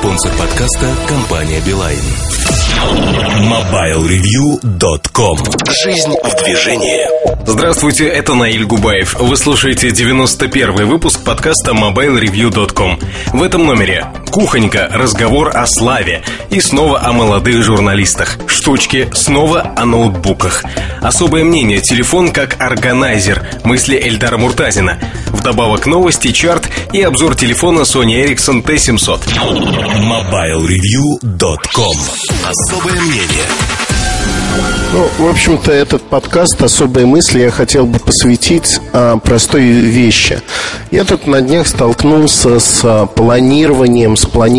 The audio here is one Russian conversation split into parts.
Спонсор подкаста – компания «Билайн». MobileReview.com. Жизнь в движении. Здравствуйте, это Наиль Губаев. Вы слушаете 91-й выпуск подкаста MobileReview.com. В этом номере кухонька, разговор о славе. И снова о молодых журналистах. Штучки, снова о ноутбуках. Особое мнение, телефон как органайзер. Мысли Эльдара Муртазина. Вдобавок новости, чарт и обзор телефона Sony Ericsson T700. MobileReview.com. Особое мнение. В общем-то, этот подкаст «Особые мысли» я хотел бы посвятить простой вещи. Я тут на днях столкнулся с планированием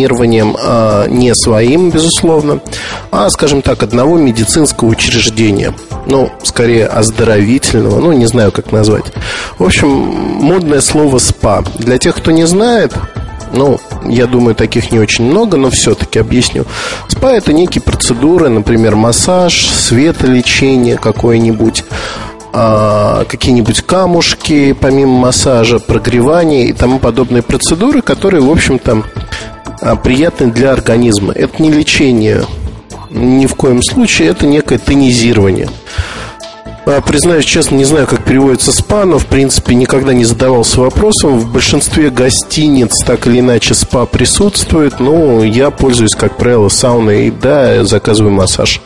не своим, безусловно, а, скажем так, одного медицинского учреждения. Скорее оздоровительного, не знаю, как назвать. В общем, модное слово «спа». Для тех, кто не знает... я думаю, таких не очень много, но все-таки объясню. СПА – это некие процедуры, например, массаж, светолечение какое-нибудь, какие-нибудь камушки, помимо массажа, прогревание и тому подобные процедуры, которые, в общем-то, приятны для организма. Это не лечение ни в коем случае, это некое тонизирование. Признаюсь честно, не знаю, как переводится спа, но, в принципе, никогда не задавался вопросом. В большинстве гостиниц так или иначе спа присутствует. Я пользуюсь, как правило, сауной и, заказываю массаж.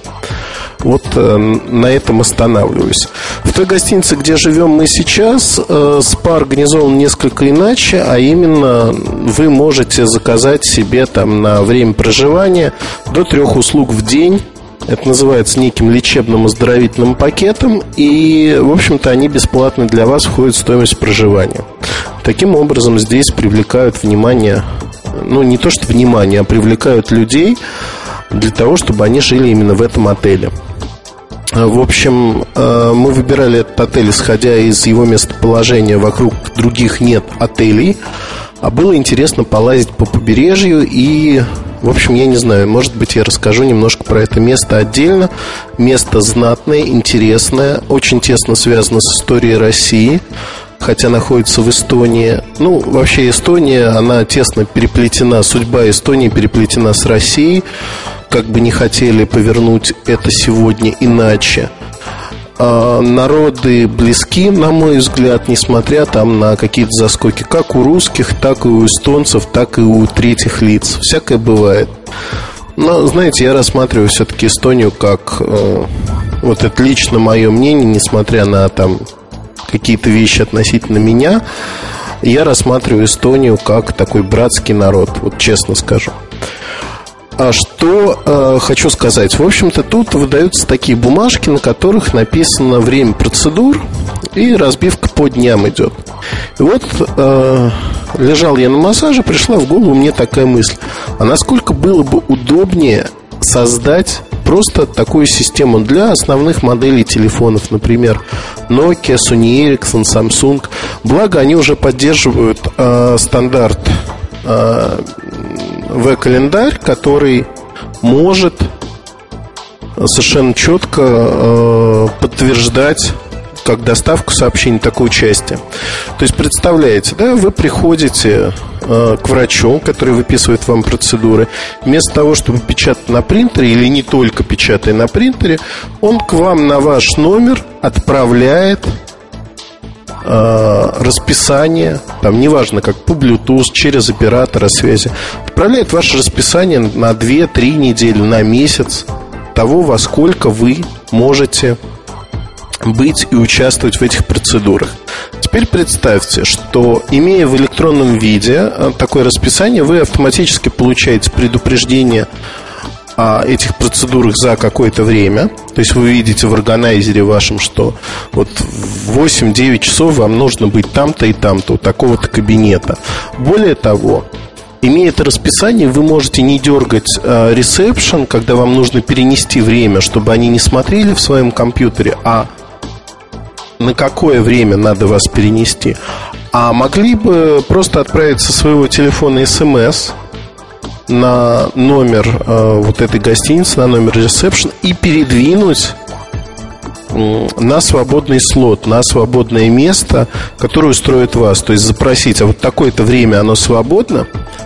На этом останавливаюсь. В той гостинице, где живем мы сейчас, спа организован несколько иначе, а именно вы можете заказать себе на время проживания до 3 услуг в день. Это называется неким лечебным оздоровительным пакетом. И, в общем-то, они бесплатно для вас входят в стоимость проживания. Таким образом, здесь привлекают внимание, не то что внимание, а привлекают людей для того, чтобы они жили именно в этом отеле. В общем, мы выбирали этот отель, исходя из его местоположения. Вокруг других нет отелей. А было интересно полазить по побережью. И, в общем, я не знаю, может быть, я расскажу немножко про это место отдельно. Место знатное, интересное, очень тесно связано с историей России, хотя находится в Эстонии. Вообще Эстония, она тесно переплетена, судьба Эстонии переплетена с Россией. Как бы не хотели повернуть это сегодня иначе. Народы близки, на мой взгляд, несмотря на какие-то заскоки, как у русских, так и у эстонцев, так и у третьих лиц. Всякое бывает. Но, знаете, я рассматриваю все-таки Эстонию как, это лично мое мнение, несмотря на какие-то вещи относительно меня, я рассматриваю Эстонию как такой братский народ, честно скажу. А что хочу сказать. В общем-то, тут выдаются такие бумажки, на которых написано время процедур, и разбивка по дням идет. И лежал я на массаже, пришла в голову мне такая мысль: а насколько было бы удобнее создать просто такую систему для основных моделей телефонов, например, Nokia, Sony Ericsson, Samsung. Благо, они уже поддерживают стандарт В-календарь, который может совершенно четко подтверждать как доставку сообщений, такой части. То есть, представляете, вы приходите к врачу, который выписывает вам процедуры. Вместо того, чтобы печатать на принтере, или не только печатая на принтере, он к вам на ваш номер отправляет расписание, неважно, как по Bluetooth, через оператора связи, отправляет ваше расписание на 2-3 недели, на месяц того, во сколько вы можете быть и участвовать в этих процедурах. Теперь представьте, что, имея в электронном виде такое расписание, вы автоматически получаете предупреждение о этих процедурах за какое-то время. То есть вы видите в органайзере вашем, что в 8-9 часов вам нужно быть там-то и там-то, у такого-то кабинета. Более того, имея это расписание, вы можете не дергать ресепшн, когда вам нужно перенести время, чтобы они не смотрели в своем компьютере, а на какое время надо вас перенести. А могли бы просто отправить со своего телефона СМС на номер этой гостиницы, на номер ресепшн, и передвинуть на свободный слот, на свободное место, которое устроит вас. То есть запросить: а такое-то время оно свободно.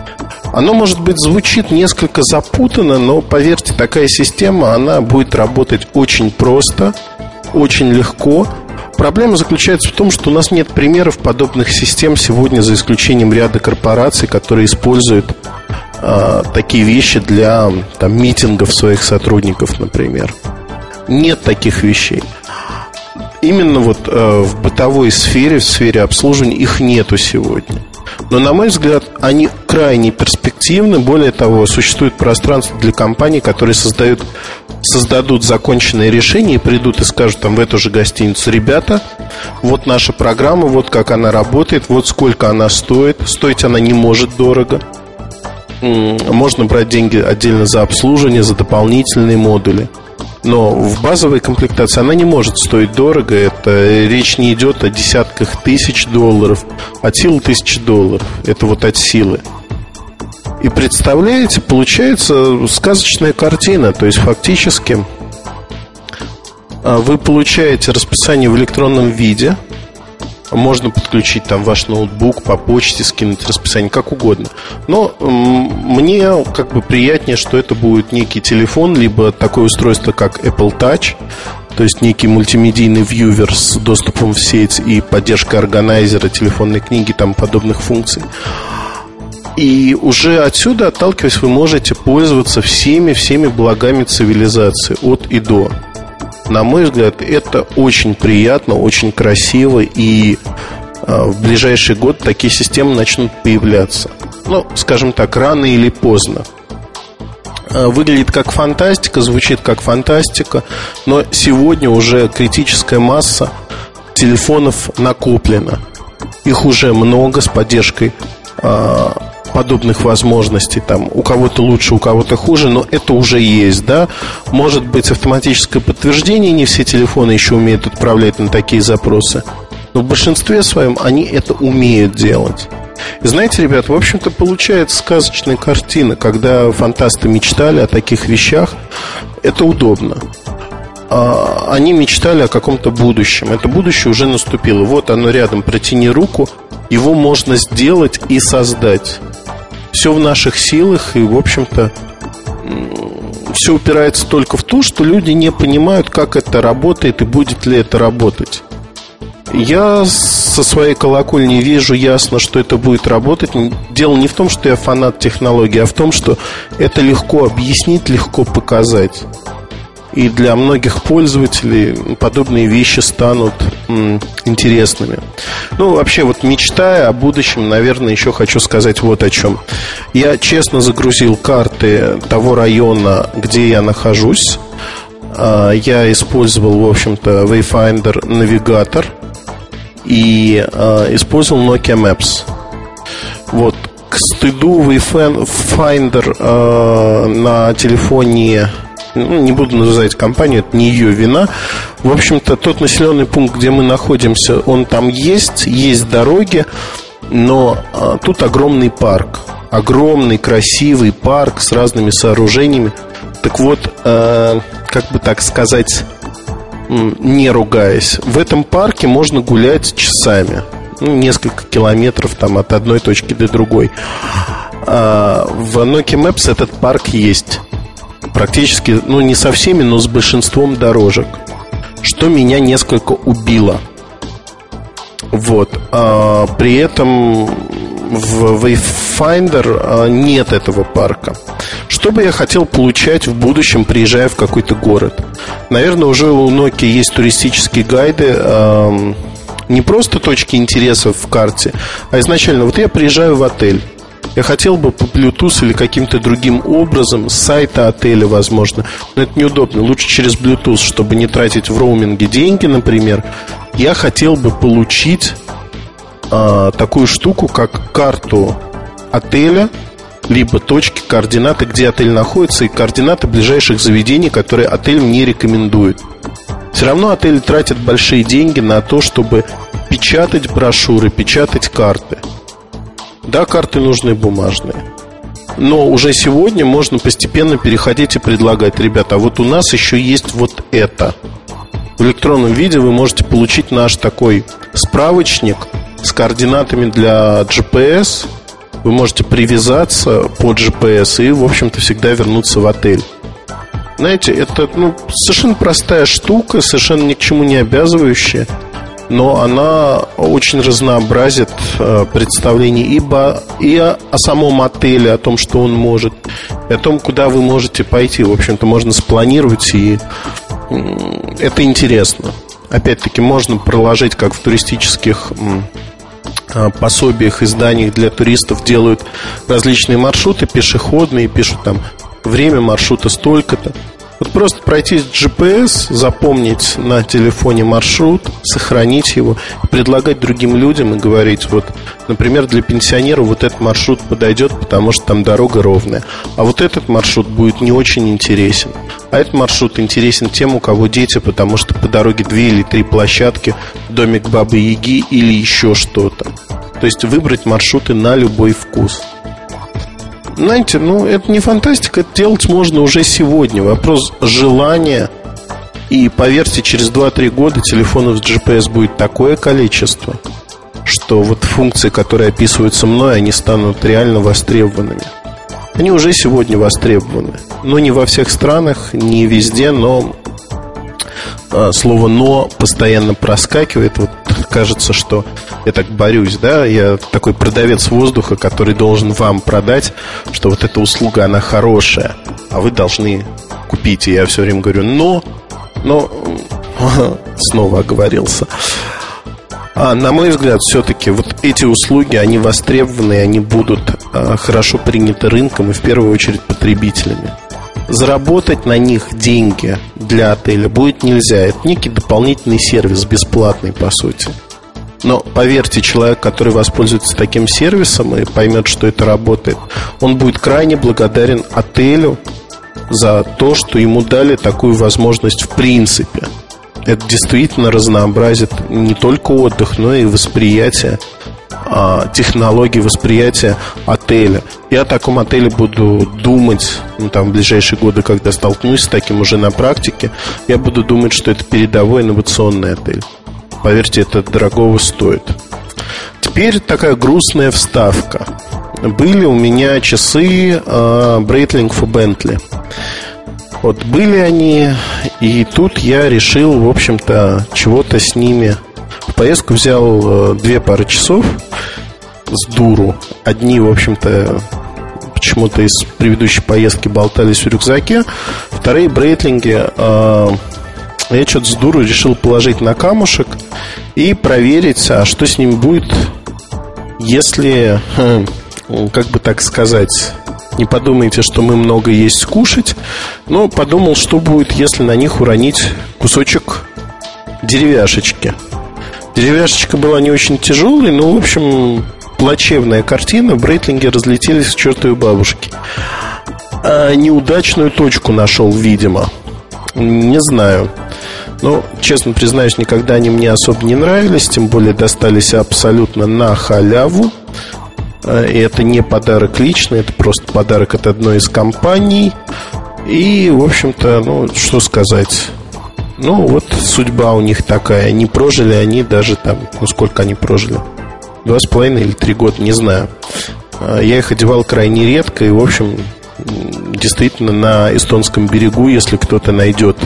Оно, может быть, звучит несколько запутанно, но, поверьте, такая система, она будет работать очень просто, очень легко. Проблема заключается в том, что у нас нет примеров подобных систем сегодня, за исключением ряда корпораций, которые используют такие вещи для митингов своих сотрудников, например. Нет таких вещей. Именно вот в бытовой сфере, в сфере обслуживания их нету сегодня. Но, на мой взгляд, они крайне перспективны. Более того, существует пространство для компаний, которые создадут законченные решения и придут и скажут в эту же гостиницу: ребята, вот наша программа, вот как она работает, вот сколько она стоит. Стоить она не может дорого. Можно брать деньги отдельно за обслуживание, за дополнительные модули. Но в базовой комплектации она не может стоить дорого. Речь не идет о десятках тысяч долларов, от силы $1000. Это вот от силы. И представляете, получается сказочная картина. То есть фактически вы получаете расписание в электронном виде. Можно подключить ваш ноутбук, по почте скинуть расписание, как угодно. Но мне приятнее, что это будет некий телефон, либо такое устройство, как Apple Touch, то есть некий мультимедийный вьювер с доступом в сеть и поддержкой органайзера, телефонной книги, подобных функций. И уже отсюда, отталкиваясь, вы можете пользоваться всеми благами цивилизации от и до. На мой взгляд, это очень приятно, очень красиво. И в ближайший год такие системы начнут появляться. Скажем так, рано или поздно. Выглядит как фантастика, звучит как фантастика. Но сегодня уже критическая масса телефонов накоплена. Их уже много с поддержкой подобных возможностей. У кого-то лучше, у кого-то хуже, но это уже есть, да. Может быть автоматическое подтверждение. Не все телефоны еще умеют отправлять на такие запросы, но в большинстве своем они это умеют делать. И знаете, ребят, в общем-то получается сказочная картина. Когда фантасты мечтали о таких вещах, это удобно. Они мечтали о каком-то будущем. Это будущее уже наступило. Вот оно рядом, протяни руку. Его можно сделать и создать. Все в наших силах. И, в общем-то, все упирается только в то, что люди не понимают, как это работает и будет ли это работать. Я со своей колокольни вижу ясно, что это будет работать. Дело не в том, что я фанат технологий, а в том, что это легко объяснить, легко показать. И для многих пользователей подобные вещи станут интересными. Вообще, мечтая о будущем, наверное, еще хочу сказать вот о чем. Я честно загрузил карты того района, где я нахожусь. Я использовал, в общем-то, Wayfinder навигатор и использовал Nokia Maps. К стыду, Wayfinder на телефоне, не буду называть компанию, это не ее вина. В общем-то, тот населенный пункт, где мы находимся, он там есть дороги, но тут огромный парк. Огромный, красивый парк с разными сооружениями. Так вот, как бы так сказать, не ругаясь, в этом парке можно гулять часами. Несколько километров от одной точки до другой. В Nokia Maps этот парк есть. Практически, не со всеми, но с большинством дорожек. Что меня несколько убило. При этом в Wayfinder нет этого парка. Что бы я хотел получать в будущем, приезжая в какой-то город? Наверное, уже у Nokia есть туристические гайды. Не просто точки интересов в карте, а изначально, я приезжаю в отель. Я хотел бы по Bluetooth или каким-то другим образом с сайта отеля, возможно. Но это неудобно. Лучше через Bluetooth, чтобы не тратить в роуминге деньги, например. Я хотел бы получить такую штуку, как карту отеля, либо точки, координаты, где отель находится, и координаты ближайших заведений, которые отель мне рекомендует. Все равно отели тратят большие деньги на то, чтобы печатать брошюры, печатать карты. Да, карты нужны бумажные. Но уже сегодня можно постепенно переходить и предлагать: ребята, у нас еще есть это. В электронном виде вы можете получить наш такой справочник с координатами для GPS. вы можете привязаться по GPS и, в общем-то, всегда вернуться в отель. Знаете, это совершенно простая штука, совершенно ни к чему не обязывающая, но она очень разнообразит представление и о самом отеле, о том, что он может, и о том, куда вы можете пойти. В общем-то, можно спланировать, и это интересно. Опять-таки, можно проложить, как в туристических пособиях, изданиях для туристов делают различные маршруты пешеходные, пишут там время маршрута столько-то. Вот просто пройти с GPS, запомнить на телефоне маршрут, сохранить его, предлагать другим людям и говорить: вот, например, для пенсионеров вот этот маршрут подойдет, потому что там дорога ровная, а вот этот маршрут будет не очень интересен, а этот маршрут интересен тем, у кого дети, потому что по дороге 2 или 3 площадки, домик Бабы-Яги или еще что-то. То есть выбрать маршруты на любой вкус. Знаете, это не фантастика, это делать можно уже сегодня. Вопрос желания. И поверьте, через 2-3 года телефонов с GPS будет такое количество, что вот функции, которые описываются мной, они станут реально востребованными. Они уже сегодня востребованы. Но не во всех странах, не везде, но слово «но» постоянно проскакивает. Вот кажется, что я так борюсь, да? Я такой продавец воздуха, который должен вам продать, что вот эта услуга, она хорошая, а вы должны купить. И я все время говорю «но», снова оговорился. На мой взгляд, все-таки вот эти услуги, они востребованы, они будут хорошо приняты рынком и в первую очередь потребителями. Заработать на них деньги для отеля будет нельзя. Это некий дополнительный сервис, бесплатный по сути. Но поверьте, человек, который воспользуется таким сервисом и поймет, что это работает, он будет крайне благодарен отелю за то, что ему дали такую возможность в принципе. Это действительно разнообразит не только отдых, но и восприятие технологий, восприятия отеля. Я о таком отеле буду думать в ближайшие годы, когда столкнусь с таким уже на практике. Я буду думать, что это передовой инновационный отель. Поверьте, это дорогого стоит. Теперь такая грустная вставка. Были у меня часы Breitling for Bentley. Вот были они, и тут я решил, в общем-то, чего-то с ними. В поездку взял 2 пары часов с дуру. Одни, в общем-то, почему-то из предыдущей поездки болтались в рюкзаке. Вторые Брейтлинги я что-то с дуру решил положить на камушек и проверить, а что с ними будет, если, как бы так сказать, не подумайте, что мы много есть скушать, но подумал, что будет, если на них уронить кусочек деревяшечки. Деревяшечка была не очень тяжелой, но, в общем, плачевная картина. Брейтлинги разлетелись к чертовой бабушке. Неудачную точку нашел, видимо. Не знаю. Но, честно признаюсь, никогда они мне особо не нравились. Тем более достались абсолютно на халяву. И это не подарок личный, это просто подарок от одной из компаний. И, в общем-то, что сказать. Вот судьба у них такая. Не прожили они даже там, сколько они прожили? 2,5 или 3 года, не знаю. Я их одевал крайне редко. И, в общем, действительно, на эстонском берегу, если кто-то найдет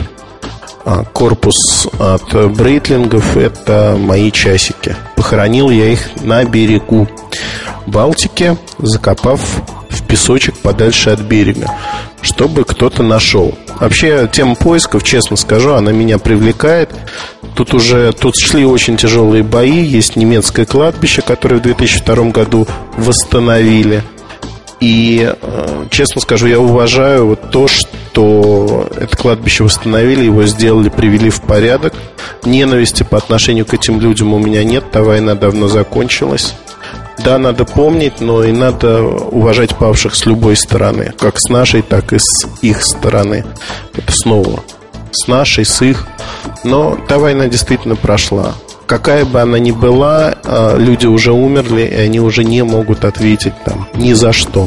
корпус от Брейтлингов, это мои часики. Похоронил я их на берегу Балтики, закопав в песочек подальше от берега, чтобы кто-то нашел. Вообще, тема поисков, честно скажу, она меня привлекает. Тут шли очень тяжелые бои. Есть немецкое кладбище, которое в 2002 году восстановили. И, честно скажу, я уважаю то, что это кладбище восстановили, его сделали, привели в порядок. Ненависти по отношению к этим людям у меня нет. Та война давно закончилась. Да, надо помнить, но и надо уважать павших с любой стороны. Как с нашей, так и с их стороны. Это снова с нашей, с их. Но та война действительно прошла. Какая бы она ни была, люди уже умерли, и они уже не могут ответить там ни за что.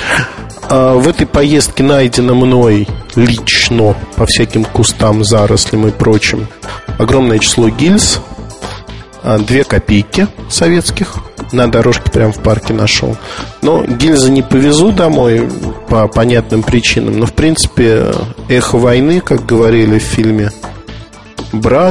В этой поездке найдено мной лично по всяким кустам, зарослям и прочим огромное число гильз. 2 копейки советских. На дорожке прямо в парке нашел. Но гильзы не повезу домой по понятным причинам. Но, в принципе, эхо войны, как говорили в фильме «Брат»,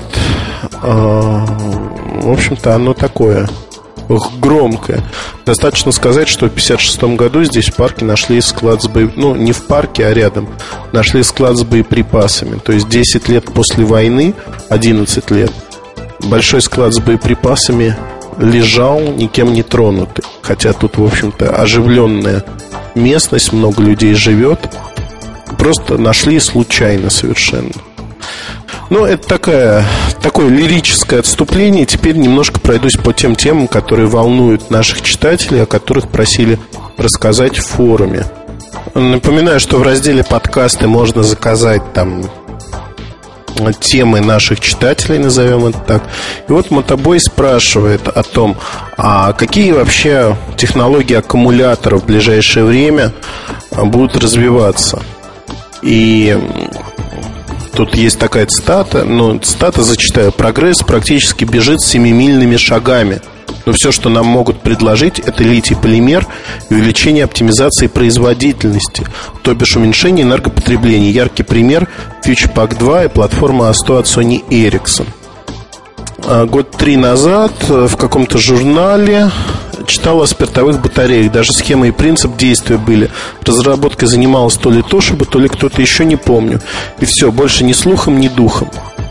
в общем-то, оно такое громкое. Достаточно сказать, что в 1956 году здесь в парке нашли склад с боеприпасами. Ну, не в парке, а рядом. Нашли склад с боеприпасами. То есть 10 лет после войны, 11 лет, большой склад с боеприпасами лежал, никем не тронутый. Хотя тут, в общем-то, оживленная местность, много людей живет. Просто нашли случайно совершенно. Но это такое лирическое отступление. Теперь немножко пройдусь по тем темам, которые волнуют наших читателей, о которых просили рассказать в форуме. Напоминаю, что в разделе «Подкасты» можно заказать там темы наших читателей, назовем это так. И вот Мотобой спрашивает о том, а какие вообще технологии аккумуляторов в ближайшее время будут развиваться. И тут есть такая цитата, но цитата зачитаю: «Прогресс практически бежит семимильными шагами. Но все, что нам могут предложить, это литий-полимер и увеличение оптимизации производительности, то бишь уменьшение энергопотребления. Яркий пример – FuturePack 2 и платформа A100 от Sony Ericsson». Год 3 назад в каком-то журнале читал о спиртовых батареях. Даже схема и принцип действия были. Разработкой занималась то ли Toshiba, то ли кто-то еще, не помню. И все, больше ни слухом, ни духом.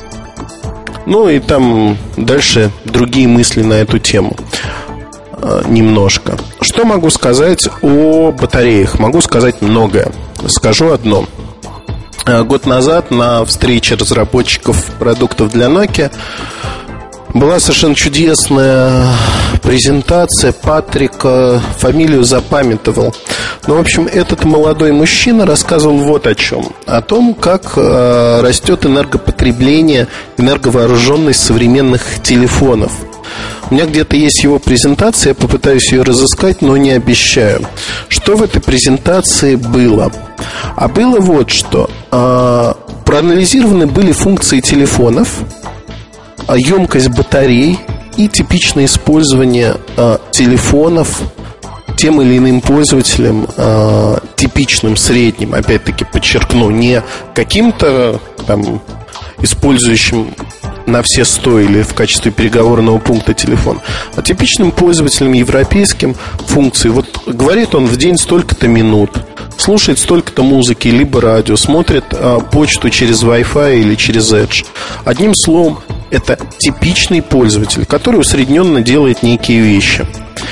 Ну и там дальше другие мысли на эту тему. Немножко. Что могу сказать о батареях? Могу сказать многое. Скажу одно. Год назад на встрече разработчиков продуктов для Nokia была совершенно чудесная презентация. Патрика, фамилию запамятовал. Ну, в общем, этот молодой мужчина рассказывал вот о чем. О том, как растет энергопотребление, энерговооруженность современных телефонов. У меня где-то есть его презентация, я попытаюсь ее разыскать, но не обещаю. Что в этой презентации было? А было вот что. Проанализированы были функции телефонов, емкость батарей и типичное использование телефонов тем или иным пользователем, типичным, средним. Опять-таки подчеркну, не каким-то там использующим на все 100 или в качестве переговорного пункта телефон, а типичным пользователем европейским функций. Вот говорит он в день столько-то минут, слушает столько-то музыки, либо радио, смотрит почту через Wi-Fi или через Edge. Одним словом, это типичный пользователь, который усредненно делает некие вещи.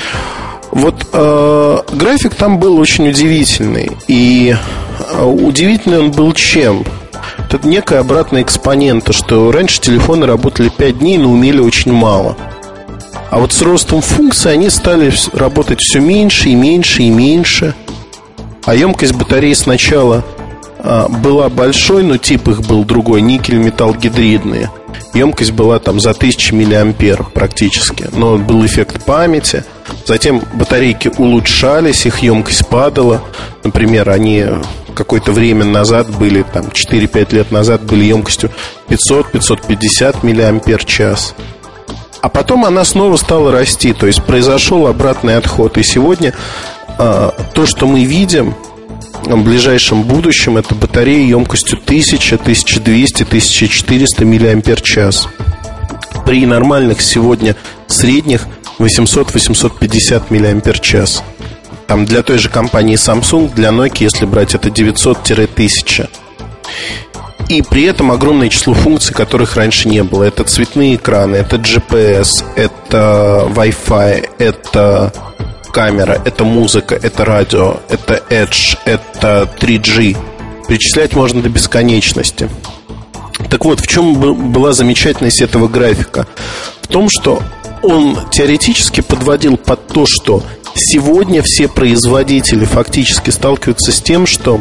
Вот график там был очень удивительный. И удивительный он был чем? Это некая обратная экспонента, что раньше телефоны работали 5 дней, но умели очень мало. А вот с ростом функций они стали работать все меньше и меньше и меньше. А емкость батареи сначала была большой, но тип их был другой, никель-металл-гидридные. Емкость была там за 1000 мА практически. Но был эффект памяти. Затем батарейки улучшались, их емкость падала. Например, они какое-то время назад были, там 4-5 лет назад были емкостью 500-550 мАч. А потом она снова стала расти. То есть произошел обратный отход. И сегодня то, что мы видим в ближайшем будущем, это батареи емкостью 1000, 1200, 1400 мАч. При нормальных сегодня средних 800-850 мАч. Там для той же компании Samsung, для Nokia, если брать, это 900-1000. И при этом огромное число функций, которых раньше не было. Это цветные экраны, это GPS, это Wi-Fi, это камера, это музыка, это радио, это Edge, это 3G. Перечислять можно до бесконечности. Так вот, в чем была замечательность этого графика? В том, что он теоретически подводил под то, что сегодня все производители фактически сталкиваются с тем, что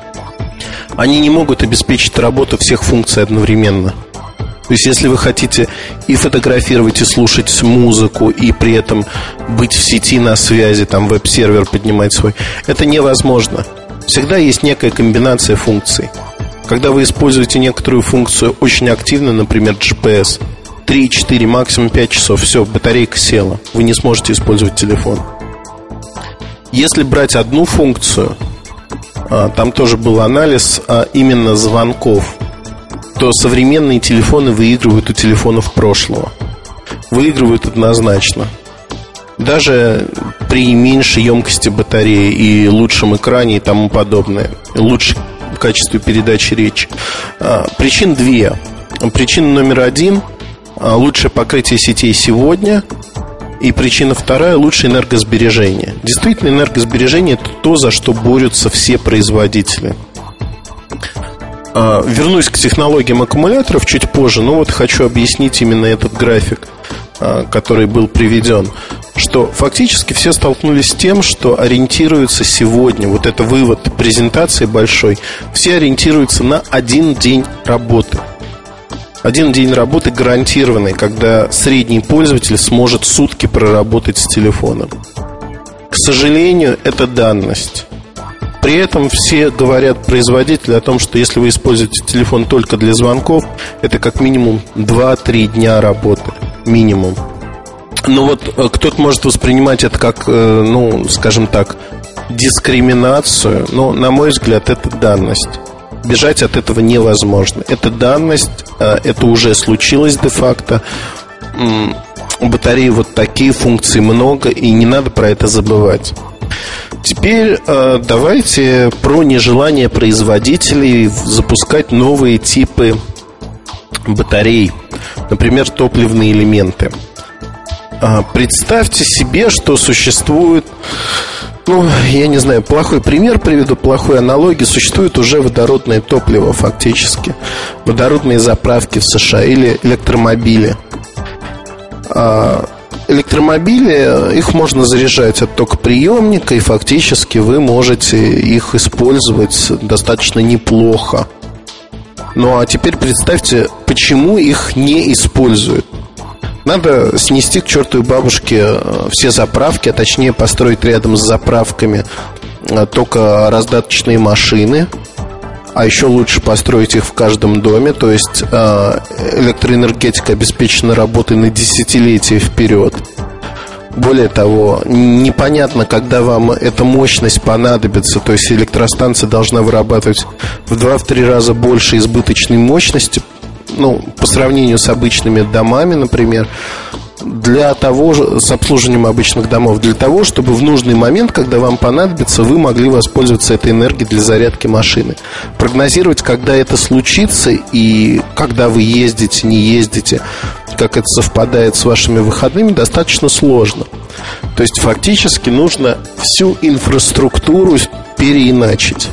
они не могут обеспечить работу всех функций одновременно. То есть, если вы хотите и фотографировать, и слушать музыку, и при этом быть в сети на связи, там веб-сервер поднимать свой, это невозможно. Всегда есть некая комбинация функций. Когда вы используете некоторую функцию очень активно, например, GPS, 3-4, максимум 5 часов. Все, батарейка села. Вы не сможете использовать телефон. Если брать одну функцию, там тоже был анализ именно звонков, то современные телефоны выигрывают у телефонов прошлого. Выигрывают однозначно. Даже при меньшей емкости батареи и лучшем экране и тому подобное, лучшем качестве передачи речи. Причин две. Причина номер один – лучшее покрытие сетей сегодня. И причина вторая – лучшее энергосбережение. Действительно, энергосбережение – это то, за что борются все производители. Вернусь к технологиям аккумуляторов чуть позже, но вот хочу объяснить именно этот график, который был приведен. Что фактически все столкнулись с тем, что ориентируются сегодня, вот это вывод презентации большой, все ориентируются на один день работы. Один день работы гарантированный, когда средний пользователь сможет сутки проработать с телефоном. К сожалению, это данность. При этом все говорят, производители, о том, что если вы используете телефон только для звонков, это как минимум 2-3 дня работы. Минимум. Но вот кто-то может воспринимать это как, скажем так, дискриминацию. Но, на мой взгляд, это данность. Бежать от этого невозможно. Это данность, это уже случилось де-факто. У батареи вот такие функции много, и не надо про это забывать. Теперь давайте про нежелание производителей запускать новые типы батарей. Например, топливные элементы. Представьте себе, что существует, я не знаю, плохой пример приведу, плохой аналогии. Существует уже водородное топливо фактически. Водородные заправки в США или электромобили. Электромобили, их можно заряжать от токоприемника, и фактически вы можете их использовать достаточно неплохо. Ну а теперь представьте, почему их не используют. Надо снести к чертовой бабушке все заправки, а точнее построить рядом с заправками только раздаточные машины. А еще лучше построить их в каждом доме. То есть электроэнергетика обеспечена работой на десятилетия вперед. Более того, непонятно, когда вам эта мощность понадобится. То есть электростанция должна вырабатывать в 2-3 раза больше избыточной мощности, по сравнению с обычными домами, например, с обслуживанием обычных домов, для того, чтобы в нужный момент, когда вам понадобится, вы могли воспользоваться этой энергией для зарядки машины. Прогнозировать, когда это случится и когда вы ездите, не ездите, как это совпадает с вашими выходными, достаточно сложно. То есть фактически нужно всю инфраструктуру переиначить.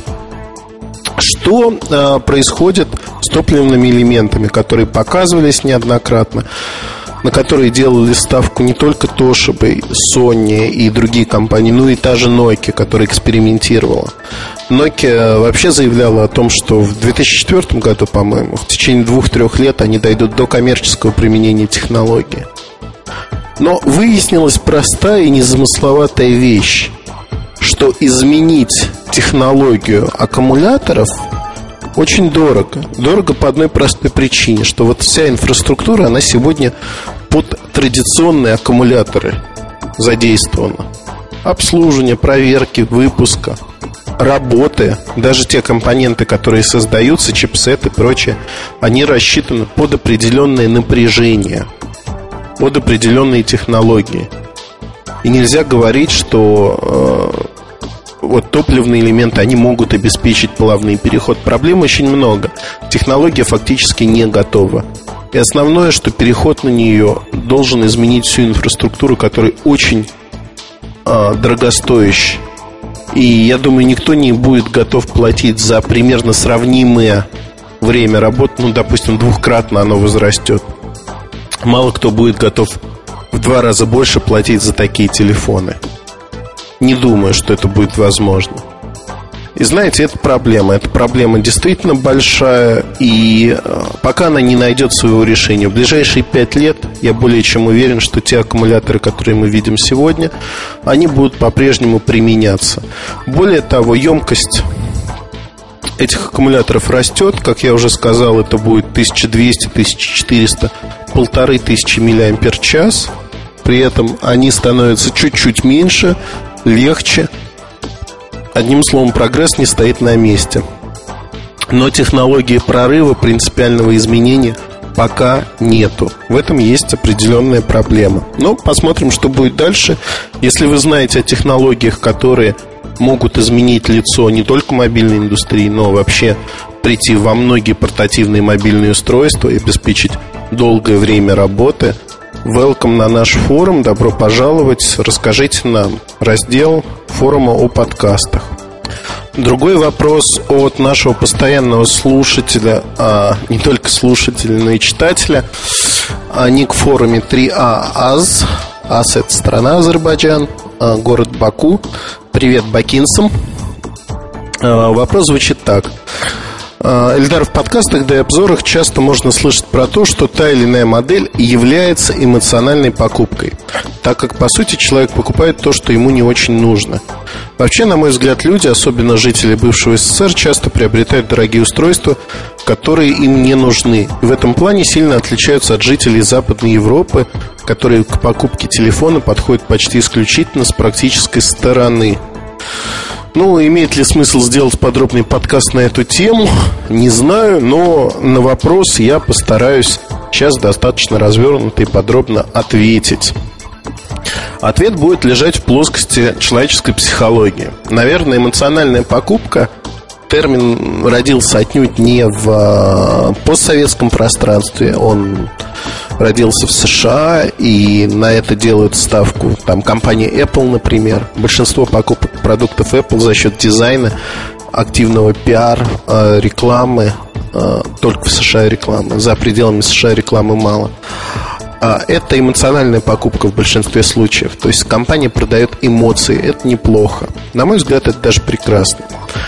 Что происходит с топливными элементами, которые показывались неоднократно, на которые делали ставку не только Toshiba, Sony и другие компании, но и та же Nokia, которая экспериментировала. Nokia вообще заявляла о том, что в 2004 году, по-моему, в течение 2-3 лет они дойдут до коммерческого применения технологии. Но выяснилась простая и незамысловатая вещь, что изменить технологию аккумуляторов очень дорого. Дорого по одной простой причине, что вот вся инфраструктура, она сегодня под традиционные аккумуляторы задействована. Обслуживание, проверки, выпуска, работы, даже те компоненты, которые создаются, чипсеты и прочее, они рассчитаны под определенное напряжение, под определенные технологии. И нельзя говорить, что топливные элементы, они могут обеспечить плавный переход. Проблем очень много. Технология фактически не готова. И основное, что переход на нее должен изменить всю инфраструктуру, которая очень дорогостоящая. И я думаю, никто не будет готов платить за примерно сравнимое время работы. Допустим, 2-кратно оно возрастет. Мало кто будет готов в 2 раза больше платить за такие телефоны. Не думаю, что это будет возможно. И знаете, это проблема. Эта проблема действительно большая. И пока она не найдет своего решения, в ближайшие 5 лет я более чем уверен, что те аккумуляторы, которые мы видим сегодня, они будут по-прежнему применяться. Более того, емкость этих аккумуляторов растет. Как я уже сказал, это будет 1200-1400 1500 мАч. При этом они становятся чуть-чуть меньше, легче. Одним словом, прогресс не стоит на месте. Но технологии прорыва, принципиального изменения пока нету. В этом есть определенная проблема. Но посмотрим, что будет дальше. Если вы знаете о технологиях, которые могут изменить лицо не только мобильной индустрии, но вообще прийти во многие портативные мобильные устройства и обеспечить долгое время работы, welcome на наш форум, добро пожаловать, расскажите нам. Раздел форума о подкастах. Другой вопрос от нашего постоянного слушателя, не только слушателя, но и читателя. Ник в форуме 3А АЗ. АЗ — это страна Азербайджан, город Баку. Привет бакинцам. Вопрос звучит так. Эльдар, в подкастах да и обзорах часто можно слышать про то, что та или иная модель является эмоциональной покупкой, так как, по сути, человек покупает то, что ему не очень нужно. Вообще, на мой взгляд, люди, особенно жители бывшего СССР, часто приобретают дорогие устройства, которые им не нужны. И в этом плане сильно отличаются от жителей Западной Европы, которые к покупке телефона подходят почти исключительно с практической стороны. Ну, имеет ли смысл сделать подробный подкаст на эту тему, не знаю, но на вопрос я постараюсь сейчас достаточно развернуто и подробно ответить. Ответ будет лежать в плоскости человеческой психологии. Наверное, эмоциональная покупка, термин родился отнюдь не в постсоветском пространстве, он родился в США, и на это делают ставку там компания Apple, например. Большинство покупок продуктов Apple за счет дизайна, активного пиар, рекламы. Только в США рекламы. За пределами США рекламы мало. Это эмоциональная покупка в большинстве случаев. То есть компания продает эмоции. Это неплохо. На мой взгляд, это даже прекрасно.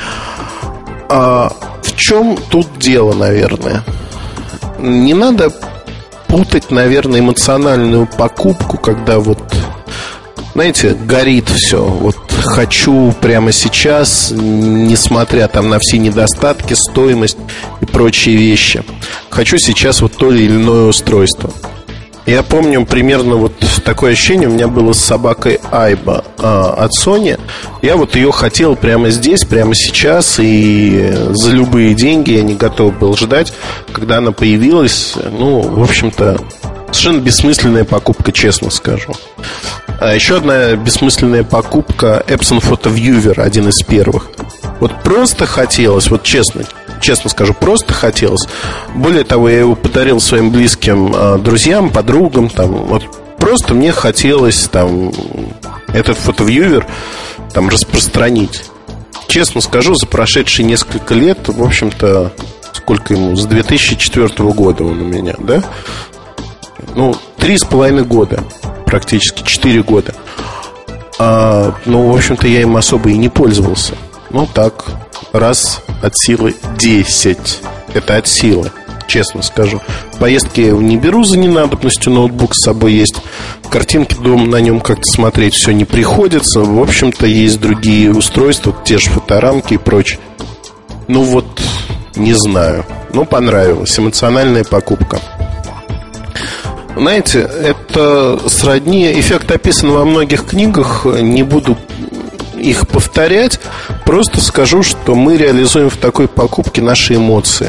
В чем тут дело, наверное? Не надо путать, наверное, эмоциональную покупку, когда вот, знаете, горит все. Вот хочу прямо сейчас, несмотря там на все недостатки, стоимость и прочие вещи. Хочу сейчас вот то или иное устройство. Я помню примерно вот такое ощущение у меня было с собакой Айба от Sony. Я вот ее хотел прямо здесь, прямо сейчас, и за любые деньги я не готов был ждать, когда она появилась. Ну, в общем-то, совершенно бессмысленная покупка, честно скажу. Еще одна бессмысленная покупка — Epson Photo Viewer, один из первых. Вот просто хотелось, вот честно скажу, просто хотелось. Более того, я его подарил своим близким друзьям, подругам. Там, вот просто мне хотелось там этот фотовьювер там распространить. Честно скажу, за прошедшие несколько лет, в общем-то, сколько ему, с 2004 года он у меня, да? Ну, 3,5 года, практически 4 года. Ну, в общем-то, я им особо и не пользовался. Ну, так, раз от силы 10. Это от силы, честно скажу. Поездки я его не беру за ненадобностью. Ноутбук с собой есть. Картинки дома на нем как-то смотреть все не приходится. В общем-то, есть другие устройства, те же фоторамки и прочее. Ну вот, не знаю. Ну, понравилось. Эмоциональная покупка. Знаете, это сродни. Эффект описан во многих книгах. Не буду их повторять. Просто скажу, что мы реализуем в такой покупке наши эмоции.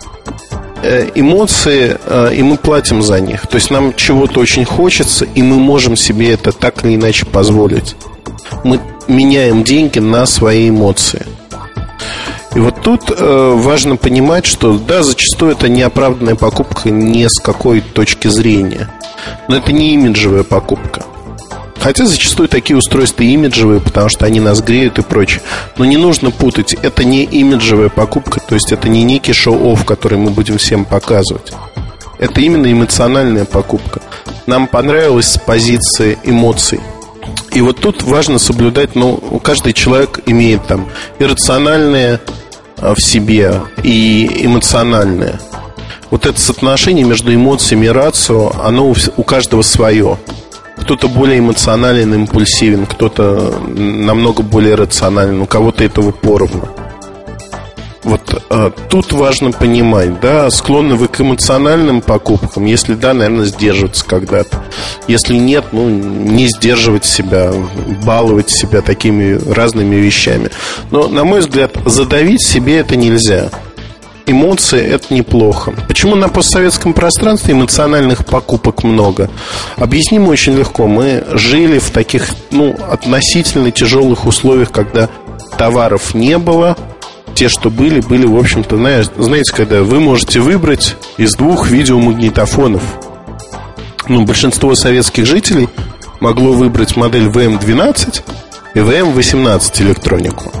Эмоции, и мы платим за них. То есть нам чего-то очень хочется, и мы можем себе это так или иначе позволить. Мы меняем деньги на свои эмоции. И вот тут важно понимать, что да, зачастую это неоправданная покупка ни с какой точки зрения. Но это не имиджевая покупка. Хотя зачастую такие устройства имиджевые, потому что они нас греют и прочее. Но не нужно путать, это не имиджевая покупка. То есть это не некий шоу-офф, который мы будем всем показывать. Это именно эмоциональная покупка. Нам понравилось с позиции эмоций. И вот тут важно соблюдать, каждый человек имеет там и рациональное в себе, и эмоциональное. Вот это соотношение между эмоциями и рацио, оно у каждого свое. Кто-то более эмоционален, импульсивен, кто-то намного более рационален, у кого-то этого поровну. Вот тут важно понимать, да, склонны вы к эмоциональным покупкам. Если да, наверное, сдерживаться когда-то. Если нет, не сдерживать себя, баловать себя такими разными вещами. Но, на мой взгляд, задавить себе это нельзя. Эмоции – это неплохо. Почему на постсоветском пространстве эмоциональных покупок много? Объясним очень легко. Мы жили в таких, относительно тяжелых условиях, когда товаров не было. Те, что были, в общем-то, знаете, когда вы можете выбрать из 2 видеомагнитофонов. Большинство советских жителей могло выбрать модель VM-12 и VM-18 электронику.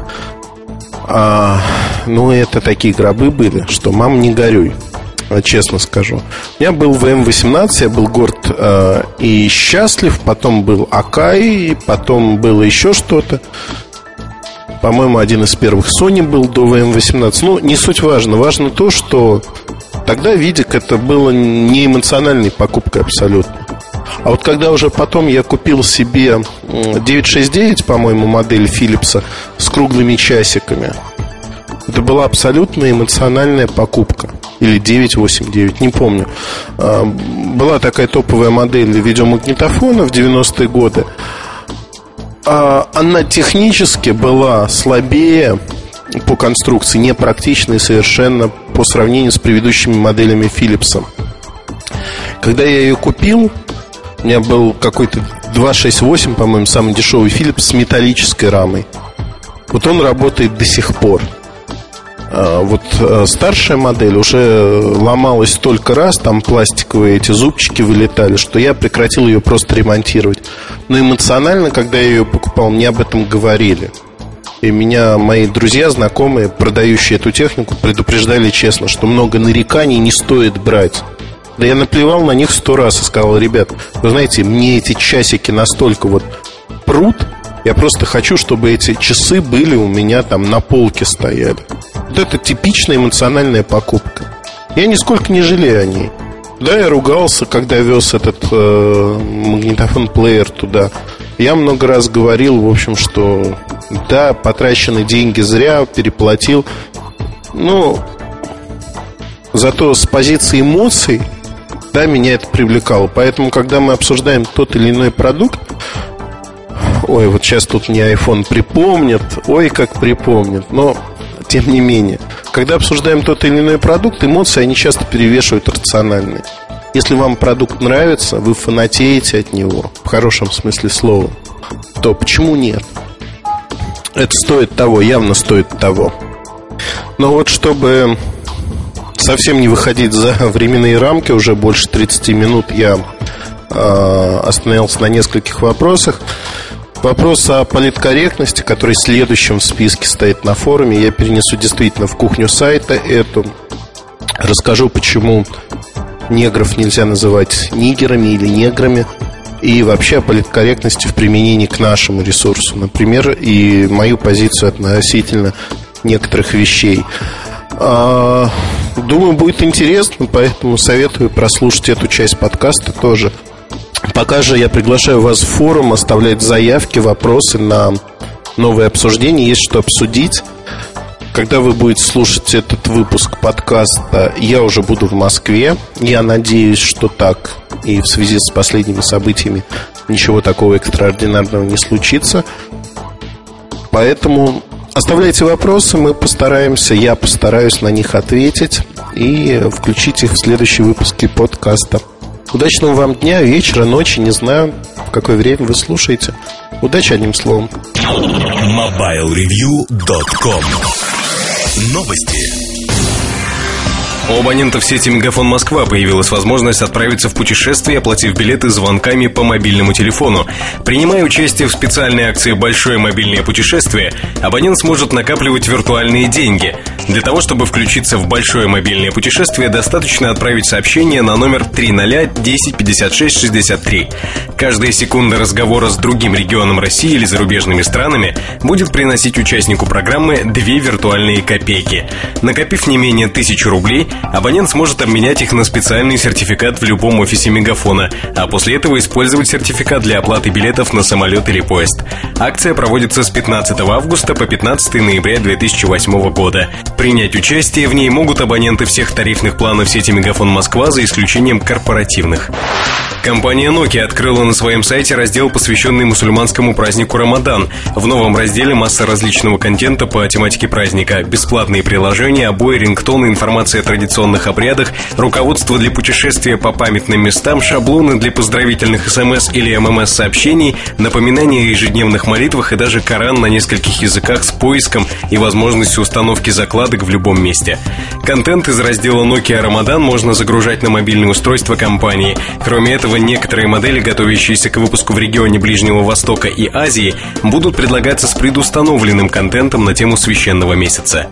Это такие гробы были, что мама, не горюй, честно скажу. У меня был VM-18, я был горд и счастлив. Потом был Акай, потом было еще что-то. По-моему, один из первых Sony был до VM-18. Не суть важно. Важно то, что тогда Видик это было не эмоциональной покупкой абсолютно. А вот когда уже потом я купил себе 969, по-моему, модель Philips с круглыми часиками, это была абсолютно эмоциональная покупка. Или 989, не помню. Была такая топовая модель видеомагнитофона в 90-е годы. Она технически была слабее по конструкции, непрактичной совершенно по сравнению с предыдущими моделями Philips. Когда я ее купил, у меня был какой-то 268, по-моему, самый дешевый Philips с металлической рамой. Вот он работает до сих пор. Вот старшая модель уже ломалась столько раз, там пластиковые эти зубчики вылетали, что я прекратил ее просто ремонтировать. Но эмоционально, когда я ее покупал, мне об этом говорили. И меня мои друзья, знакомые, продающие эту технику, предупреждали честно, что много нареканий не стоит брать. Да я наплевал на них 100 раз и сказал: ребят, вы знаете, мне эти часики настолько прут, я просто хочу, чтобы эти часы были у меня там на полке стояли. Вот это типичная эмоциональная покупка. Я нисколько не жалею о ней. Да, я ругался, когда вез этот магнитофон-плеер туда. Я много раз говорил, в общем, что да, потрачены деньги зря, переплатил. Зато с позиции эмоций, да, меня это привлекало. Поэтому, когда мы обсуждаем тот или иной продукт, ой, вот сейчас тут мне iPhone припомнит, ой, как припомнит. Но, тем не менее, когда обсуждаем тот или иной продукт, эмоции, они часто перевешивают рациональные. Если вам продукт нравится, вы фанатеете от него, в хорошем смысле слова, то почему нет? Это стоит того, явно стоит того. Но вот чтобы совсем не выходить за временные рамки, уже больше 30 минут, я остановился на нескольких вопросах. Вопрос о политкорректности, который следующим в списке стоит на форуме, я перенесу действительно в кухню сайта эту. Расскажу, почему негров нельзя называть нигерами или неграми, и вообще о политкорректности в применении к нашему ресурсу, например, и мою позицию относительно некоторых вещей. Думаю, будет интересно, поэтому советую прослушать эту часть подкаста тоже. Пока же я приглашаю вас в форум оставлять заявки, вопросы на новые обсуждения. Есть что обсудить. Когда вы будете слушать этот выпуск подкаста, я уже буду в Москве. Я надеюсь, что так. И в связи с последними событиями ничего такого экстраординарного не случится. Поэтому оставляйте вопросы, я постараюсь на них ответить и включить их в следующие выпуски подкаста. Удачного вам дня, вечера, ночи, не знаю, в какое время вы слушаете. Удачи, одним словом. MobileReview.com. Новости. У абонентов сети Мегафон Москва появилась возможность отправиться в путешествие, оплатив билеты звонками по мобильному телефону. Принимая участие в специальной акции «Большое мобильное путешествие», абонент сможет накапливать виртуальные деньги. Для того, чтобы включиться в большое мобильное путешествие, достаточно отправить сообщение на номер 300 10 56 63. Каждая секунда разговора с другим регионом России или зарубежными странами будет приносить участнику программы 2 виртуальные копейки. Накопив не менее 1000 рублей, Абонент сможет обменять их на специальный сертификат в любом офисе Мегафона, а после этого использовать сертификат для оплаты билетов на самолет или поезд. Акция проводится с 15 августа по 15 ноября 2008 года. Принять участие в ней могут абоненты всех тарифных планов сети Мегафон Москва, за исключением корпоративных. Компания Nokia открыла на своем сайте раздел, посвященный мусульманскому празднику Рамадан. В новом разделе масса различного контента по тематике праздника. Бесплатные приложения, обои, рингтоны, информация о традиционных обрядах, руководство для путешествия по памятным местам, шаблоны для поздравительных СМС или ММС-сообщений, напоминания о ежедневных молитвах и даже Коран на нескольких языках с поиском и возможностью установки закладок в любом месте. Контент из раздела Nokia Рамадан можно загружать на мобильные устройства компании. Кроме этого, некоторые модели, готовящиеся к выпуску в регионе Ближнего Востока и Азии, будут предлагаться с предустановленным контентом на тему священного месяца.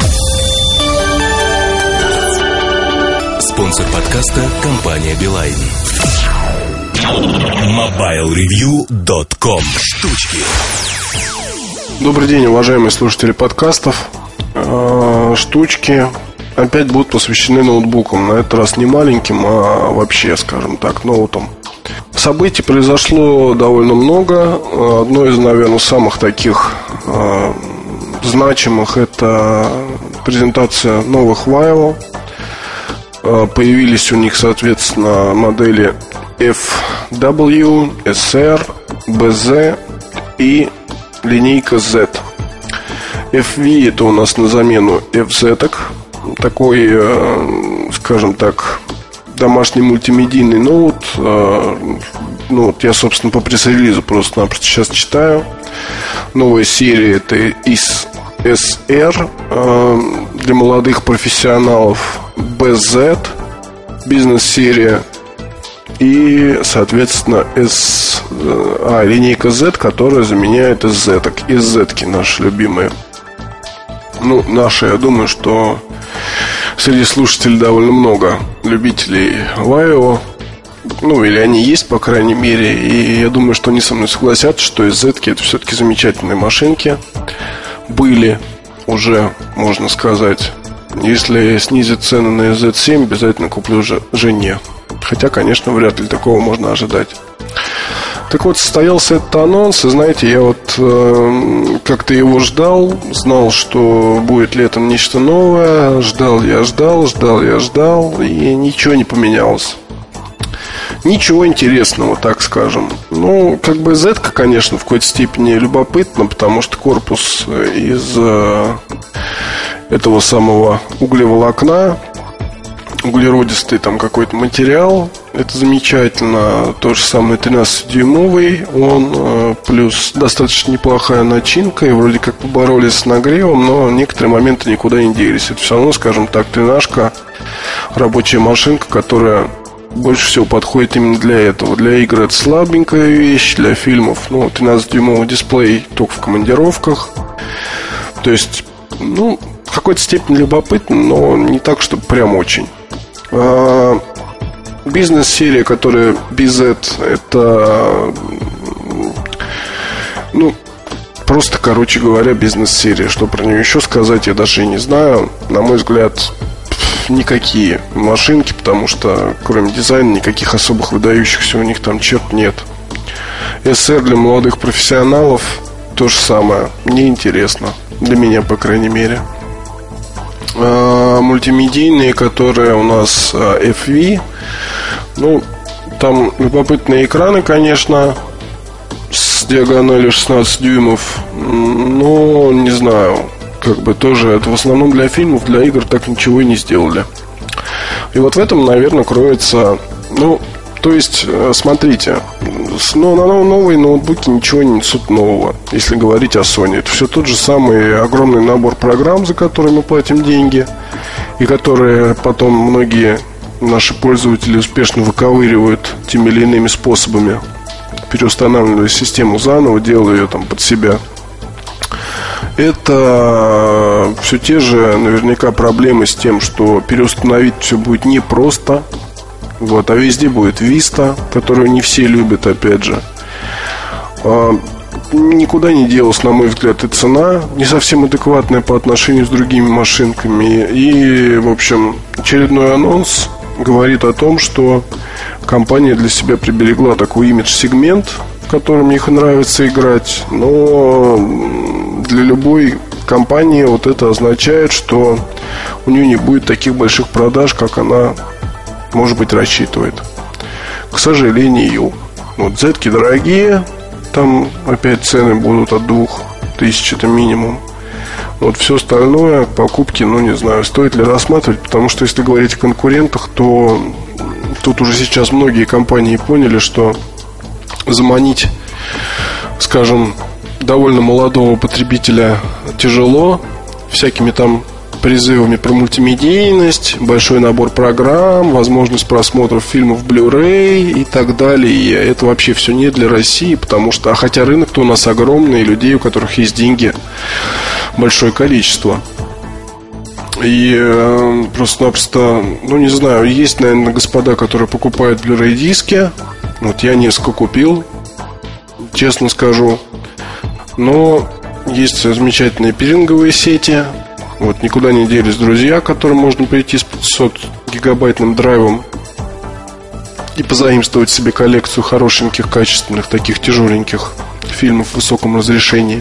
Спонсор подкаста – компания Билайн. MobileReview.com. Штучки. Добрый день, уважаемые слушатели подкастов. Штучки опять будут посвящены ноутбукам. На этот раз не маленьким, а вообще, скажем так, ноутам. Событий произошло довольно много. Одно из, наверное, самых таких значимых – это презентация новых Vaio. Появились у них, соответственно, модели FW, SR, BZ и линейка Z. FV – это у нас на замену FZ, такой, скажем так, домашний мультимедийный ноут. Ну, вот я, собственно, по пресс-релизу просто-напросто сейчас читаю. Новая серия – это SR для молодых профессионалов, BZ бизнес-серия и, соответственно, линейка Z, которая заменяет SZ-ок. SZ-ки наши любимые. Ну, наши, я думаю, что среди слушателей довольно много любителей Vaio. Ну, или они есть, по крайней мере. И я думаю, что они со мной согласятся, что SZ-ки это все-таки замечательные машинки. Были уже, можно сказать. Если снизят цены на SZ7, обязательно куплю жене. Хотя, конечно, вряд ли такого можно ожидать. Так вот, состоялся этот анонс. И знаете, я вот как-то его ждал. Знал, что будет летом нечто новое. Ждал. И ничего не поменялось. Ничего интересного, так скажем. Ну, как бы Z-ка, конечно, в какой-то степени любопытна, потому что корпус из этого самого углеволокна, углеродистый там какой-то материал. Это замечательно. То же самое 13-дюймовый. Он плюс достаточно неплохая начинка. И вроде как поборолись с нагревом, но некоторые моменты никуда не делись. Это все равно, скажем так, 13-шка, рабочая машинка, которая больше всего подходит именно для этого. Для игр это слабенькая вещь, для фильмов, 13-дюймовый дисплей только в командировках. То есть, в какой-то степени любопытно, но не так, чтобы прям очень. Бизнес-серия, которая BZ, это просто, короче говоря, бизнес-серия. Что про нее еще сказать, я даже и не знаю. На мой взгляд, никакие машинки, потому что кроме дизайна никаких особых выдающихся у них там черт нет. SR для молодых профессионалов то же самое, неинтересно. Для меня, по крайней мере. Мультимедийные, которые у нас FV, там любопытные экраны, конечно, с диагональю 16 дюймов. Но не знаю, как бы тоже это в основном для фильмов, для игр так ничего и не сделали. И вот в этом, наверное, кроется. То есть, смотрите, на новые ноутбуки ничего не несут нового, если говорить о Sony. Это все тот же самый огромный набор программ, за которые мы платим деньги, и которые потом многие наши пользователи успешно выковыривают теми или иными способами, переустанавливая систему заново, делая ее там под себя. Это все те же наверняка проблемы с тем, что переустановить все будет непросто. А везде будет Vista, которую не все любят, опять же. никуда не делась, на мой взгляд, и цена не совсем адекватная по отношению с другими машинками. И, в общем, очередной анонс говорит о том, что компания для себя приберегла такой имидж-сегмент, в котором их нравится играть. Но для любой компании вот это означает, что у нее не будет таких больших продаж, как она, может быть, рассчитывает. К сожалению. Вот зетки дорогие. Там опять цены будут от 2000, это минимум. Вот все остальное, покупки, не знаю, стоит ли рассматривать. Потому что если говорить о конкурентах, то тут уже сейчас многие компании поняли, что заманить, скажем, довольно молодого потребителя тяжело. Всякими там призывами про мультимедийность, большой набор программ, возможность просмотров фильмов Blu-ray и так далее. И это вообще все не для России, потому что, хотя рынок-то у нас огромный, и людей, у которых есть деньги, большое количество. И просто-напросто, не знаю, есть, наверное, господа, которые покупают Blu-ray диски. Вот я несколько купил, честно скажу. Но есть замечательные пиринговые сети. Вот никуда не делись друзья, к которым можно прийти с 500-гигабайтным драйвом и позаимствовать себе коллекцию хорошеньких, качественных, таких тяжеленьких фильмов в высоком разрешении.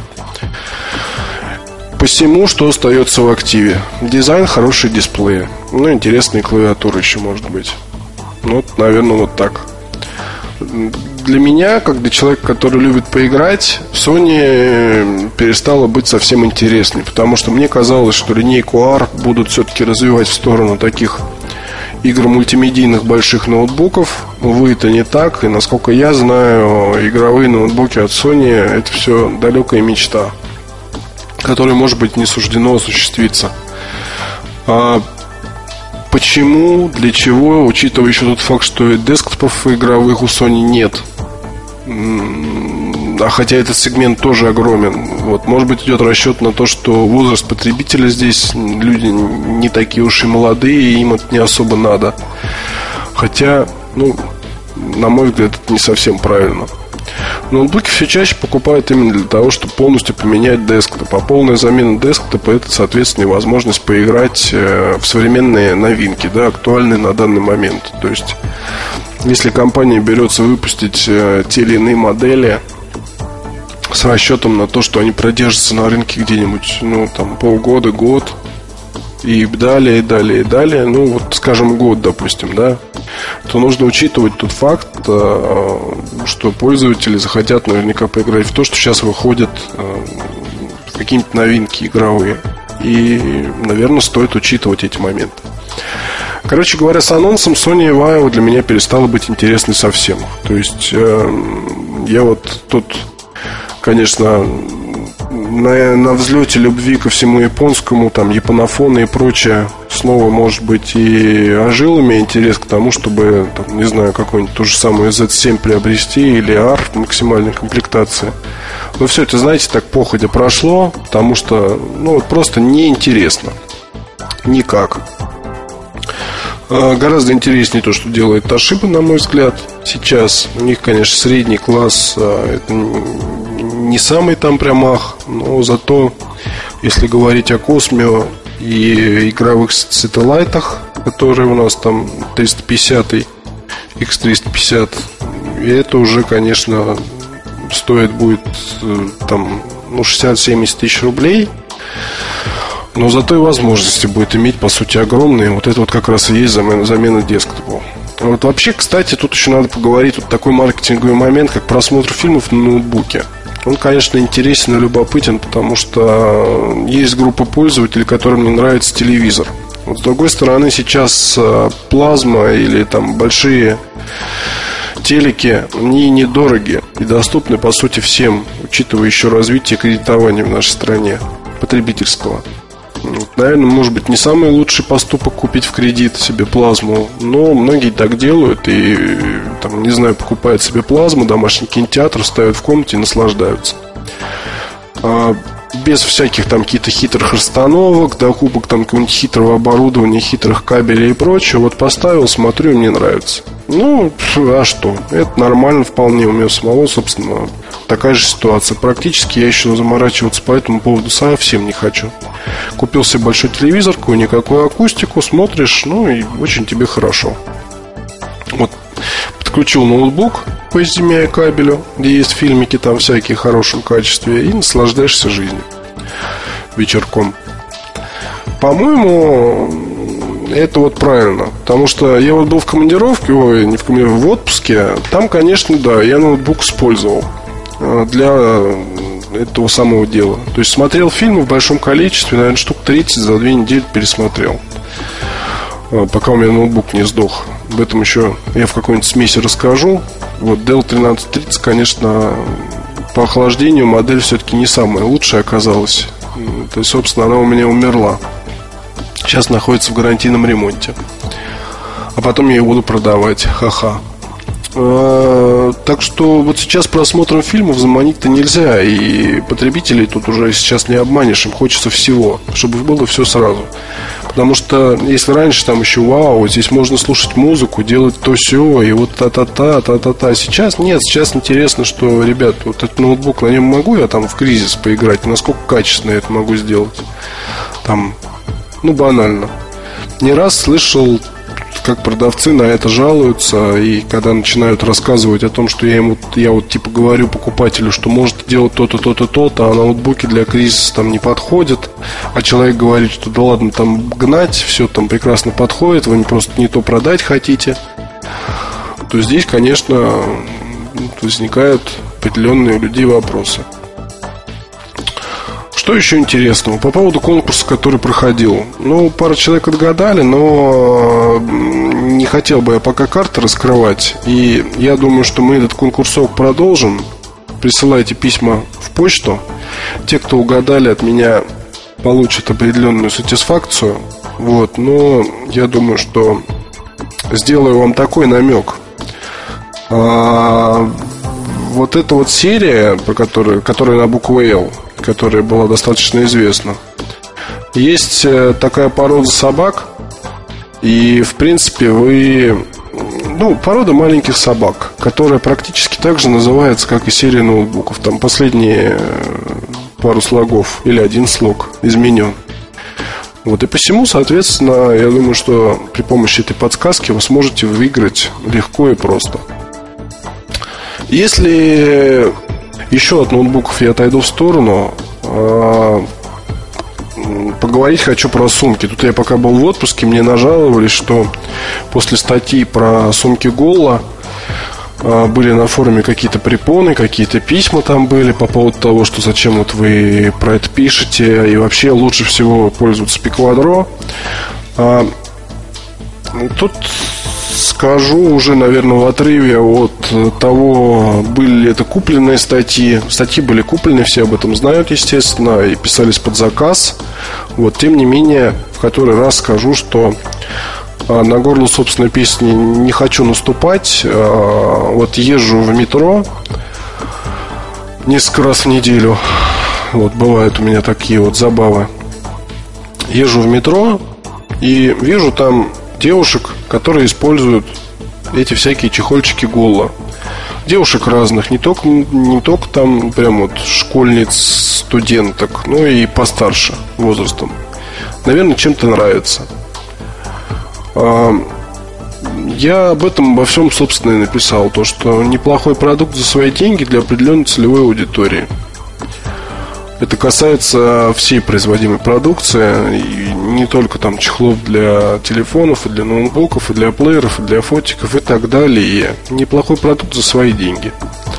Посему, что остается в активе? Дизайн, хорошие дисплеи. Интересные клавиатуры еще, может быть. Наверное, вот так. Для меня, как для человека, который любит поиграть, Sony перестала быть совсем интересной. Потому что мне казалось, что линейку R будут все-таки развивать в сторону таких игр мультимедийных больших ноутбуков. Увы, это не так. И насколько я знаю, игровые ноутбуки от Sony — это все далекая мечта, которой, может быть, не суждено осуществиться. Почему, для чего, учитывая еще тот факт, что и десктопов игровых у Sony нет, хотя этот сегмент тоже огромен. Может быть, идет расчет на то, что возраст потребителя здесь, люди не такие уж и молодые, и им это не особо надо. Хотя, на мой взгляд, это не совсем правильно. Ноутбуки все чаще покупают именно для того, чтобы полностью поменять десктоп. А полная замена десктопа — это, соответственно, возможность поиграть в современные новинки, актуальные на данный момент. То есть, если компания берется выпустить те или иные модели с расчетом на то, что они продержатся на рынке где-нибудь, полгода, год, и далее, скажем, год, допустим, то нужно учитывать тот факт, что пользователи захотят наверняка поиграть в то, что сейчас выходят какие-нибудь новинки игровые. И, наверное, стоит учитывать эти моменты. Короче говоря, с анонсом Sony Vaio для меня перестала быть интересной совсем. То есть я тут, конечно, на взлете любви ко всему японскому, японофоны и прочее, снова, может быть, и ожил у меня интерес к тому, чтобы, не знаю, какую-нибудь ту же самую Z7 приобрести или R в максимальной комплектации. Но все это, знаете, так походя прошло, потому что, просто неинтересно. Никак. Гораздо интереснее то, что делает Toshiba, на мой взгляд, сейчас. У них, конечно, средний класс, это не самый там прям но зато, если говорить о Космио и игровых сателлайтах, которые у нас там 350, X350, и это уже, конечно, стоит будет 60-70 тысяч рублей. Но зато и возможности будет иметь, по сути, огромные. Вот это как раз и есть замена десктопа. Вообще, кстати, тут еще надо поговорить. Такой маркетинговый момент, как просмотр фильмов на ноутбуке. Он, конечно, интересен и любопытен, потому что есть группа пользователей, которым не нравится телевизор. С другой стороны, сейчас плазма или большие телеки, они недорогие и доступны, по сути, всем, учитывая еще развитие кредитования в нашей стране, потребительского. Наверное, может быть, не самый лучший поступок купить в кредит себе плазму, но многие так делают и, покупают себе плазму, домашний кинотеатр, ставят в комнате и наслаждаются. Без всяких каких-то хитрых расстановок, докупок какого-нибудь хитрого оборудования, хитрых кабелей и прочего. Поставил, смотрю, мне нравится. Ну, а что? Это нормально вполне. У меня самого, собственно, такая же ситуация. Практически я еще заморачиваться по этому поводу совсем не хочу. Купил себе большой телевизор, какую-никакую акустику, смотришь, ну и очень тебе хорошо. Вот, подключил ноутбук по HDMI кабелю, где есть фильмики там всякие в хорошем качестве, и наслаждаешься жизнью вечерком. По-моему, это вот правильно. Потому что я вот был в командировке, в отпуске. Там, конечно, да, я ноутбук использовал для этого самого дела. То есть смотрел фильмы в большом количестве, наверное, штук 30 за 2 недели пересмотрел, пока у меня ноутбук не сдох. Об этом еще я в какой-нибудь смеси расскажу. Вот Dell 1330, конечно, по охлаждению модель все-таки не самая лучшая оказалась. То есть, собственно, она у меня умерла. Сейчас находится в гарантийном ремонте. А потом я ее буду продавать. Ха-ха. Так что вот сейчас просмотром фильмов заманить-то нельзя. И потребителей тут уже сейчас не обманешь. Им хочется всего, чтобы было все сразу. Потому что если раньше там еще вау, здесь можно слушать музыку, делать то-сё, и вот та-та-та. Сейчас нет, сейчас интересно, что, ребят, вот этот ноутбук, на нем могу я там в кризис поиграть, насколько качественно я это могу сделать. Там, ну, банально. Не раз слышал, как продавцы на это жалуются, и когда начинают рассказывать о том, что я вот типа говорю покупателю, что может делать то-то, то-то, то-то, а ноутбуки для кризиса там не подходят, а человек говорит, что да ладно там гнать, все там прекрасно подходит, вы просто не то продать хотите, то здесь, конечно, возникают определенные у людей вопросы. Что еще интересного? По поводу конкурса, который проходил. Ну, пара человек отгадали, но не хотел бы я пока карты раскрывать. И я думаю, что мы этот конкурсок продолжим. Присылайте письма в почту. Те, кто угадали, от меня получат определенную сатисфакцию. Вот, но я думаю, что сделаю вам такой намек. Вот эта вот серия, которая на букву «Л», которая была достаточно известна. Есть такая порода собак. И, в принципе, порода маленьких собак, которая практически так же называется, как и серия ноутбуков. Там последние пару слогов или один слог изменен. Вот, и посему, соответственно, я думаю, что при помощи этой подсказки вы сможете выиграть легко и просто. Если еще от ноутбуков я отойду в сторону, поговорить хочу про сумки. Тут я пока был в отпуске, мне нажаловались, что после статьи про сумки Голла были на форуме какие-то препоны, какие-то письма там были по поводу того, что зачем вот вы про это пишете, и вообще лучше всего пользоваться Пиквадро. Тут скажу уже, наверное, в отрыве от того, были ли это купленные статьи. Статьи были куплены, все об этом знают, естественно, и писались под заказ. Вот, тем не менее, в который раз скажу, что на горло собственной песни не хочу наступать. Вот езжу в метро несколько раз в неделю. Вот, бывают у меня такие вот забавы. Езжу в метро и вижу там девушек, которые используют эти всякие чехольчики Голла. Девушек разных, не только там прям вот школьниц, студенток, но и постарше возрастом. Наверное, чем-то нравится. Я об этом обо всем, собственно, и написал. То, что неплохой продукт за свои деньги для определенной целевой аудитории. Это касается всей производимой продукции. И не только там чехлов для телефонов, и для ноутбуков, и для плееров, и для фотиков, и так далее. Неплохой продукт за свои деньги.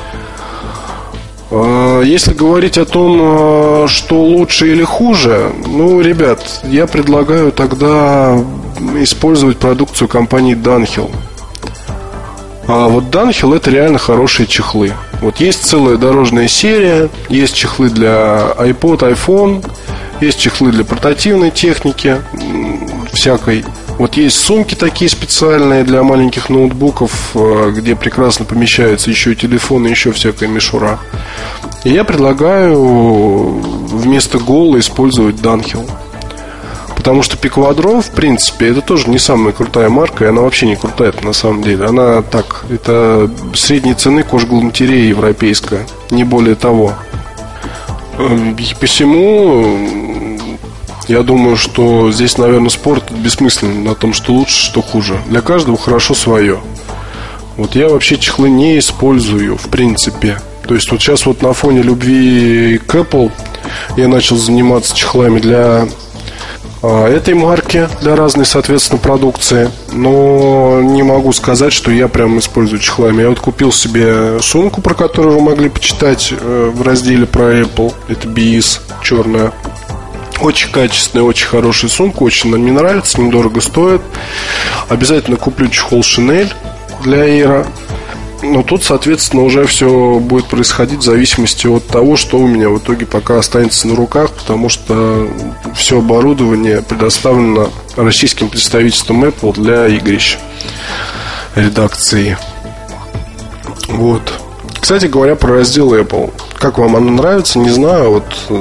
Если говорить о том, что лучше или хуже, ребят, я предлагаю тогда использовать продукцию компании Dunhill. А вот Dunhill — это реально хорошие чехлы. Вот есть целая дорожная серия. Есть чехлы для iPod, iPhone. Есть чехлы для портативной техники всякой. Вот есть сумки такие специальные для маленьких ноутбуков, где прекрасно помещаются еще и телефоны, еще всякая мишура. И я предлагаю вместо Голла использовать Dunhill. Потому что Пиквадро, в принципе, это тоже не самая крутая марка, и она вообще не крутая на самом деле. Она так, это средней цены кожгалантерея европейская, не более того. И посему я думаю, что здесь, наверное, спор бессмысленный на том, что лучше, что хуже. Для каждого хорошо свое. Вот я вообще чехлы не использую, в принципе. То есть вот сейчас вот на фоне любви к Apple я начал заниматься чехлами для этой марки, для разной, соответственно, продукции. Но не могу сказать, что я прям использую чехлами. Я вот купил себе сумку, про которую вы могли почитать в разделе про Apple. Это BIS черная. Очень качественная, очень хорошая сумка. Очень она мне нравится, недорого стоит. Обязательно куплю чехол Chanel для Air. Но тут, соответственно, уже все будет происходить в зависимости от того, что у меня в итоге пока останется на руках, потому что все оборудование предоставлено российским представительством Apple для игрищ редакции. Вот. Кстати говоря, про раздел Apple. Как вам оно нравится, не знаю. Вот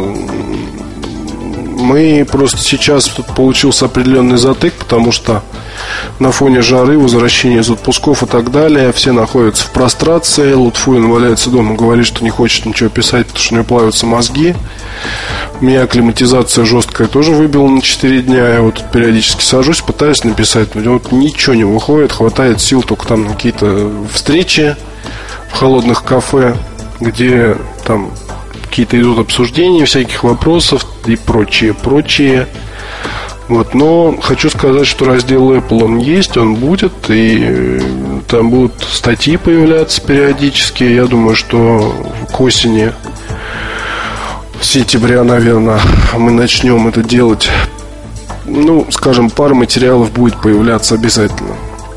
мы просто сейчас тут получился определенный затык, потому что на фоне жары, возвращения из отпусков и так далее, все находятся в прострации. Лутфуин валяется дома, говорит, что не хочет ничего писать, потому что у него плавятся мозги. У меня акклиматизация жесткая тоже выбила на 4 дня. Я вот тут периодически сажусь, пытаюсь написать, но вот ничего не выходит. Хватает сил только там на какие-то встречи в холодных кафе, где там какие-то идут обсуждения всяких вопросов и прочее. Вот, но хочу сказать, что раздел Apple он есть, он будет, и там будут статьи появляться периодически. Я думаю, что к осени, в сентябре, наверное, мы начнем это делать. Ну, скажем, пара материалов будет появляться обязательно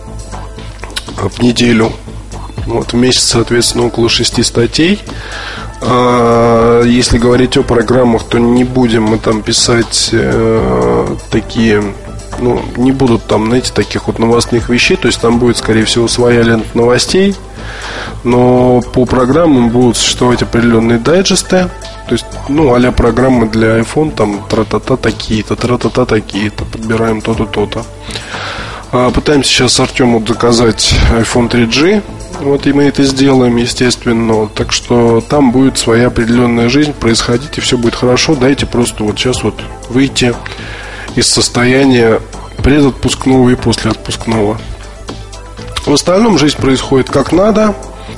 в неделю. Вот, в месяц, соответственно, около 6 статей. Если говорить о программах, то не будем мы там писать такие, ну, не будут там, знаете, таких вот новостных вещей. То есть там будет, скорее всего, своя лента новостей. Но по программам будут существовать определенные дайджесты. То есть, ну, а-ля программы для iPhone, там, тра-та-та такие-то, тра-та-та такие-то, подбираем то-то, то-то. Пытаемся сейчас Артему заказать iPhone 3G. Вот и мы это сделаем, естественно. Так что там будет своя определенная жизнь происходить, и все будет хорошо. Дайте просто вот сейчас вот выйти из состояния предотпускного и послеотпускного. В остальном жизнь происходит как надо.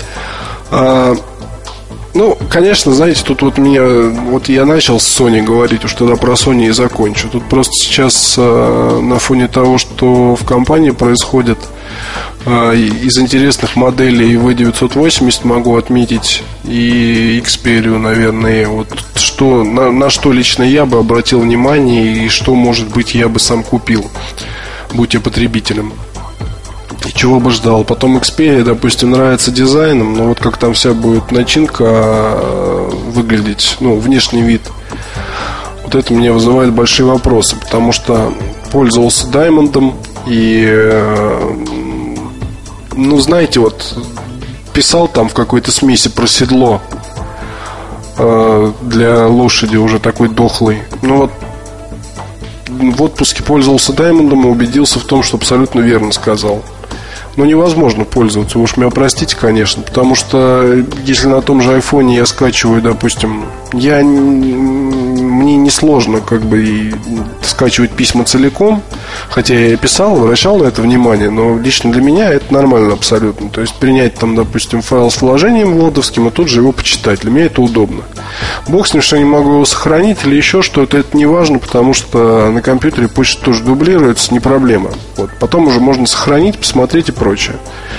Ну, конечно, знаете, тут вот вот я начал с Sony говорить, уж тогда про Sony и закончу. Тут просто сейчас на фоне того, что в компании происходит, из интересных моделей V980 могу отметить и Xperia, наверное. Вот что, на что лично я бы обратил внимание, и что, может быть, я бы сам купил, будь я потребителем. И чего бы ждал. Потом Xperia, допустим, нравится дизайном, но вот как там вся будет начинка выглядеть, ну, внешний вид, вот это меня вызывает большие вопросы. Потому что пользовался Diamond'ом и, ну, знаете, вот писал там в какой-то смеси про седло для лошади уже такой дохлый. Ну вот в отпуске пользовался Diamond'ом и убедился в том, что абсолютно верно сказал. Ну, невозможно пользоваться, вы уж меня простите, конечно. Потому что если на том же айфоне я скачиваю, допустим, мне несложно как бы и скачивать письма целиком. Хотя я и писал, обращал на это внимание. Но лично для меня это нормально абсолютно. То есть принять там, допустим, файл с вложением вordовским и тут же его почитать. Для меня это удобно. Бог с ним, что я не могу его сохранить или еще что-то, это не важно. Потому что на компьютере почта тоже дублируется, не проблема. Вот. Потом уже можно сохранить, посмотреть и прочее.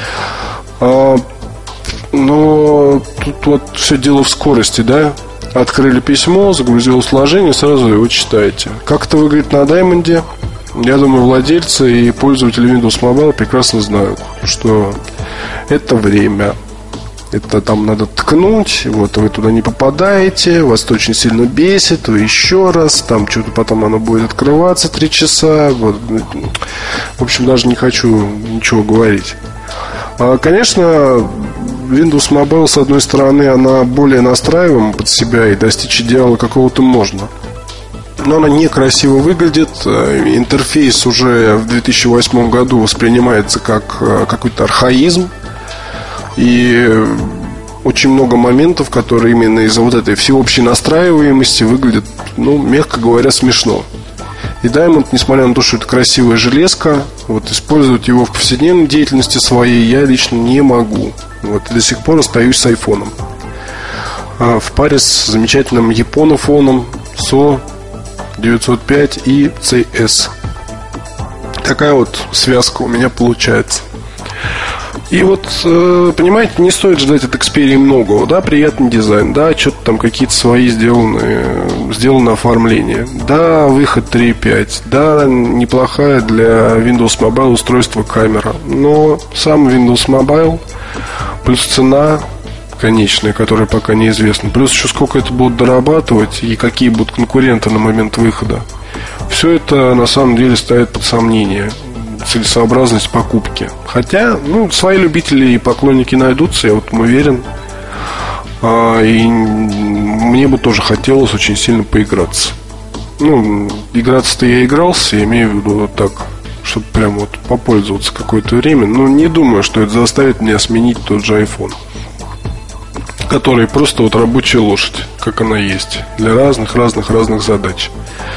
Но тут вот все дело в скорости, да? Открыли письмо, загрузил сложение, сразу его читаете. Как это выглядит на Diamond'е? Я думаю, владельцы и пользователи Windows Mobile прекрасно знают, что это время. Это там надо ткнуть, вот вы туда не попадаете, вас это очень сильно бесит, вы еще раз, там что-то потом оно будет открываться 3 часа. Вот. В общем, даже не хочу ничего говорить. Конечно, Windows Mobile, с одной стороны, она более настраиваема под себя, и достичь идеала какого-то можно. но она некрасиво выглядит. Интерфейс уже в 2008 году воспринимается как какой-то архаизм. И очень много моментов, которые именно из-за вот этой всеобщей настраиваемости выглядят, мягко говоря, смешно. И Diamond, несмотря на то, что это красивая железка, вот использовать его в повседневной деятельности своей я лично не могу. Вот и до сих пор остаюсь с айфоном в паре с замечательным японофоном SO 905 и CS. Такая вот связка у меня получается. И вот, понимаете, не стоит ждать от Xperia многого. Да, приятный дизайн, да, что-то там какие-то свои сделано оформление. Да, выход 3.5. Да, неплохая для Windows Mobile устройство камера. Но сам Windows Mobile плюс цена конечная, которая пока неизвестна, плюс еще сколько это будут дорабатывать и какие будут конкуренты на момент выхода. Все это на самом деле ставит под сомнение целесообразность покупки. Хотя, свои любители и поклонники найдутся, я в этом уверен. И мне бы тоже хотелось очень сильно поиграться. Играться-то я игрался, я имею в виду вот так, чтобы прям вот попользоваться какое-то время. Но не думаю, что это заставит меня сменить тот же iPhone, который просто вот рабочая лошадь, как она есть, для разных задач.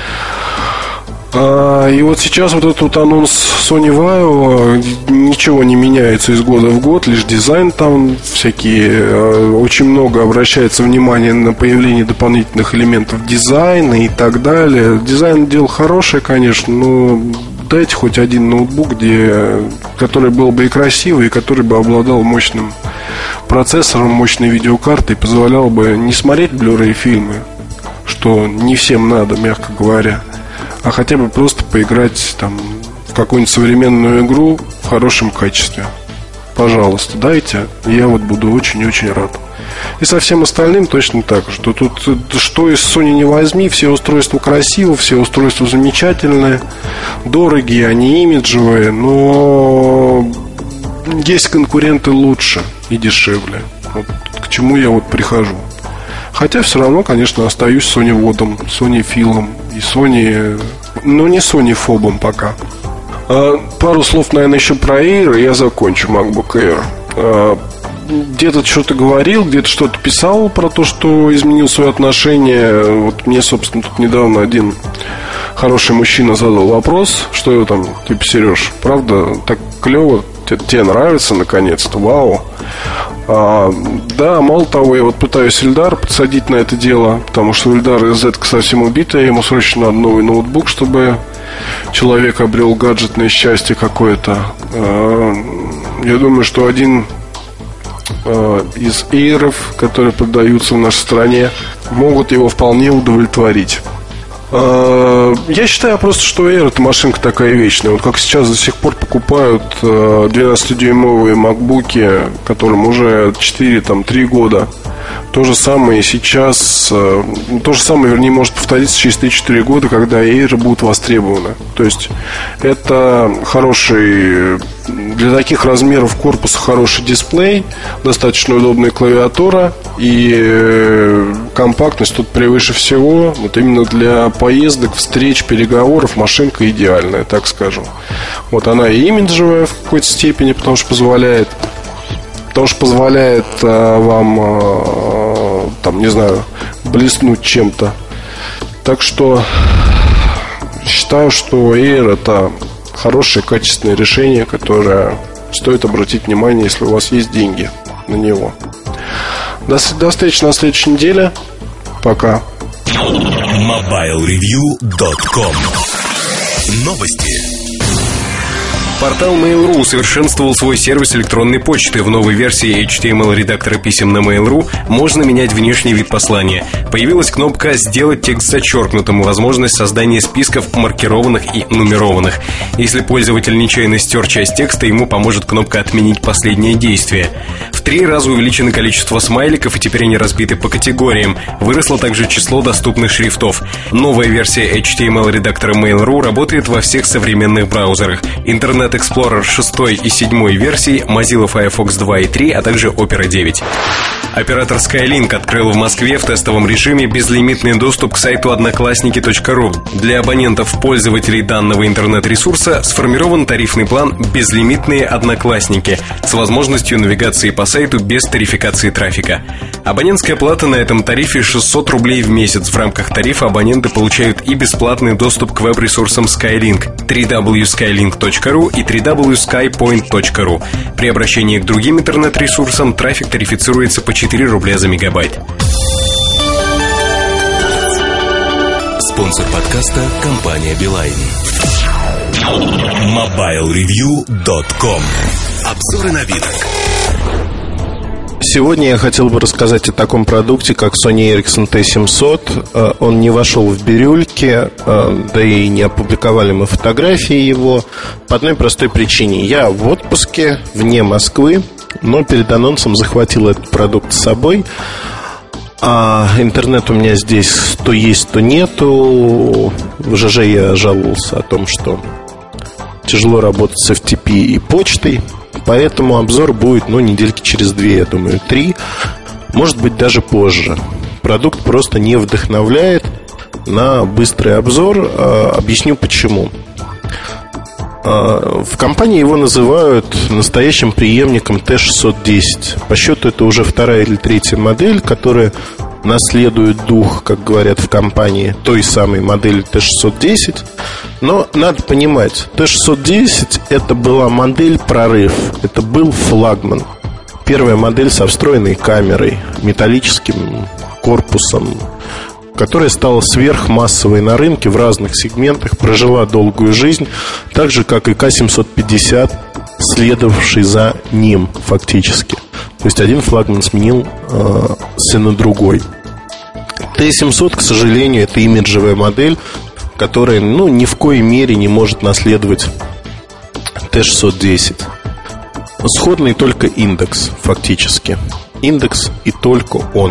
И вот сейчас вот этот вот анонс Sony Vaio, ничего не меняется из года в год, лишь дизайн там всякие, очень много обращается внимание на появление дополнительных элементов дизайна и так далее. Дизайн дело хорошее, конечно, но дайте хоть один ноутбук, который был бы и красивый, и который бы обладал мощным процессором, мощной видеокартой, и позволял бы не смотреть Blu-ray фильмы, что не всем надо, мягко говоря, а хотя бы просто поиграть там в какую-нибудь современную игру в хорошем качестве. Пожалуйста, дайте, я вот буду очень-очень рад. И со всем остальным точно так же. Тут что из Sony не возьми, все устройства красивые, все устройства замечательные, дорогие, они имиджевые, но есть конкуренты лучше и дешевле. Вот к чему я вот прихожу. Хотя все равно, конечно, остаюсь Sony водом, Sony филом и Sony, но не Sony фобом пока. Пару слов, наверное, еще про Air, и я закончу MacBook Air. Где-то что-то говорил, где-то что-то писал про то, что изменил свое отношение. Вот мне, собственно, тут недавно один хороший мужчина задал вопрос, что там, типа, Сереж, правда, так клево, тебе нравится наконец-то, вау. Да, мало того, я вот пытаюсь Эльдар подсадить на это дело, потому что Эльдар Z совсем убитый, ему срочно надо новый ноутбук, чтобы человек обрел гаджетное счастье какое-то. Я думаю, что один из эйров, которые продаются в нашей стране, могут его вполне удовлетворить. Я считаю просто, что Air — это машинка такая вечная. Вот как сейчас до сих пор покупают 12-дюймовые макбуки, которым уже 3 года. То же самое сейчас. То же самое, вернее, может повториться через 3-4 года, когда Air будут востребованы. То есть это хороший, для таких размеров корпуса хороший дисплей, достаточно удобная клавиатура и компактность тут превыше всего. Вот именно для поездок, встреч, переговоров машинка идеальная, так скажем. Вот она и имиджевая в какой-то степени, потому что позволяет вам, там, не знаю, блеснуть чем-то. Так что считаю, что Air — это хорошее, качественное решение, которое стоит обратить внимание, если у вас есть деньги на него. До встречи на следующей неделе. Пока. MobileReview.com. Новости. Портал Mail.ru усовершенствовал свой сервис электронной почты. В новой версии HTML-редактора писем на Mail.ru можно менять внешний вид послания. Появилась кнопка «Сделать текст зачеркнутым», возможность создания списков маркированных и нумерованных. Если пользователь нечаянно стер часть текста, ему поможет кнопка «Отменить последнее действие». В 3 раза увеличено количество смайликов, и теперь они разбиты по категориям. Выросло также число доступных шрифтов. Новая версия HTML-редактора Mail.ru работает во всех современных браузерах. Internet Explorer 6 и 7 версий, Mozilla Firefox 2 и 3, а также Opera 9. Оператор Skylink открыл в Москве в тестовом режиме безлимитный доступ к сайту одноклассники.ру. Для абонентов-пользователей данного интернет-ресурса сформирован тарифный план «Безлимитные Одноклассники» с возможностью навигации по сайту без тарификации трафика. Абонентская плата на этом тарифе 600 рублей в месяц. В рамках тарифа абоненты получают и бесплатный доступ к веб-ресурсам Skylink www.skylink.ru и www.skypoint.ru. При обращении к другим интернет-ресурсам трафик тарифицируется по 4 рубля за мегабайт. Спонсор подкаста – компания Билайн. MobileReview.com. Обзоры новинок. Сегодня я хотел бы рассказать о таком продукте, как Sony Ericsson T700. Он не вошел в бирюльки, да и не опубликовали мы фотографии его по одной простой причине. Я в отпуске вне Москвы, но перед анонсом захватил этот продукт с собой. А интернет у меня здесь то есть, то нету. В ЖЖ я жаловался о том, что тяжело работать с FTP и почтой. Поэтому обзор будет, недельки через 2, я думаю, 3. Может быть, даже позже. Продукт просто не вдохновляет на быстрый обзор. Объясню почему. В компании его называют настоящим преемником T610. По счету это уже 2-я или 3-я модель, которая наследует дух, как говорят в компании, той самой модели T610. Но надо понимать, T610 это была модель прорыв. Это был флагман. Первая модель со встроенной камерой, металлическим корпусом, которая стала сверхмассовой на рынке в разных сегментах, прожила долгую жизнь, так же, как и К750, следовавший за ним фактически. То есть один флагман сменил на другой. Т700, к сожалению, это имиджевая модель, которая ни в коей мере не может наследовать Т610. Сходный только индекс фактически. Индекс и только он.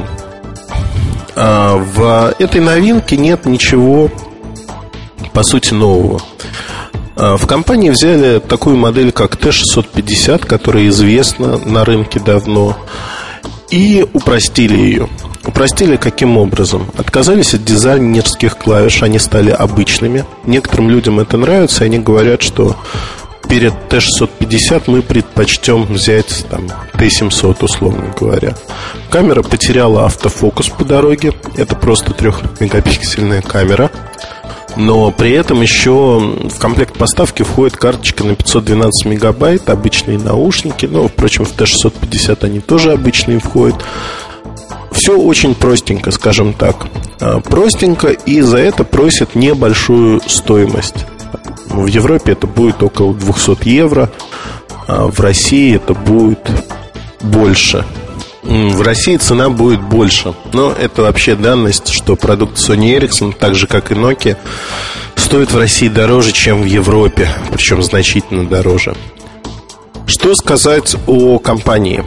В этой новинке нет ничего, по сути, нового. В компании взяли такую модель, как T650, которая известна на рынке давно, и упростили ее. Упростили каким образом? Отказались от дизайнерских клавиш, они стали обычными. Некоторым людям это нравится, и они говорят, что перед T650 мы предпочтем взять T700, условно говоря. Камера потеряла автофокус по дороге. Это просто 3-мегапиксельная камера. Но при этом еще в комплект поставки входит карточка на 512 мегабайт, обычные наушники. Впрочем, в T650 они тоже обычные входят. Все очень простенько, скажем так. Простенько, и за это просят небольшую стоимость. В Европе это будет около 200 евро, а в России это будет больше. В России цена будет больше. Но это вообще данность, что продукт Sony Ericsson, так же как и Nokia, стоит в России дороже, чем в Европе. Причем значительно дороже. Что сказать о компании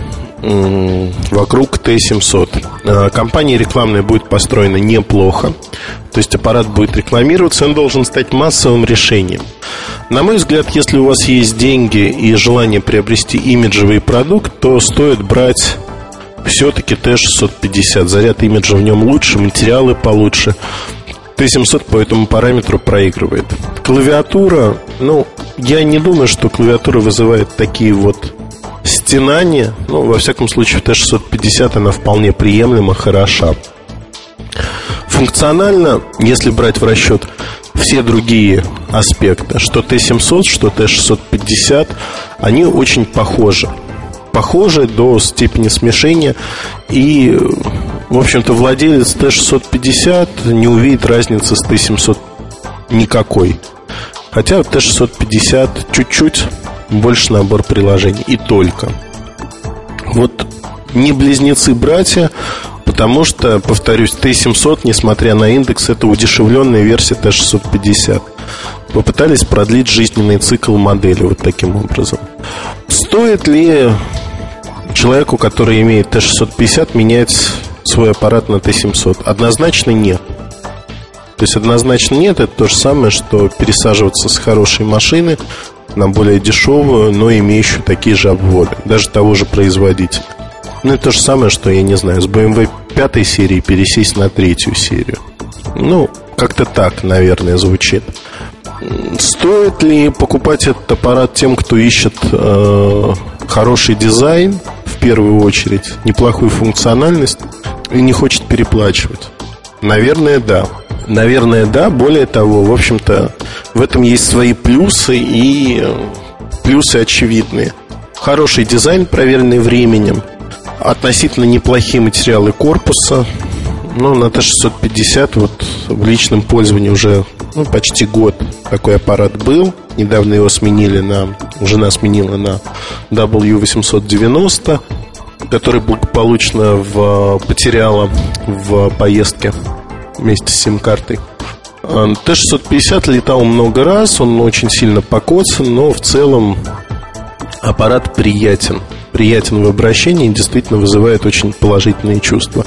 вокруг T700? Компания рекламная будет построена неплохо. То есть аппарат будет рекламироваться, он должен стать массовым решением. На мой взгляд, если у вас есть деньги и желание приобрести имиджевый продукт, то стоит брать все-таки T650. Заряд имиджа в нем лучше, материалы получше. T700 по этому параметру проигрывает. Клавиатура, я не думаю, что клавиатура вызывает такие стенания. Во всяком случае, в T650 она вполне приемлема, хороша. Функционально, если брать в расчет все другие аспекты, что T700, что T650, они очень похожи. Похожи до степени смешения. И, в общем-то, владелец T650 не увидит разницы с T700 никакой. Хотя в T650 чуть-чуть больше набор приложений. И только. Не близнецы-братья, потому что, повторюсь, T700, несмотря на индекс, это удешевленная версия T650. Попытались продлить жизненный цикл модели таким образом. Стоит ли человеку, который имеет T650, менять свой аппарат на T700? Однозначно нет. То есть однозначно нет. Это то же самое, что пересаживаться с хорошей машины на более дешевую, но имеющую такие же обводы, даже того же производителя. Ну, это то же самое, что, я не знаю, с BMW 5 серии пересесть на 3 серию. Ну, как-то так, наверное, звучит. Стоит ли покупать этот аппарат тем, кто ищет хороший дизайн, в первую очередь, неплохую функциональность и не хочет переплачивать? Наверное, да. Наверное, да. Более того, в общем-то, в этом есть свои плюсы, и плюсы очевидные. Хороший дизайн, проверенный временем, относительно неплохие материалы корпуса. Ну, на Т-650 вот в личном пользовании уже почти год такой аппарат был. Недавно его жена сменила на W890, который благополучно потеряла в поездке вместе с сим-картой. Т-650 летал много раз, он очень сильно покоцан, но в целом аппарат приятен в обращении, действительно вызывает очень положительные чувства.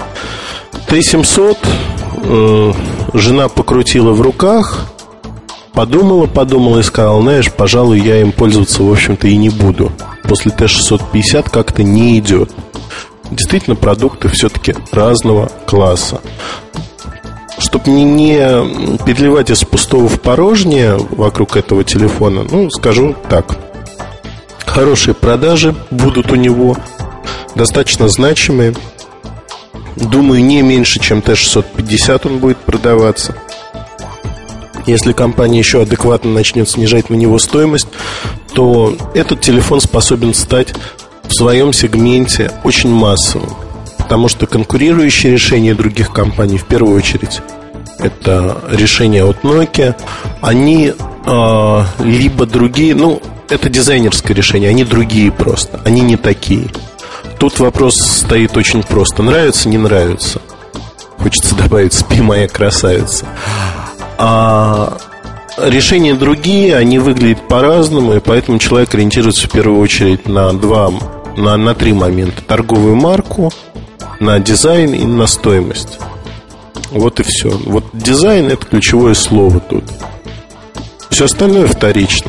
Т-700 жена покрутила в руках, подумала и сказала: знаешь, пожалуй, я им пользоваться, в общем-то, и не буду. После Т-650 как-то не идет. Действительно, продукты все-таки разного класса. Чтобы не переливать из пустого в порожнее вокруг этого телефона, скажу так: хорошие продажи будут у него, достаточно значимые. Думаю, не меньше, чем Т-650 он будет продаваться. Если компания еще адекватно начнет снижать на него стоимость, то этот телефон способен стать в своем сегменте очень массовым. Потому что конкурирующие решения других компаний, в первую очередь, это решения от Nokia, они либо другие, это дизайнерское решение, они другие просто, они не такие. Тут вопрос стоит очень просто: нравится, не нравится. Хочется добавить «спи, моя красавица». А решения другие, они выглядят по-разному, и поэтому человек ориентируется в первую очередь на три момента: торговую марку, на дизайн и на стоимость. Вот и все. Вот дизайн — это ключевое слово тут. Все остальное вторично.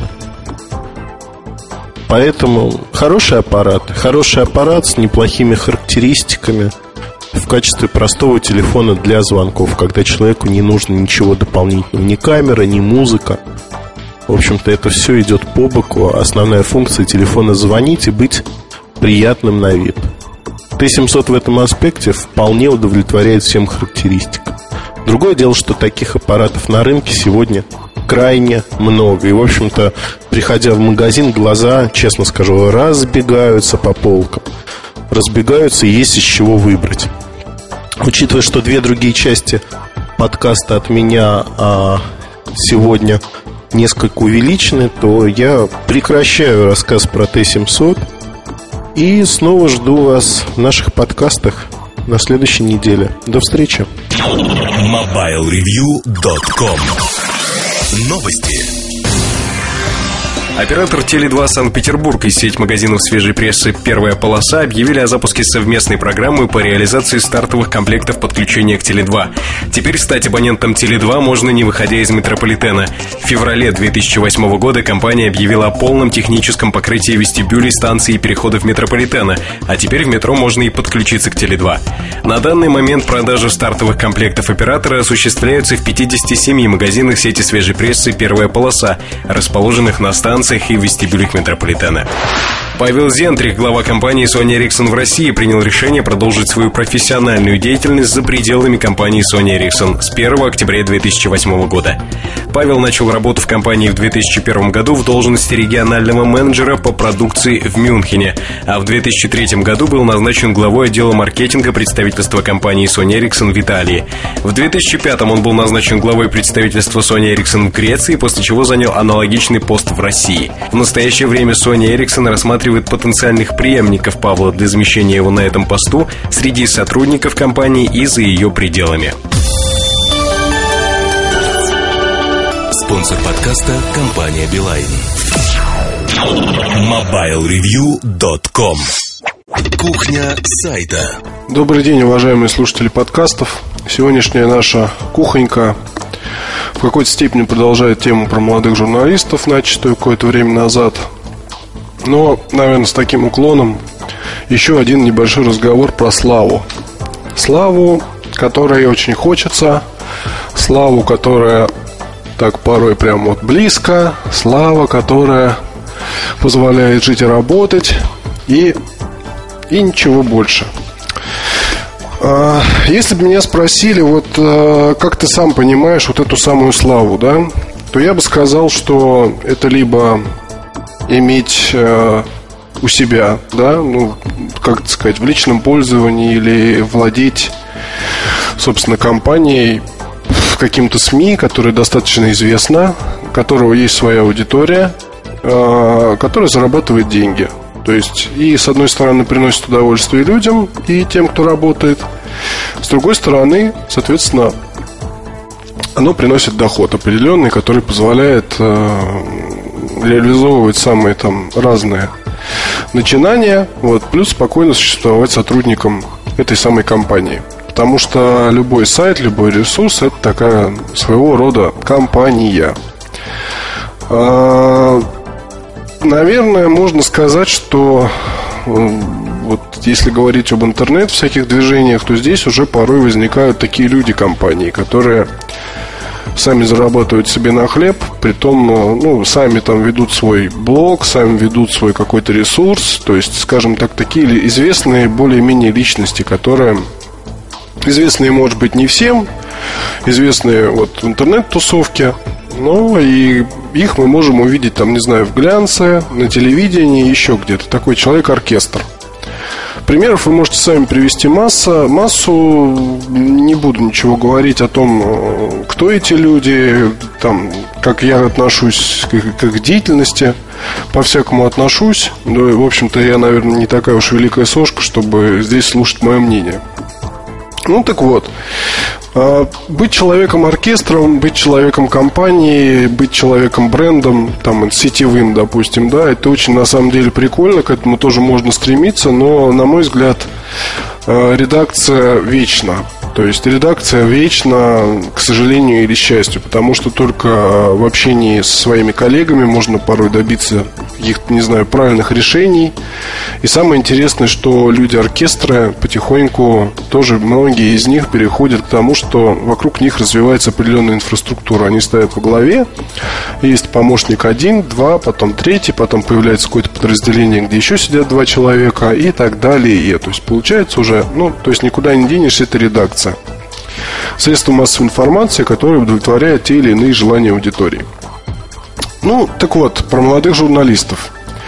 Поэтому хороший аппарат с неплохими характеристиками в качестве простого телефона для звонков, когда человеку не нужно ничего дополнительного, ни камера, ни музыка. В общем-то, это все идет по боку. Основная функция телефона — звонить и быть приятным на вид. Т-700 в этом аспекте вполне удовлетворяет всем характеристикам. Другое дело, что таких аппаратов на рынке сегодня крайне много. И, в общем-то, приходя в магазин, глаза, честно скажу, разбегаются по полкам. Разбегаются, и есть из чего выбрать. Учитывая, что две другие части подкаста от меня сегодня несколько увеличены, то я прекращаю рассказ про Т-700 и снова жду вас в наших подкастах на следующей неделе. До встречи. MobileReview.com. Новости. Оператор Теле2 Санкт-Петербург и сеть магазинов свежей прессы «Первая полоса» объявили о запуске совместной программы по реализации стартовых комплектов подключения к Теле2. Теперь стать абонентом Теле2 можно, не выходя из метрополитена. В феврале 2008 года компания объявила о полном техническом покрытии вестибюлей, станций и переходов метрополитена, а теперь в метро можно и подключиться к Теле2. На данный момент продажа стартовых комплектов оператора осуществляются в 57 магазинах сети свежей прессы «Первая полоса», расположенных на станции и в вестибюлях метрополитена. Павел Зентрих, глава компании Sony Ericsson в России, принял решение продолжить свою профессиональную деятельность за пределами компании Sony Ericsson с 1 октября 2008 года. Павел начал работу в компании в 2001 году в должности регионального менеджера по продукции в Мюнхене, а в 2003 году был назначен главой отдела маркетинга представительства компании Sony Ericsson в Италии. В 2005 он был назначен главой представительства Sony Ericsson в Греции, после чего занял аналогичный пост в России. В настоящее время Sony Ericsson рассматривает потенциальных преемников Павла для замещения его на этом посту среди сотрудников компании и за ее пределами. Спонсор подкаста — компания Билайн. MobileReview.com. Кухня сайта. Добрый день, уважаемые слушатели подкастов. Сегодняшняя наша кухонька в какой-то степени продолжает тему про молодых журналистов, начатую какое-то время назад. Но, наверное, с таким уклоном, еще один небольшой разговор про славу. Славу, которой очень хочется, славу, которая так порой прям вот близко, слава, которая позволяет жить и работать, и ничего больше. Если бы меня спросили, вот как ты сам понимаешь вот эту самую славу, да, то я бы сказал, что это либо иметь у себя, да, ну, как это сказать, в личном пользовании или владеть, собственно, компанией, каким-то СМИ, которое достаточно известно, у которого есть своя аудитория, которая зарабатывает деньги. То есть, и с одной стороны приносит удовольствие людям и тем, кто работает. С другой стороны, соответственно, оно приносит доход определенный, который позволяет реализовывать самые там разные начинания, вот, плюс спокойно существовать сотрудникам этой самой компании. Потому что любой сайт, любой ресурс – это такая своего рода компания. Наверное, можно сказать, что вот если говорить об интернет, всяких движениях, то здесь уже порой возникают такие люди-компании, которые сами зарабатывают себе на хлеб, притом, ну, сами там ведут свой блог, сами ведут свой какой-то ресурс. То есть, скажем так, такие известные более-менее личности, которые известные, может быть, не всем, известные вот в интернет-тусовке. Ну, и их мы можем увидеть, там, не знаю, в глянце, на телевидении, еще где-то. Такой человек-оркестр. Примеров вы можете сами привести массу. Не буду ничего говорить о том, кто эти люди, там, как я отношусь к их деятельности. По-всякому отношусь. Но, в общем-то, я, наверное, не такая уж великая сошка, чтобы здесь слушать мое мнение. Ну, так вот, быть человеком-оркестром, быть человеком компании, быть человеком брендом, там, сетевым, допустим, да, это очень, на самом деле, прикольно, к этому тоже можно стремиться, но, на мой взгляд, редакция вечна. То есть редакция вечна, к сожалению или счастью, потому что только в общении со своими коллегами можно порой добиться их, не знаю, правильных решений. И самое интересное, что люди оркестра потихоньку, тоже многие из них переходят к тому, что вокруг них развивается определенная инфраструктура. Они стоят во главе, есть помощник 1, 2, потом 3, потом появляется какое-то подразделение, где еще сидят 2 человека и так далее. То есть получается уже, ну, то есть никуда не денешься, это редакция. Средство массовой информации, которое удовлетворяет те или иные желания аудитории. Ну, так вот, про молодых журналистов.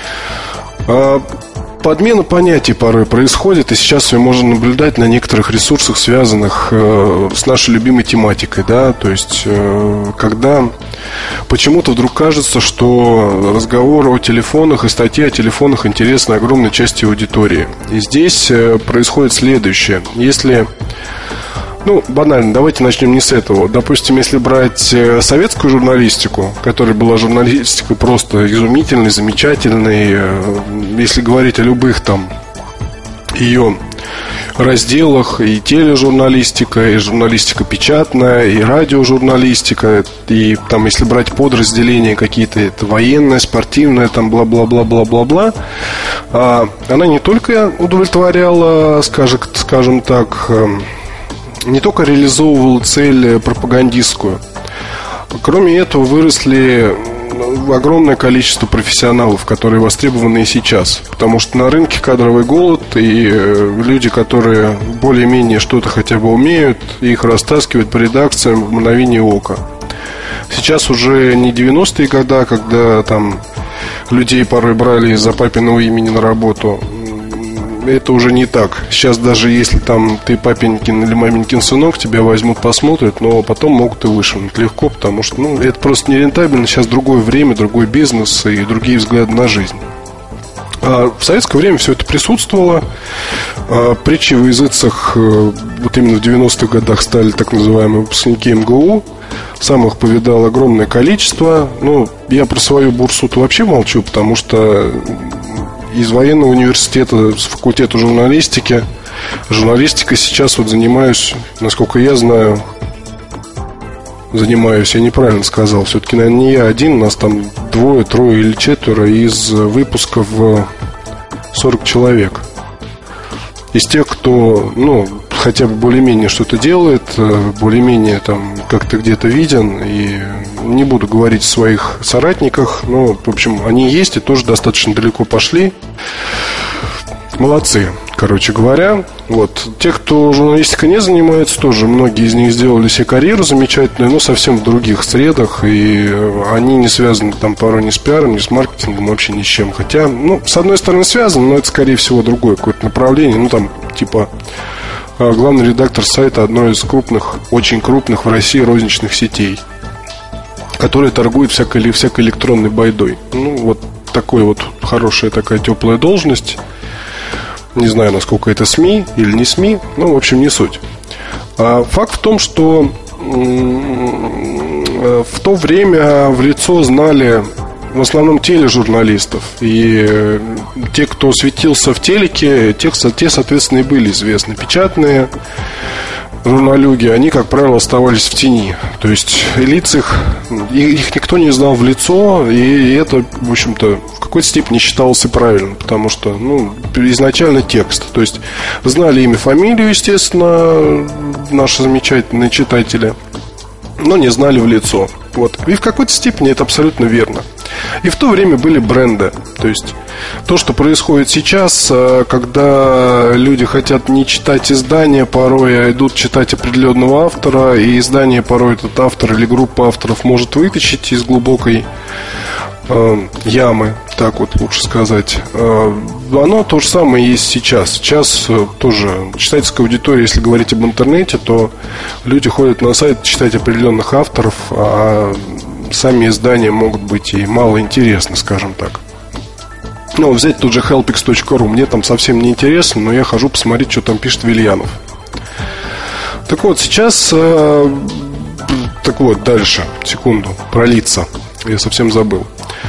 Подмена понятий порой происходит, и сейчас ее можно наблюдать на некоторых ресурсах, связанных с нашей любимой тематикой, да, то есть когда почему-то вдруг кажется, что разговор о телефонах и статьи о телефонах интересны огромной части аудитории. И здесь происходит следующее. Если... Ну, банально, давайте начнем не с этого. Допустим, если брать советскую журналистику, которая была журналистикой просто изумительной, замечательной, если говорить о любых там ее разделах, и тележурналистика, и журналистика печатная, и радиожурналистика, и там, если брать подразделения какие-то, это военная, спортивная, там бла-бла-бла-бла-бла-бла, она не только удовлетворяла, скажем так, не только реализовывала цель пропагандистскую. Кроме этого, выросли огромное количество профессионалов, которые востребованы и сейчас. Потому что на рынке кадровый голод, и люди, которые более-менее что-то хотя бы умеют, их растаскивают по редакциям в мгновение ока. Сейчас уже не 90-е годы, когда там людей порой брали из-за папиного имени на работу. Это уже не так. Сейчас даже если там ты папенькин или маменькин сынок, тебя возьмут, посмотрят, но потом могут и вышвырнуть легко, потому что, ну, это просто нерентабельно. Сейчас другое время, другой бизнес и другие взгляды на жизнь. А в советское время все это присутствовало. Притчи во языцах вот именно в 90-х годах стали так называемые выпускники МГУ. Сам их повидал огромное количество. Ну, я про свою бурсу-то вообще молчу, потому что из военного университета, с факультета журналистики. Журналистикой сейчас вот занимаюсь, насколько я знаю, я неправильно сказал. Все-таки, наверное, не я один, у нас там 2, 3 или 4 из выпусков 40 человек. из тех, кто, хотя бы более-менее что-то делает, более-менее там как-то где-то виден. И не буду говорить о своих соратниках, но, в общем, они есть и тоже достаточно далеко пошли. Молодцы, короче говоря. Вот. Те, кто журналистикой не занимается, тоже многие из них сделали себе карьеру замечательную, но совсем в других средах. И они не связаны там порой ни с пиаром, ни с маркетингом, вообще ни с чем. Хотя, с одной стороны связаны, но это, скорее всего, другое какое-то направление. Главный редактор сайта одной из крупных, очень крупных в России розничных сетей, который торгует всякой электронной байдой. Вот такой вот хорошая такая теплая должность. Не знаю, насколько это СМИ или не СМИ, в общем, не суть. Факт в том, что в то время в лицо знали в основном тележурналистов. И те, кто светился в телеке, те, соответственно, и были известны. Печатные журналюги, они, как правило, оставались в тени. То есть лиц их никто не знал в лицо. И это, в общем-то, в какой-то степени считалось и правильно. Потому что, изначально текст. То есть знали имя, фамилию, естественно, наши замечательные читатели, но не знали в лицо. Вот. И в какой-то степени это абсолютно верно. И в то время были бренды. То есть то, что происходит сейчас, когда люди хотят не читать издания порой, а идут читать определенного автора, и издание порой этот автор или группа авторов может вытащить из глубокой ямы, так вот лучше сказать. Оно то же самое есть сейчас. Сейчас тоже читательская аудитория, если говорить об интернете, то люди ходят на сайт читать определенных авторов, а сами издания могут быть и мало интересны, скажем так. Взять тот же helpix.ru. Мне там совсем не интересно, но я хожу посмотреть, что там пишет Вильянов. Так вот, сейчас дальше, секунду, про лица. Я совсем забыл.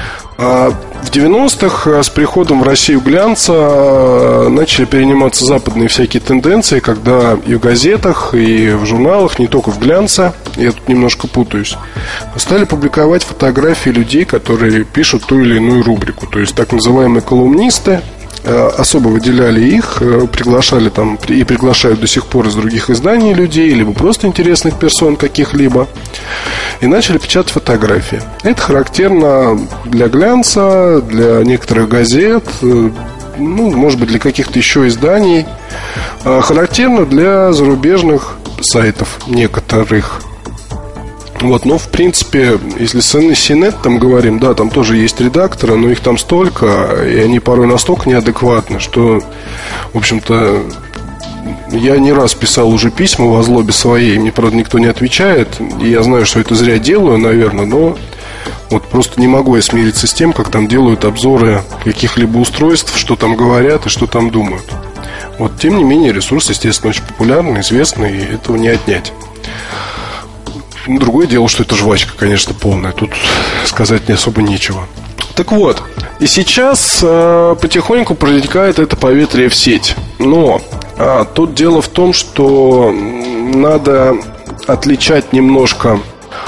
В 90-х с приходом в Россию глянца начали перениматься западные всякие тенденции, когда и в газетах, и в журналах, не только в глянце, я тут немножко путаюсь, стали публиковать фотографии людей, которые пишут ту или иную рубрику. То есть так называемые колумнисты. Особо выделяли их, приглашали там и приглашают до сих пор из других изданий людей, либо просто интересных персон каких-либо, и начали печатать фотографии. Это характерно для глянца, для некоторых газет, может быть, для каких-то еще изданий. Характерно для зарубежных сайтов некоторых. Но в принципе, если с CNET там говорим, да, там тоже есть редакторы, но их там столько, и они порой настолько неадекватны, что, в общем-то, я не раз писал уже письма во злобе своей, мне, правда, никто не отвечает, и я знаю, что это зря делаю, наверное, но просто не могу я смириться с тем, как там делают обзоры каких-либо устройств, что там говорят и что там думают. Тем не менее, ресурс, естественно, очень популярный, известный, и этого не отнять. Другое дело, что это жвачка, конечно, полная. Тут сказать не особо нечего. Так вот, и сейчас потихоньку проникает это поветрие в сеть. Но тут дело в том, что надо отличать немножко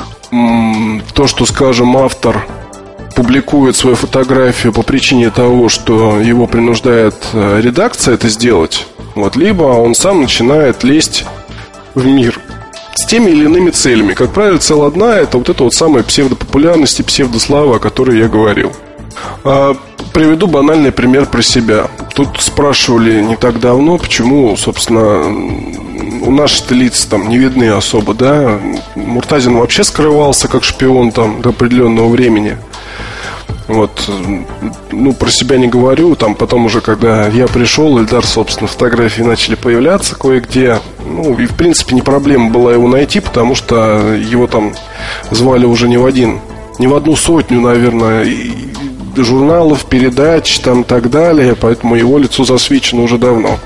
то, что, скажем, автор публикует свою фотографию по причине того, что его принуждает редакция это сделать, либо он сам начинает лезть в мир с теми или иными целями. Как правило, цель одна – это эта самая псевдопопулярность и псевдослава, о которой я говорил. Приведу банальный пример про себя. Тут спрашивали не так давно, почему, собственно, у наших лиц там не видны особо, да? Муртазин вообще скрывался как шпион там до определенного времени. Про себя не говорю. Там потом уже, когда я пришел, Эльдар, собственно, фотографии начали появляться кое-где. И в принципе не проблема была его найти, потому что его там звали уже не в одну сотню, наверное, журналов, передач там и так далее. Поэтому его лицо засвечено уже давно.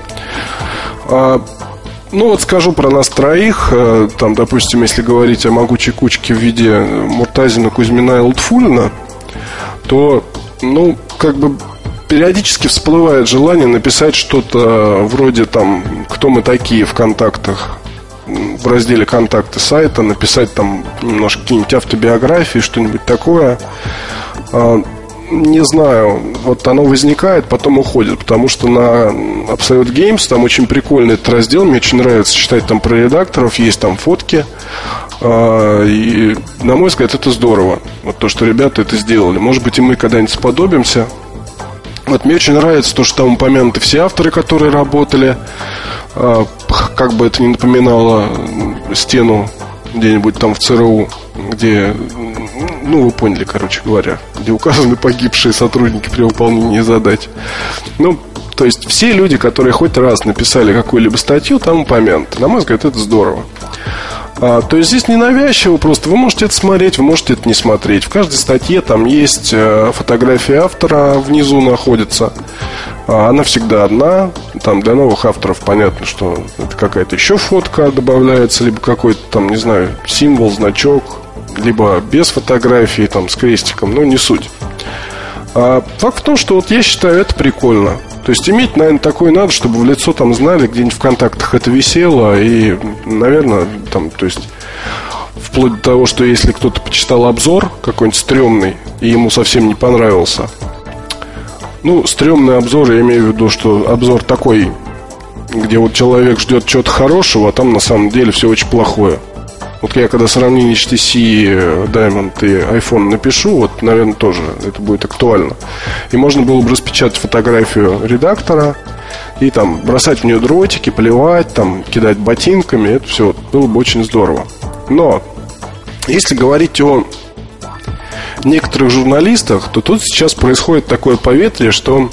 Скажу про нас троих. Там, допустим, если говорить о могучей кучке в виде Муртазина, Кузьмина и Лутфуллина, то, периодически всплывает желание написать что-то вроде там «Кто мы такие» в контактах, в разделе «Контакты» сайта, написать там немножко какие-нибудь автобиографии, что-нибудь такое. не знаю, вот оно возникает, потом уходит. Потому что на Absolute Games там очень прикольный этот раздел. Мне очень нравится читать там про редакторов. Есть там фотки. И, на мой взгляд, это здорово. Вот то, что ребята это сделали. Может быть, и мы когда-нибудь сподобимся. Вот мне очень нравится то, что там упомянуты все авторы, которые работали. Как бы это ни напоминало стену где-нибудь там в ЦРУ, где, ну, вы поняли, короче говоря, где указаны погибшие сотрудники при выполнении задач. Ну, то есть все люди, которые хоть раз написали какую-либо статью, там упомянуты. На мой взгляд, это здорово. То есть здесь ненавязчиво, просто вы можете это смотреть, вы можете это не смотреть. В каждой статье там есть фотография автора, внизу находится. Она всегда одна. Там для новых авторов понятно, что это какая-то еще фотка добавляется, либо какой-то там, не знаю, символ, значок, либо без фотографии, там, с крестиком, ну, не суть. Факт в том, что вот я считаю, это прикольно. То есть иметь, наверное, такое надо, чтобы в лицо там знали, где-нибудь в контактах это висело. И, наверное, там, то есть вплоть до того, что если кто-то почитал обзор какой-нибудь стрёмный и ему совсем не понравился. Ну, стрёмный обзор, я имею в виду, что обзор такой, где вот человек ждет чего-то хорошего, а там на самом деле все очень плохое. Вот я когда сравнение HTC Diamond и iPhone напишу, вот, наверное, тоже это будет актуально. И можно было бы распечатать фотографию редактора и там бросать в нее дротики, поливать, там, кидать ботинками. Это все было бы очень здорово. Но если говорить о некоторых журналистах, то тут сейчас происходит такое поветрие, что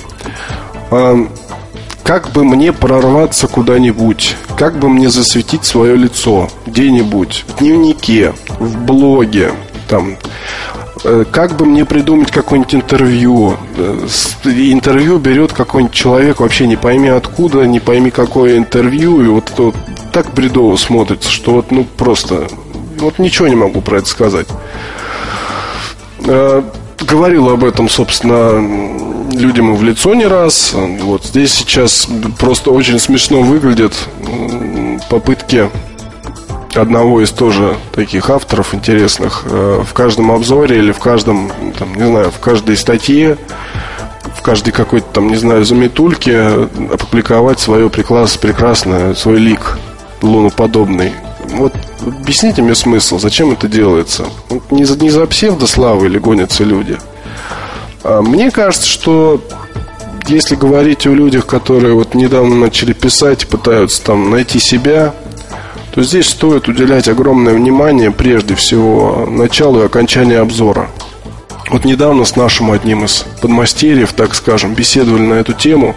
как бы мне прорваться куда-нибудь, как бы мне засветить свое лицо где-нибудь, в дневнике, в блоге, там, как бы мне придумать какое-нибудь интервью. Интервью берет какой-нибудь человек, вообще не пойми откуда, не пойми какое интервью. И вот это вот так бредово смотрится, что вот, ну, просто вот ничего не могу про это сказать. Говорил об этом, собственно, людям и в лицо не раз. Вот здесь сейчас просто очень смешно выглядят попытки одного из тоже таких авторов интересных в каждом обзоре или в каждом, там, не знаю, в каждой статье, в каждой какой-то там, не знаю, заметульке опубликовать свое прекрасное, свой лик луноподобный. Вот объясните мне смысл, зачем это делается? Не за псевдославы или гонятся люди? Мне кажется, что если говорить о людях, которые вот недавно начали писать и пытаются там найти себя, то здесь стоит уделять огромное внимание прежде всего началу и окончанию обзора. Вот недавно с нашим одним из подмастерьев, так скажем, беседовали на эту тему.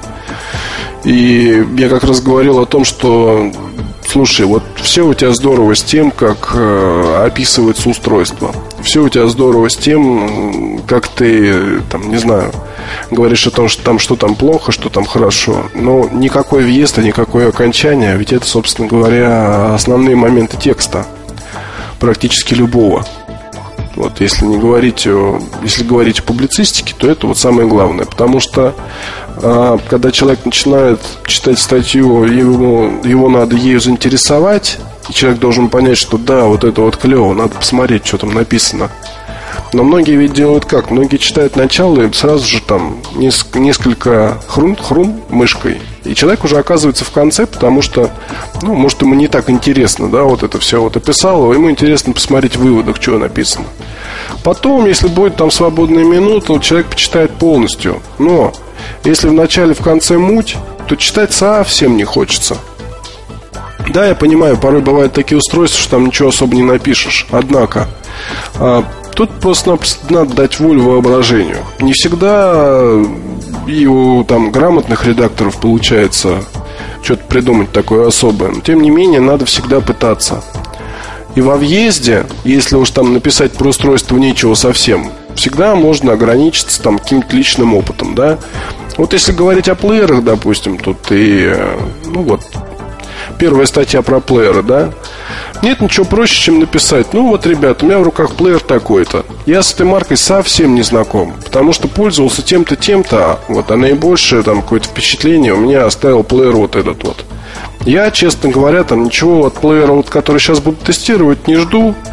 И я как раз говорил о том, что, слушай, вот все у тебя здорово с тем, как описывается устройство. Все у тебя здорово с тем, как ты, там, не знаю, говоришь о том, что там плохо, что там хорошо. Но никакой въезд, никакое окончание. Ведь это, собственно говоря, основные моменты текста практически любого. Вот, если говорить о публицистике, то это вот самое главное. Потому что когда человек начинает читать статью, его надо ею заинтересовать, и человек должен понять, что да, вот это вот клево, надо посмотреть, что там написано. Но многие ведь делают как? Многие читают начало и сразу же там несколько хрун мышкой, и человек уже оказывается в конце, потому что, ну, может, ему не так интересно, да, вот это все вот описал, ему интересно посмотреть в выводах, что написано. Потом, если будет там свободная минута, человек почитает полностью. Но если в начале, в конце муть, то читать совсем не хочется. Да, я понимаю, порой бывают такие устройства, что там ничего особо не напишешь. Однако тут просто-напросто надо дать волю воображению. Не всегда и у там грамотных редакторов получается что-то придумать такое особое. Но тем не менее, надо всегда пытаться. И во въезде, если уж там написать про устройство нечего совсем, всегда можно ограничиться там каким-то личным опытом, да. Вот если говорить о плеерах, допустим, тут и, ну вот, первая статья про плееры, да. Нет ничего проще, чем написать: ну вот, ребят, у меня в руках плеер такой-то. Я с этой маркой совсем не знаком, потому что пользовался тем-то, тем-то. Вот, а наибольшее там какое-то впечатление у меня оставил плеер вот этот вот. Я, честно говоря, там ничего от плеера, вот, который сейчас буду тестировать, не жду.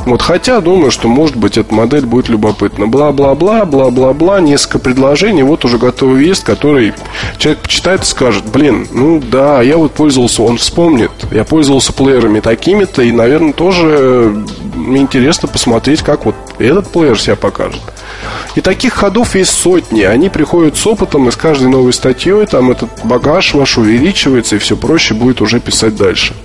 Вот, хотя думаю, что, может быть, эта модель будет любопытна. Бла-бла-бла, бла-бла-бла, несколько предложений. Вот уже готовый въезд, который человек почитает и скажет: блин, ну да, я вот пользовался, он вспомнит. Я пользовался плеерами такими-то, и, наверное, тоже мне интересно посмотреть, как вот этот плеер себя покажет. И таких ходов есть сотни. Они приходят с опытом, и с каждой новой статьей там этот багаж ваш увеличивается, и все проще будет уже писать дальше.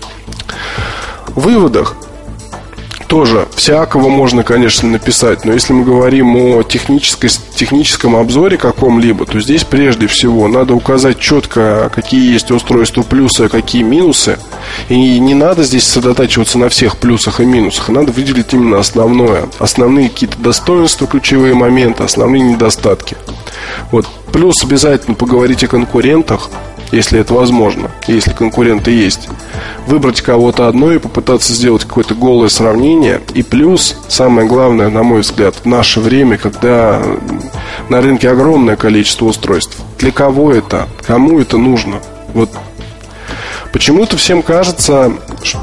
В выводах тоже всякого можно, конечно, написать. Но если мы говорим о техническом обзоре каком-либо, то здесь прежде всего надо указать четко, какие есть устройства плюсы, а какие минусы. И не надо здесь сосредотачиваться на всех плюсах и минусах. Надо выделить именно основное. Основные какие-то достоинства, ключевые моменты, основные недостатки. Вот. Плюс обязательно поговорить о конкурентах, если это возможно, если конкуренты есть. Выбрать кого-то одно и попытаться сделать какое-то голое сравнение. И плюс, самое главное, на мой взгляд, в наше время, когда на рынке огромное количество устройств, для кого это? Кому это нужно? Вот почему-то всем кажется,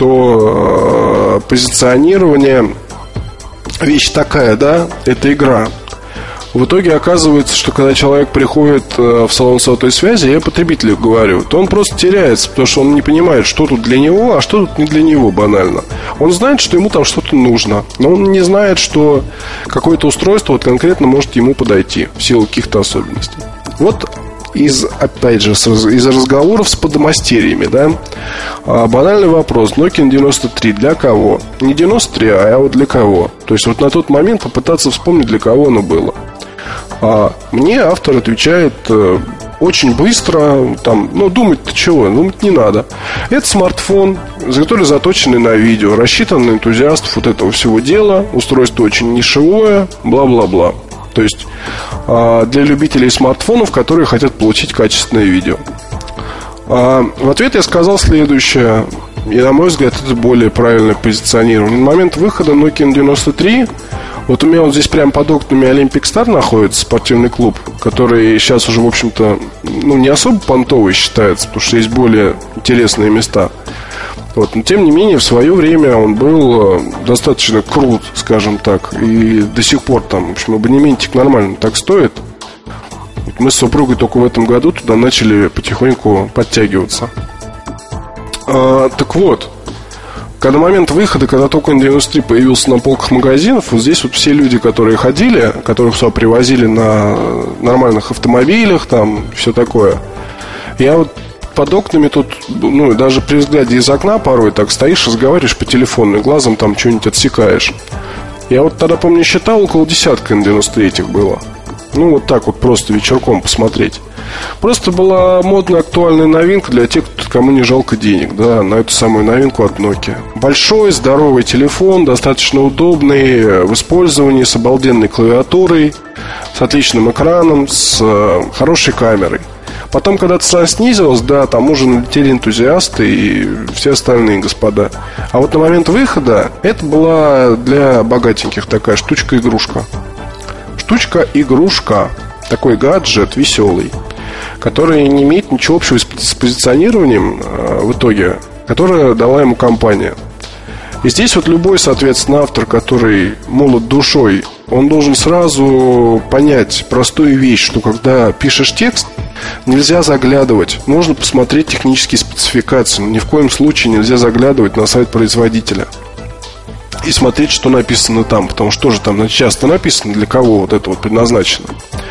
что позиционирование вещь такая, да, это игра. В итоге оказывается, что когда человек приходит в салон сотовой связи, я потребителю говорю, то он просто теряется, потому что он не понимает, что тут для него, а что тут не для него, банально. Он знает, что ему там что-то нужно, но он не знает, что какое-то устройство вот конкретно может ему подойти в силу каких-то особенностей. Вот опять же, из разговоров с подмастерьями, да, банальный вопрос: Nokia 93 для кого? Не 93, а вот для кого? То есть вот на тот момент попытаться вспомнить, для кого оно было. Мне автор отвечает очень быстро, там, ну, думать-то чего? Думать не надо. Это смартфон, который заточенный на видео, рассчитан на энтузиастов вот этого всего дела. Устройство очень нишевое, бла-бла-бла. То есть для любителей смартфонов, которые хотят получить качественное видео. В ответ я сказал следующее. И, на мой взгляд, это более правильное позиционирование. На момент выхода Nokia 93, вот у меня вот здесь прямо под окнами Olympic Star находится спортивный клуб, который сейчас уже, в общем-то, ну, не особо понтовый считается, потому что есть более интересные места. Вот. Но, тем не менее, в свое время он был достаточно крут, скажем так. И до сих пор там, в общем, абонементик нормально так стоит. Вот мы с супругой только в этом году туда начали потихоньку подтягиваться. Так вот, когда момент выхода, когда только N93 появился на полках магазинов, вот здесь вот все люди, которые ходили, которых сюда привозили на нормальных автомобилях, там, все такое. Я вот под окнами тут, ну, даже при взгляде из окна порой так стоишь, разговариваешь по телефону и глазом там что-нибудь отсекаешь. Я вот тогда, помню, считал, около десятка N93 было. Ну, вот так вот просто вечерком посмотреть. Просто была модная, актуальная новинка для тех, кому не жалко денег, да, на эту самую новинку от Nokia. Большой, здоровый телефон, достаточно удобный в использовании, с обалденной клавиатурой, с отличным экраном, с хорошей камерой. Потом, когда цена снизилась, да, там уже налетели энтузиасты и все остальные господа. А вот на момент выхода это была для богатеньких такая штучка-игрушка. Штучка-игрушка. Такой гаджет веселый, который не имеет ничего общего с позиционированием в итоге, которое дала ему компания. И здесь вот любой, соответственно, автор, который молод душой, он должен сразу понять простую вещь, что когда пишешь текст, нельзя заглядывать. Нужно посмотреть технические спецификации, но ни в коем случае нельзя заглядывать на сайт производителя и смотреть, что написано там, потому что тоже там часто написано, для кого вот это вот предназначено.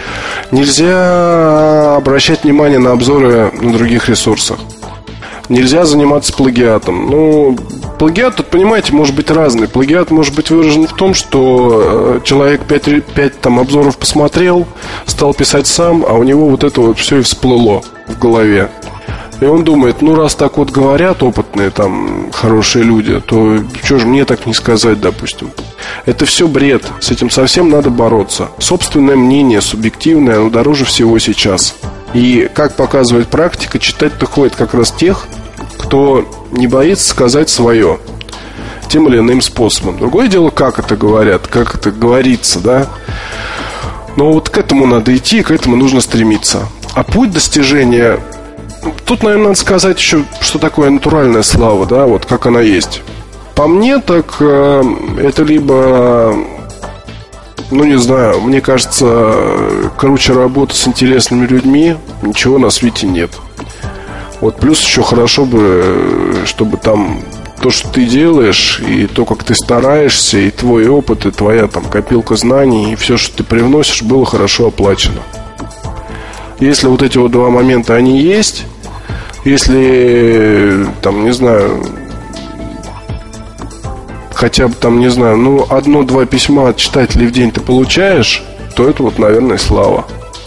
Нельзя обращать внимание на обзоры на других ресурсах. Нельзя заниматься плагиатом. Ну, плагиат, тут, понимаете, может быть разный. Плагиат может быть выражен в том, что человек 5 там обзоров посмотрел, стал писать сам, а у него вот это вот все и всплыло в голове. И он думает, ну, раз так вот говорят опытные там хорошие люди, то что же мне так не сказать, допустим. Это все бред, с этим совсем надо бороться. Собственное мнение, субъективное, оно дороже всего сейчас. И, как показывает практика, читать-то ходит как раз тех, кто не боится сказать свое тем или иным способом. Другое дело, как это говорят, как это говорится, да. Но вот к этому надо идти, к этому нужно стремиться. А путь достижения... Тут, наверное, надо сказать еще, что такое натуральная слава, да, вот как она есть. по мне, так это либо, ну не знаю, мне кажется, круче работа с интересными людьми ничего на свете нет. Вот плюс еще хорошо бы, чтобы там то, что ты делаешь, и то, как ты стараешься, и твой опыт, и твоя там копилка знаний, и все, что ты привносишь, было хорошо оплачено. Если вот эти вот два момента, они есть, если, там, не знаю, хотя бы там, не знаю, ну, 1-2 письма от читателей в день ты получаешь, то это вот, наверное, слава.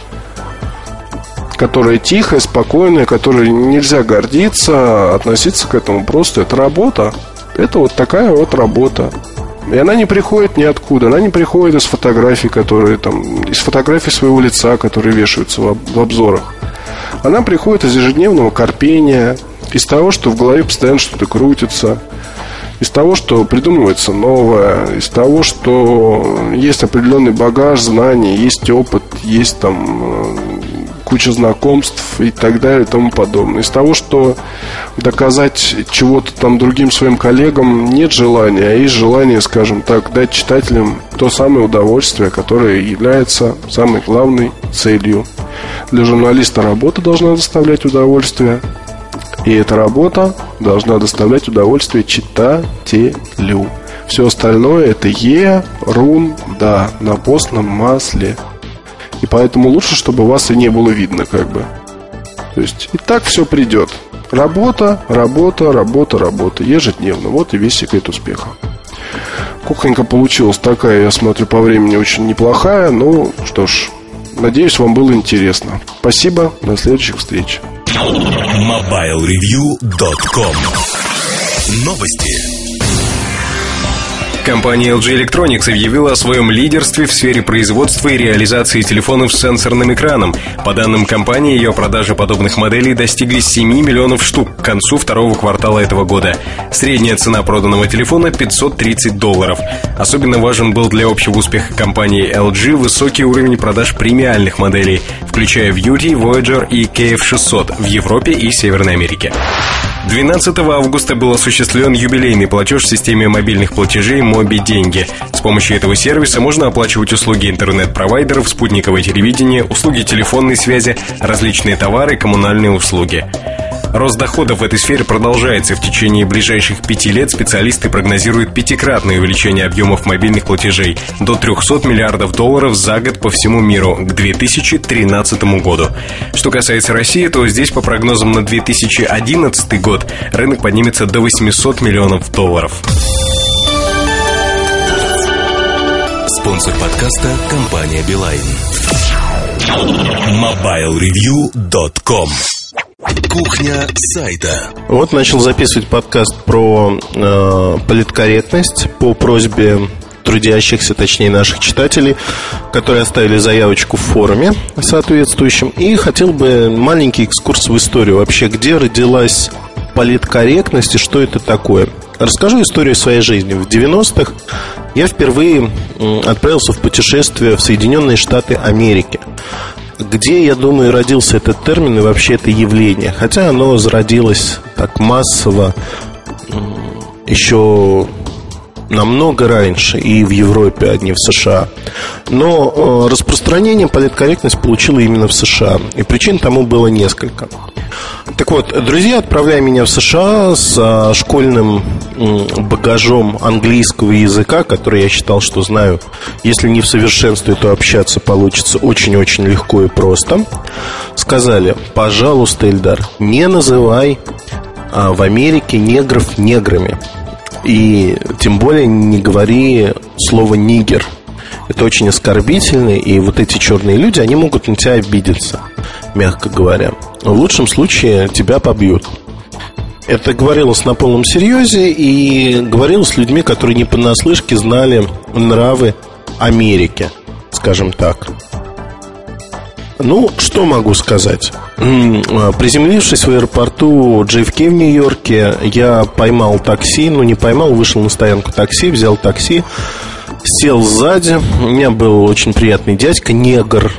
Которая тихая, спокойная, которой нельзя гордиться, относиться к этому просто. Это работа. Это вот такая вот работа. И она не приходит ниоткуда. Она не приходит из фотографий, которые там, из фотографий своего лица, которые вешаются в обзорах. Она приходит из ежедневного корпения, из того, что в голове постоянно что-то крутится, из того, что придумывается новое, из того, что есть определенный багаж знаний, есть опыт, есть там куча знакомств и так далее и тому подобное. Из того, что доказать чего-то там другим своим коллегам нет желания, а есть желание, скажем так, дать читателям то самое удовольствие, которое является самой главной целью. Для журналиста работа должна доставлять удовольствие, и эта работа должна доставлять удовольствие читателю. Все остальное это ерунда на постном масле. И поэтому лучше, чтобы вас и не было видно, как бы. То есть и так все придет. Работа, работа, работа, работа. Ежедневно. Вот и весь секрет успеха. Кухонька получилась такая, я смотрю, по времени очень неплохая. Ну, что ж, надеюсь, вам было интересно. Спасибо, до следующих встреч. MobileReview.com. Новости. Компания LG Electronics объявила о своем лидерстве в сфере производства и реализации телефонов с сенсорным экраном. По данным компании, ее продажи подобных моделей достигли 7 миллионов штук к концу второго квартала этого года. Средняя цена проданного телефона $530. Особенно важен был для общего успеха компании LG высокий уровень продаж премиальных моделей, включая Beauty, Voyager и KF600 в Европе и Северной Америке. 12 августа был осуществлен юбилейный платеж в системе мобильных платежей Моби Деньги. С помощью этого сервиса можно оплачивать услуги интернет-провайдеров, спутниковое телевидение, услуги телефонной связи, различные товары, коммунальные услуги. Рост доходов в этой сфере продолжается. В течение ближайших 5 лет специалисты прогнозируют 5-кратное увеличение объемов мобильных платежей до $300 миллиардов за год по всему миру к 2013 году. Что касается России, то здесь по прогнозам на 2011 год рынок поднимется до $800 миллионов. Спонсор подкаста – компания Билайн. MobileReview.com. Кухня сайта. Вот начал записывать подкаст про политкорректность по просьбе трудящихся, точнее наших читателей, которые оставили заявочку в форуме соответствующем. И хотел бы маленький экскурс в историю. Вообще, где родилась политкорректность и что это такое. Расскажу историю своей жизни. В 90-х я впервые отправился в путешествие в Соединенные Штаты Америки, где, я думаю, родился этот термин и вообще это явление. Хотя оно зародилось так массово еще намного раньше и в Европе, а не в США. Но распространение политкорректность получила именно в США. И причин тому было несколько. Так вот, друзья, отправляя меня в США с школьным багажом английского языка, который я считал, что знаю, если не в совершенстве, то общаться получится очень-очень легко и просто, сказали: пожалуйста, Эльдар, не называй в Америке негров неграми. И тем более не говори слово «нигер». Это очень оскорбительно. И вот эти черные люди, они могут на тебя обидеться, мягко говоря. Но в лучшем случае тебя побьют. Это говорилось на полном серьезе. И говорилось с людьми, которые не понаслышке знали нравы Америки, скажем так. Ну, что могу сказать? Приземлившись в аэропорту JFK в Нью-Йорке, я поймал такси. Ну, не поймал, вышел на стоянку такси, взял такси, сел сзади. У меня был очень приятный дядька, негр.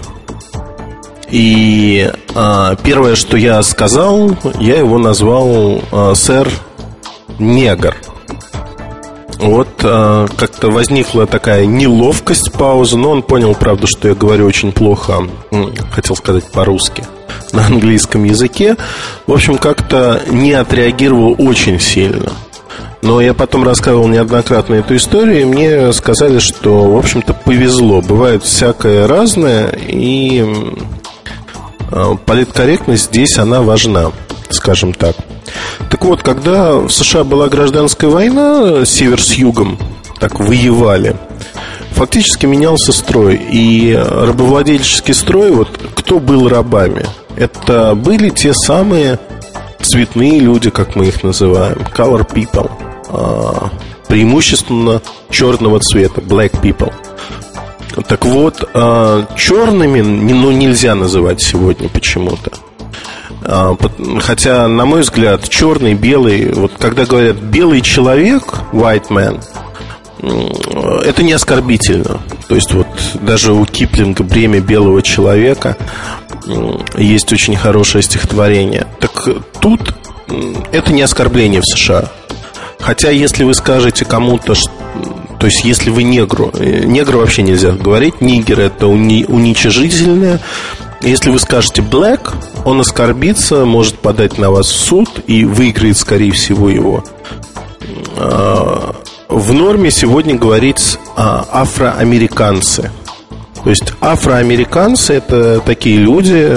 И первое, что я сказал, я его назвал сэр негр. Вот как-то возникла такая неловкость, пауза. Но он понял, правда, что я говорю очень плохо, хотел сказать по-русски, на английском языке. В общем, как-то не отреагировал очень сильно. Но я потом рассказывал неоднократно эту историю, и мне сказали, что, в общем-то, повезло. Бывает всякое разное, и политкорректность здесь, она важна, скажем так. Так вот, когда в США была гражданская война, север с югом так воевали, фактически менялся строй. И рабовладельческий строй, вот кто был рабами? Это были те самые цветные люди, как мы их называем, color people, преимущественно черного цвета, black people. Так вот, черными нельзя называть сегодня почему-то. Хотя, на мой взгляд, черный, белый, вот когда говорят белый человек, white man, это не оскорбительно. То есть вот даже у Киплинга «Бремя белого человека» есть очень хорошее стихотворение. Так тут это не оскорбление в США. Хотя если вы скажете кому-то, то есть если вы негру вообще нельзя говорить, нигер — это уничижительное. Если вы скажете black, он оскорбится, может подать на вас в суд и выиграет, скорее всего, его. В норме сегодня говорить афроамериканцы. То есть афроамериканцы — это такие люди,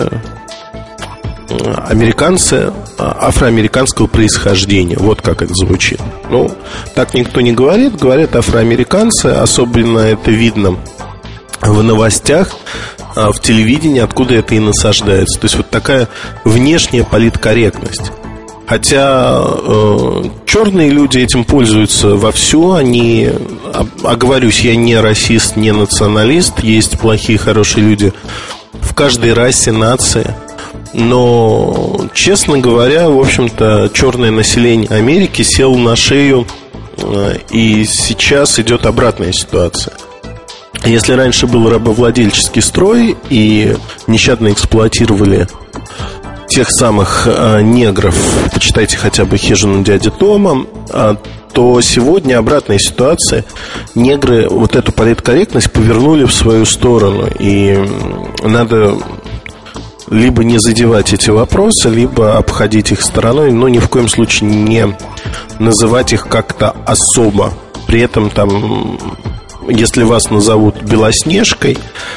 американцы афроамериканского происхождения. Вот как это звучит. Ну, так никто не говорит. Говорят афроамериканцы. Особенно это видно в новостях, в телевидении, откуда это и насаждается. То есть вот такая внешняя политкорректность. Хотя черные люди этим пользуются вовсю. Они, оговорюсь, я не расист, не националист. Есть плохие, хорошие люди в каждой расе, нации. Но, честно говоря, в общем-то, черное население Америки село на шею. И сейчас идет обратная ситуация. Если раньше был рабовладельческий строй и нещадно эксплуатировали тех самых негров, почитайте хотя бы «Хижину дяди Тома», то сегодня обратная ситуация. Негры вот эту политкорректность повернули в свою сторону. И надо либо не задевать эти вопросы, либо обходить их стороной, но ни в коем случае не называть их как-то особо. При этом там, если вас назовут Белоснежкой,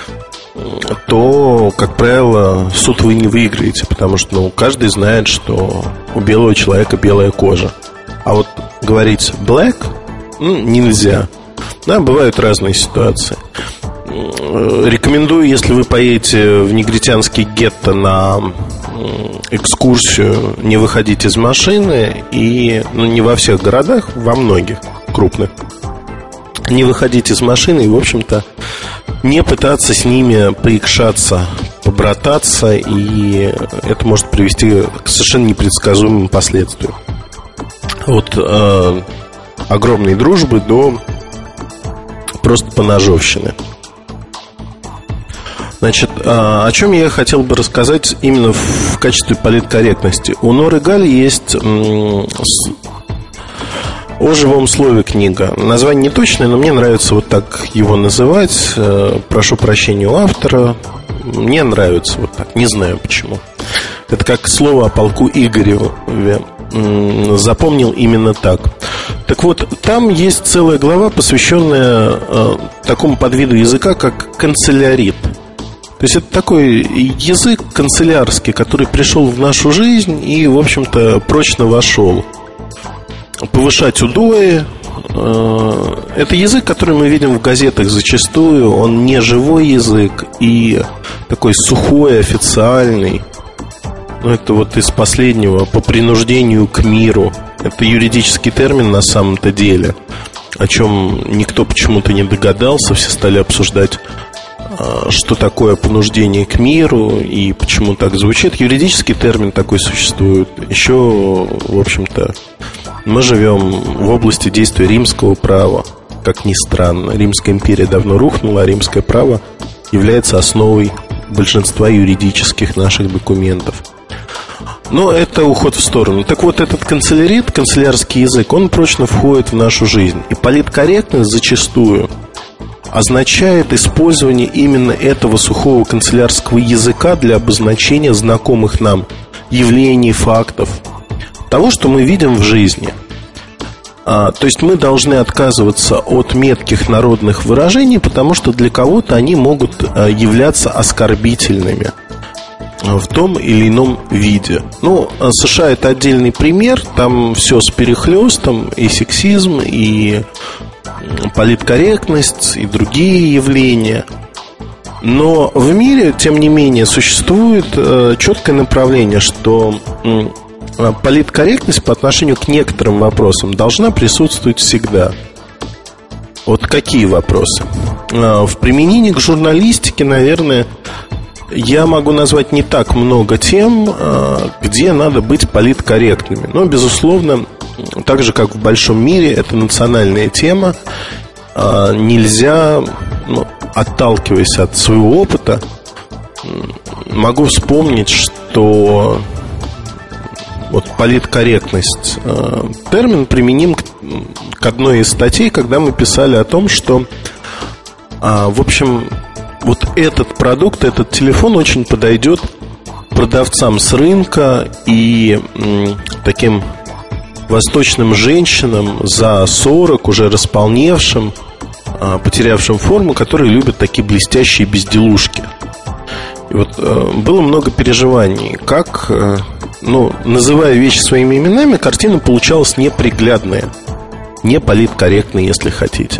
то, как правило, суд вы не выиграете, потому что каждый знает, что у белого человека белая кожа. А вот говорить black нельзя. Да, бывают разные ситуации. Рекомендую, если вы поедете в негритянский гетто на экскурсию, не выходить из машины. И, не во всех городах, во многих крупных. Не выходить из машины и, в общем-то, не пытаться с ними поикшаться, побрататься. И это может привести к совершенно непредсказуемым последствиям. От огромной дружбы до просто поножовщины. Значит, о чем я хотел бы рассказать именно в качестве политкорректности. У Норы Галь есть «О живом слове» книга. Название не точное, но мне нравится вот так его называть. Прошу прощения у автора. Мне нравится вот так, не знаю почему. Это как слово о полку Игореве. Запомнил именно так. Так вот, там есть целая глава, посвященная такому подвиду языка, как канцелярит. То есть это такой язык канцелярский, который пришел в нашу жизнь и, в общем-то, прочно вошел. Повышать удои. Это язык, который мы видим в газетах зачастую. Он не живой язык и такой сухой, официальный. Но это вот из последнего: по принуждению к миру. Это юридический термин на самом-то деле, о чем никто почему-то не догадался. Все стали обсуждать, что такое понуждение к миру и почему так звучит. Юридический термин такой существует. Еще, в общем-то, мы живем в области действия римского права. Как ни странно, Римская империя давно рухнула, а римское право является основой большинства юридических наших документов. Но это уход в сторону. Так вот, этот канцелярит, канцелярский язык, он прочно входит в нашу жизнь. И политкорректность зачастую означает использование именно этого сухого канцелярского языка для обозначения знакомых нам явлений, фактов, того, что мы видим в жизни. То есть мы должны отказываться от метких народных выражений, потому что для кого-то они могут являться оскорбительными в том или ином виде. Ну, США — это отдельный пример. Там все с перехлестом, и сексизм, и политкорректность, и другие явления. Но в мире, тем не менее, существует четкое направление, что политкорректность по отношению к некоторым вопросам должна присутствовать всегда. Вот какие вопросы? В применении к журналистике, наверное, я могу назвать не так много тем, где надо быть политкорректными. Но, безусловно, так же, как в большом мире, это национальная тема. Нельзя, отталкиваясь от своего опыта, могу вспомнить, что вот политкорректность термин применим к одной из статей, когда мы писали о том, что, в общем, вот этот продукт, этот телефон очень подойдет продавцам с рынка и таким восточным женщинам за 40, уже располневшим, потерявшим форму, которые любят такие блестящие безделушки. И вот было много переживаний, как, называя вещи своими именами, картина получалась неприглядная, не политкорректная, если хотите.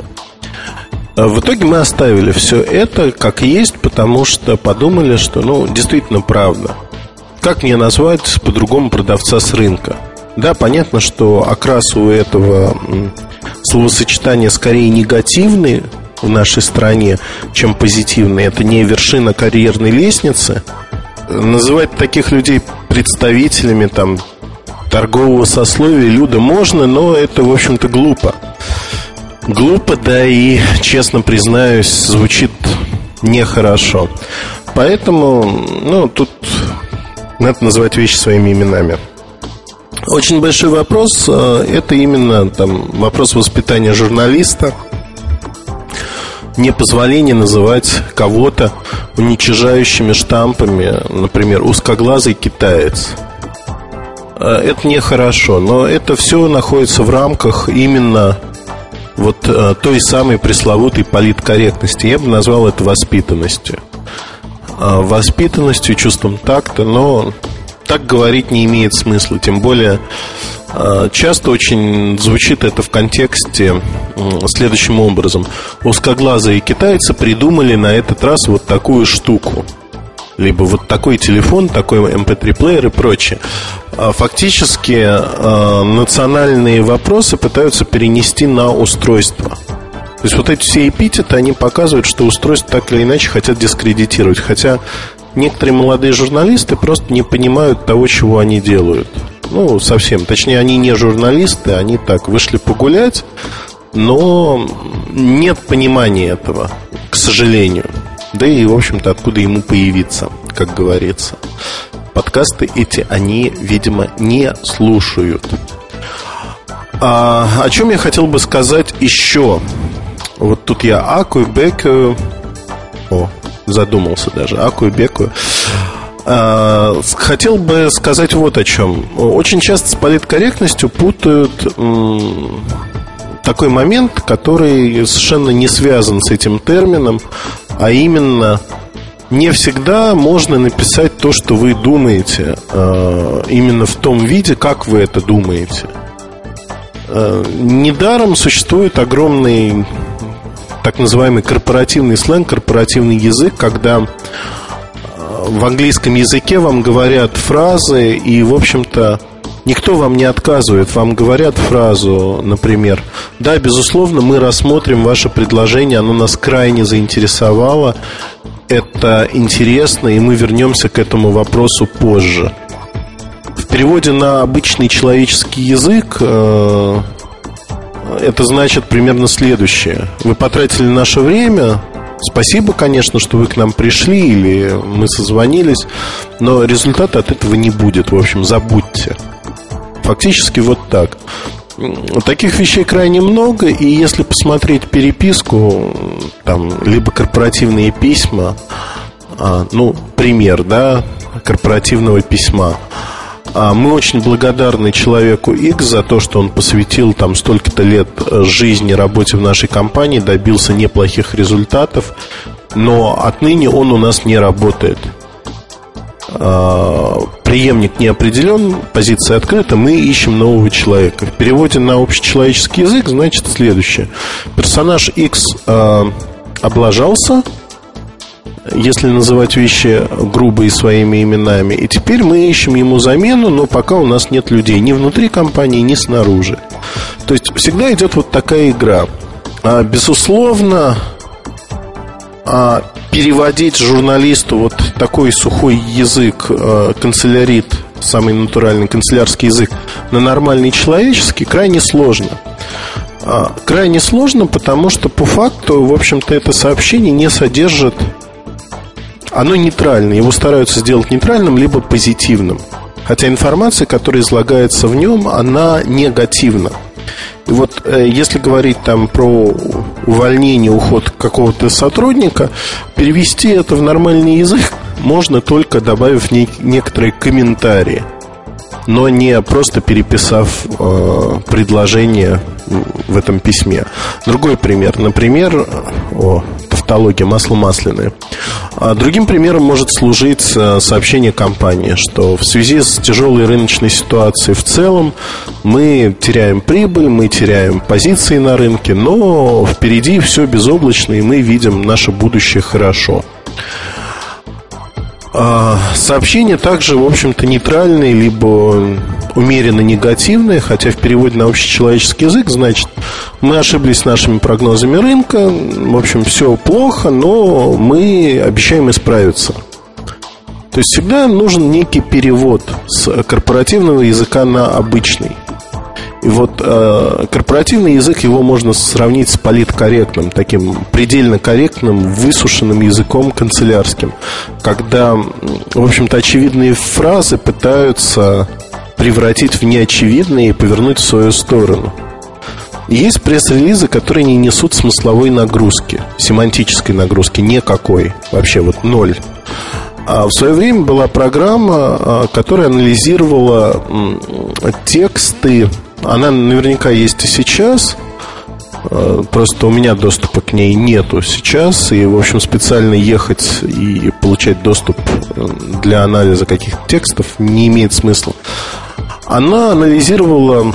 В итоге мы оставили все это как есть, потому что подумали, что, действительно правда. Как мне назвать по-другому продавца с рынка? Да, понятно, что окрас у этого словосочетания скорее негативный в нашей стране, чем позитивный. Это не вершина карьерной лестницы. Называть таких людей представителями торгового сословия, люда можно, но это, в общем-то, глупо. Глупо, да, и, честно признаюсь, звучит нехорошо. Поэтому, тут надо называть вещи своими именами. Очень большой вопрос, это именно вопрос воспитания журналиста. Непозволение называть кого-то уничижающими штампами, например, узкоглазый китаец. Это нехорошо, но это все находится в рамках именно вот той самой пресловутой политкорректности. Я бы назвал это воспитанностью. Воспитанностью, чувством такта, но так говорить не имеет смысла. Тем более часто очень звучит это в контексте следующим образом: узкоглазые китайцы придумали на этот раз вот такую штуку, либо вот такой телефон, такой MP3-плеер и прочее. Фактически национальные вопросы пытаются перенести на устройство. То есть вот эти все эпитеты, они показывают, что устройство так или иначе хотят дискредитировать. Хотя некоторые молодые журналисты просто не понимают того, чего они делают. Совсем. Точнее, они не журналисты, они так вышли погулять, но нет понимания этого, к сожалению. Да и, в общем-то, откуда ему появиться, как говорится. Подкасты эти они, видимо, не слушают. О чем я хотел бы сказать еще? Вот тут я акую, бекаю. Задумался даже. Акую, бекаю. Хотел бы сказать вот о чем. Очень часто с политкорректностью путают такой момент, который совершенно не связан с этим термином, а именно: не всегда можно написать то, что вы думаете, именно в том виде, как вы это думаете. Недаром существует огромный так называемый корпоративный сленг, корпоративный язык, когда в английском языке вам говорят фразы, и, в общем-то, никто вам не отказывает. Вам говорят фразу, например: да, безусловно, мы рассмотрим ваше предложение, оно нас крайне заинтересовало, это интересно, и мы вернемся к этому вопросу позже. В переводе на обычный человеческий язык это значит примерно следующее: вы потратили наше время, Спасибо, конечно, что вы к нам пришли или мы созвонились, но результата от этого не будет. В общем, забудьте. Фактически вот так. Таких вещей крайне много. И если посмотреть переписку, там, либо корпоративные письма, пример, да, корпоративного письма. Мы очень благодарны человеку X за то, что он посвятил там столько-то лет жизни, работе в нашей компании, добился неплохих результатов, но отныне он у нас не работает. Преемник не определен, позиция открыта, мы ищем нового человека. В переводе на общечеловеческий язык значит следующее. Персонаж X облажался, если называть вещи грубо и своими именами. И теперь мы ищем ему замену, но пока у нас нет людей ни внутри компании, ни снаружи. То есть всегда идет вот такая игра. Безусловно, переводить журналисту вот такой сухой язык, канцелярит, самый натуральный канцелярский язык, на нормальный человеческий крайне сложно. Крайне сложно, потому что по факту, в общем-то, это сообщение не содержит... Оно нейтральное, его стараются сделать нейтральным либо позитивным. Хотя информация, которая излагается в нем, она негативна. И вот если говорить там про увольнение, уход какого-то сотрудника, перевести это в нормальный язык можно только добавив некоторые комментарии, но не просто переписав предложение в этом письме. Другой пример. Например, тавтология, масло масляное. Другим примером может служить сообщение компании, что в связи с тяжелой рыночной ситуацией в целом мы теряем прибыль, мы теряем позиции на рынке, но впереди все безоблачно, и мы видим наше будущее хорошо. Сообщение также, в общем-то, нейтральное, либо умеренно негативное, хотя в переводе на общечеловеческий язык значит: мы ошиблись с нашими прогнозами рынка, в общем, все плохо, но мы обещаем исправиться. То есть всегда нужен некий перевод с корпоративного языка на обычный. И вот корпоративный язык, его можно сравнить с политкорректным, таким предельно корректным, высушенным языком канцелярским, когда, в общем-то, очевидные фразы пытаются превратить в неочевидные и повернуть в свою сторону. Есть пресс-релизы, которые не несут смысловой нагрузки, семантической нагрузки никакой, вообще вот ноль. В свое время была программа, которая анализировала тексты. Она наверняка есть и сейчас. Просто у меня доступа к ней нету сейчас. И, в общем, специально ехать и получать доступ для анализа каких-то текстов не имеет смысла. Она анализировала,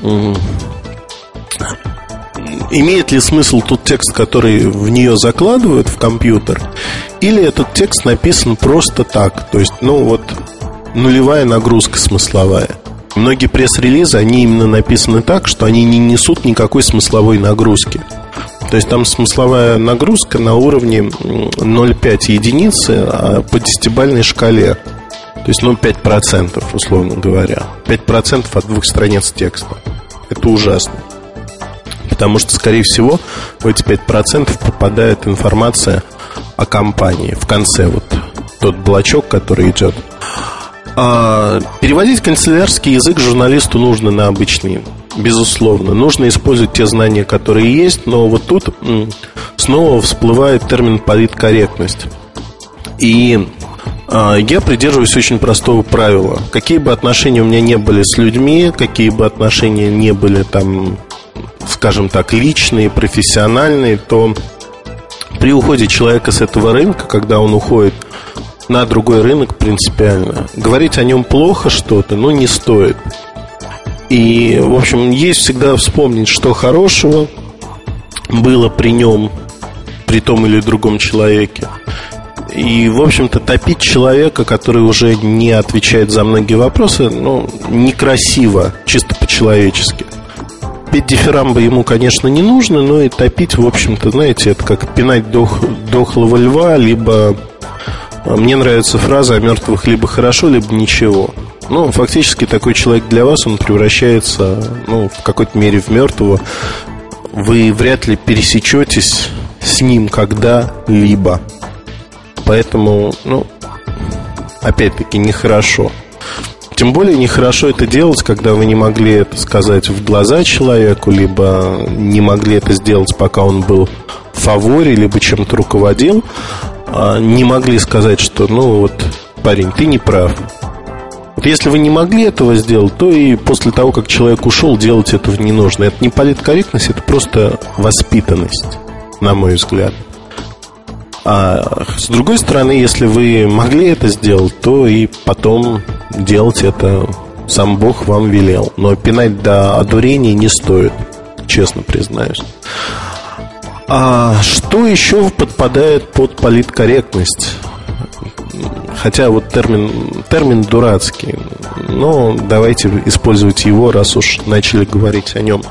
имеет ли смысл тот текст, который в нее закладывают в компьютер, или этот текст написан просто так. То есть, нулевая нагрузка смысловая. Многие пресс-релизы, они именно написаны так, что они не несут никакой смысловой нагрузки. То есть там смысловая нагрузка на уровне 0,5 единицы по 10-бальной шкале. То есть 5%, условно говоря. 5% от 2 страниц текста. Это ужасно. Потому что, скорее всего, в эти 5% попадает информация о компании. В конце вот тот блочок, который идет. Переводить канцелярский язык журналисту нужно на обычный. Безусловно. Нужно использовать те знания, которые есть. Но вот тут снова всплывает термин политкорректность. И я придерживаюсь очень простого правила. Какие бы отношения у меня не были с людьми, какие бы отношения не были там, скажем так, личные, профессиональные, то при уходе человека с этого рынка, когда он уходит на другой рынок принципиально, говорить о нем плохо что-то, не стоит. И, в общем, есть всегда вспомнить, что хорошего было при нем, при том или другом человеке. И, в общем-то, топить человека, который уже не отвечает за многие вопросы, некрасиво, чисто по-человечески. Петь дифирамбы ему, конечно, не нужно, но и топить, в общем-то, знаете, это как пинать дохлого льва, либо... Мне нравится фраза о мертвых либо хорошо, либо ничего. Фактически такой человек для вас, он превращается, в какой-то мере в мертвого. Вы вряд ли пересечетесь с ним когда-либо. Поэтому, опять-таки, нехорошо. Тем более нехорошо это делать, когда вы не могли это сказать в глаза человеку, либо не могли это сделать, пока он был в фаворе, либо чем-то руководил. Не могли сказать, что, парень, ты не прав. Вот если вы не могли этого сделать, то и после того, как человек ушел, делать этого не нужно. Это не политкорректность, это просто воспитанность, на мой взгляд. А с другой стороны, если вы могли это сделать, то и потом делать это сам Бог вам велел. Но пинать до одурения не стоит, честно признаюсь. А что еще подпадает под политкорректность? Хотя вот термин дурацкий, но давайте использовать его, раз уж начали говорить о нем.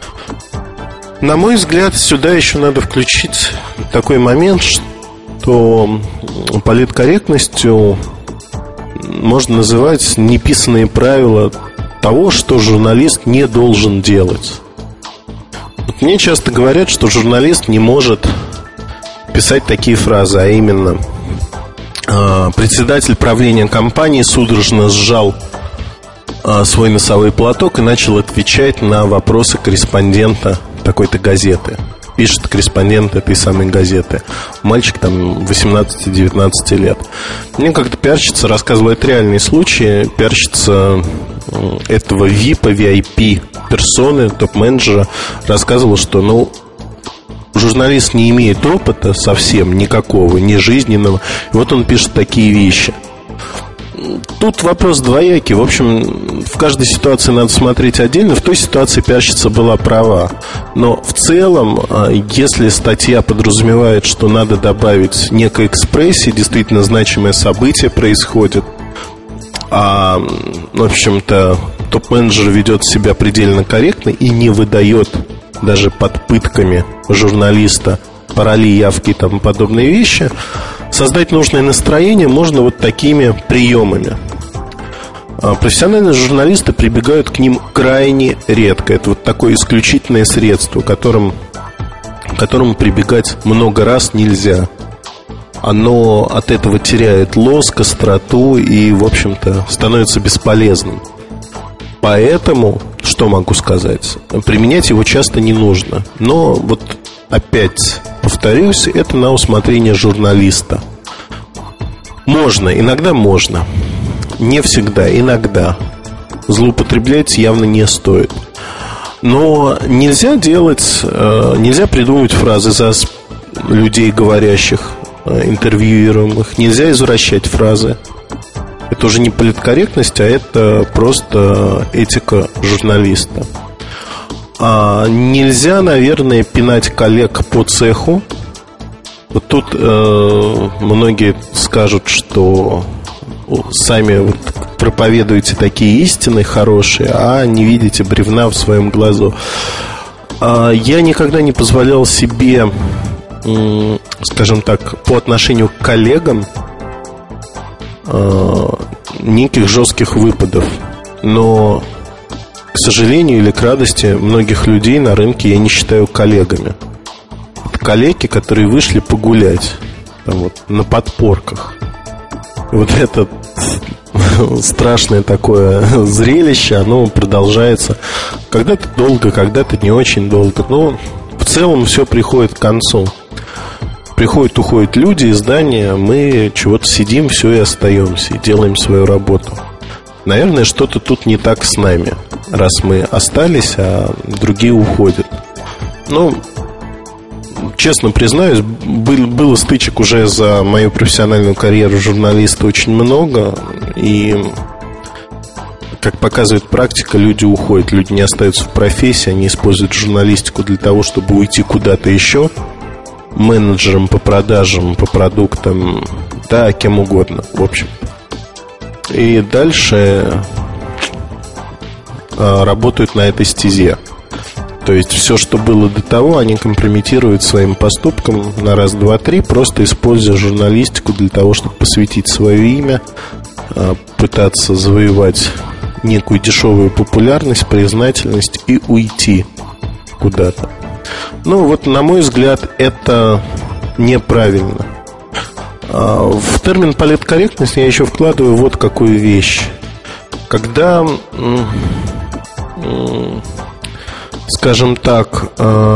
На мой взгляд, сюда еще надо включить такой момент, что политкорректностью можно называть неписанные правила того, что журналист не должен делать. Вот мне часто говорят, что журналист не может писать такие фразы, а именно: председатель правления компании судорожно сжал свой носовой платок и начал отвечать на вопросы корреспондента такой-то газеты. Пишет корреспондент этой самой газеты. Мальчик там 18-19 лет. Мне как-то пиарщица рассказывает реальные случаи. Пиарщица этого VIP персоны, топ-менеджера, рассказывала, что журналист не имеет опыта совсем никакого, ни жизненного. И вот он пишет такие вещи. Тут вопрос двоякий. В общем, в каждой ситуации надо смотреть отдельно. В той ситуации пиарщица была права. Но в целом, если статья подразумевает, что надо добавить некой экспрессии, действительно значимое событие происходит, а, в общем-то, топ-менеджер ведет себя предельно корректно и не выдает даже под пытками журналиста пароли, явки и тому подобные вещи, создать нужное настроение можно вот такими приемами. Профессиональные журналисты прибегают к ним крайне редко. Это вот такое исключительное средство, к которому прибегать много раз нельзя. Оно от этого теряет лоск, остроту и, в общем-то, становится бесполезным. Поэтому, что могу сказать, применять его часто не нужно. Но вот опять повторюсь, это на усмотрение журналиста. Можно, иногда можно. Не всегда, иногда. Злоупотреблять явно не стоит. Но нельзя придумывать фразы за людей, говорящих, интервьюируемых. Нельзя извращать фразы. Это уже не политкорректность, а это просто этика журналиста. Нельзя, наверное, пинать коллег по цеху. Вот тут многие скажут, что сами проповедуете такие истины хорошие, а не видите бревна в своем глазу. Я никогда не позволял себе, скажем так, по отношению к коллегам неких жестких выпадов. Но, к сожалению или к радости, многих людей на рынке я не считаю коллегами. Это коллеги, которые вышли погулять там на подпорках. И вот это страшное такое зрелище, оно продолжается когда-то долго, когда-то не очень долго. Но в целом все приходит к концу. Приходят, уходят люди из здания, мы чего-то сидим, все и остаемся, и делаем свою работу. Наверное, что-то тут не так с нами, раз мы остались, а другие уходят. Честно признаюсь, было стычек уже за мою профессиональную карьеру журналиста очень много. И, как показывает практика, люди уходят. Люди не остаются в профессии, они используют журналистику для того, чтобы уйти куда-то еще. Менеджером по продажам, по продуктам, да, кем угодно, в общем. И дальше работают на этой стезе. То есть все, что было до того, они компрометируют своим поступком на раз, два, три, просто используя журналистику для того, чтобы посвятить свое имя, пытаться завоевать некую дешевую популярность, признательность и уйти куда-то. Ну, вот, на мой взгляд, это неправильно. В термин политкорректность я еще вкладываю вот какую вещь. Когда, скажем так,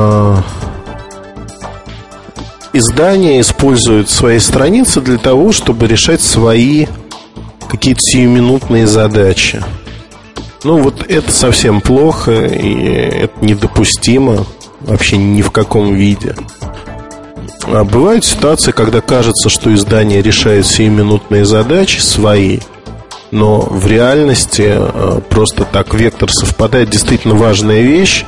издания используют свои страницы для того, чтобы решать свои какие-то сиюминутные задачи. Ну, вот это совсем плохо, и это недопустимо вообще ни в каком виде. А бывают ситуации, когда кажется, что издание решает сиюминутные задачи свои, но в реальности просто так вектор совпадает. Действительно важная вещь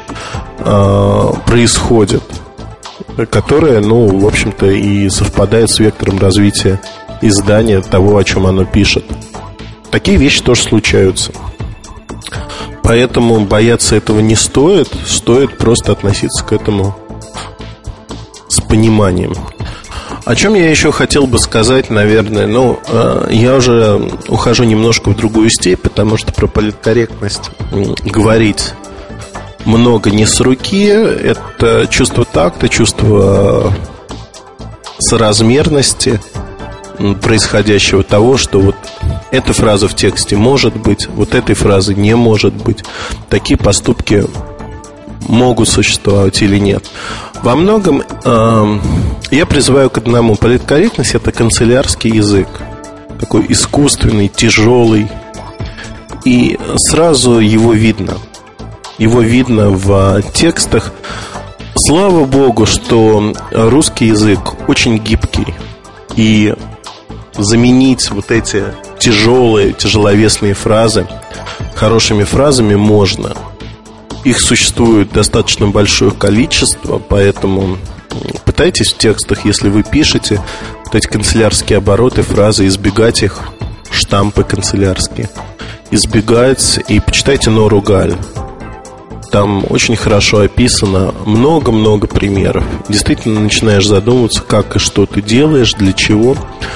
происходит, которая, ну, в общем-то, и совпадает с вектором развития издания, того, о чем оно пишет. Такие вещи тоже случаются. Поэтому бояться этого не стоит. Стоит просто относиться к этому с пониманием. О чем я еще хотел бы сказать, наверное. Ну, я уже ухожу немножко в другую степь, потому что про политкорректность говорить много не с руки. Это чувство такта, чувство соразмерности происходящего, того, что вот эта фраза в тексте может быть, вот этой фразы не может быть. Такие поступки могут существовать или нет. Во многом я призываю к одному. Политкорректность — это канцелярский язык, такой искусственный, тяжелый. И сразу его видно. Его видно в текстах. Слава богу, что русский язык очень гибкий. И заменить вот эти тяжелые, тяжеловесные фразы хорошими фразами можно. Их существует достаточно большое количество, поэтому пытайтесь в текстах, если вы пишете вот эти канцелярские обороты, фразы, избегать их, штампы канцелярские, избегать, и почитайте Нору Галь. Там очень хорошо описано много-много примеров. Действительно начинаешь задумываться, как и что ты делаешь, для чего.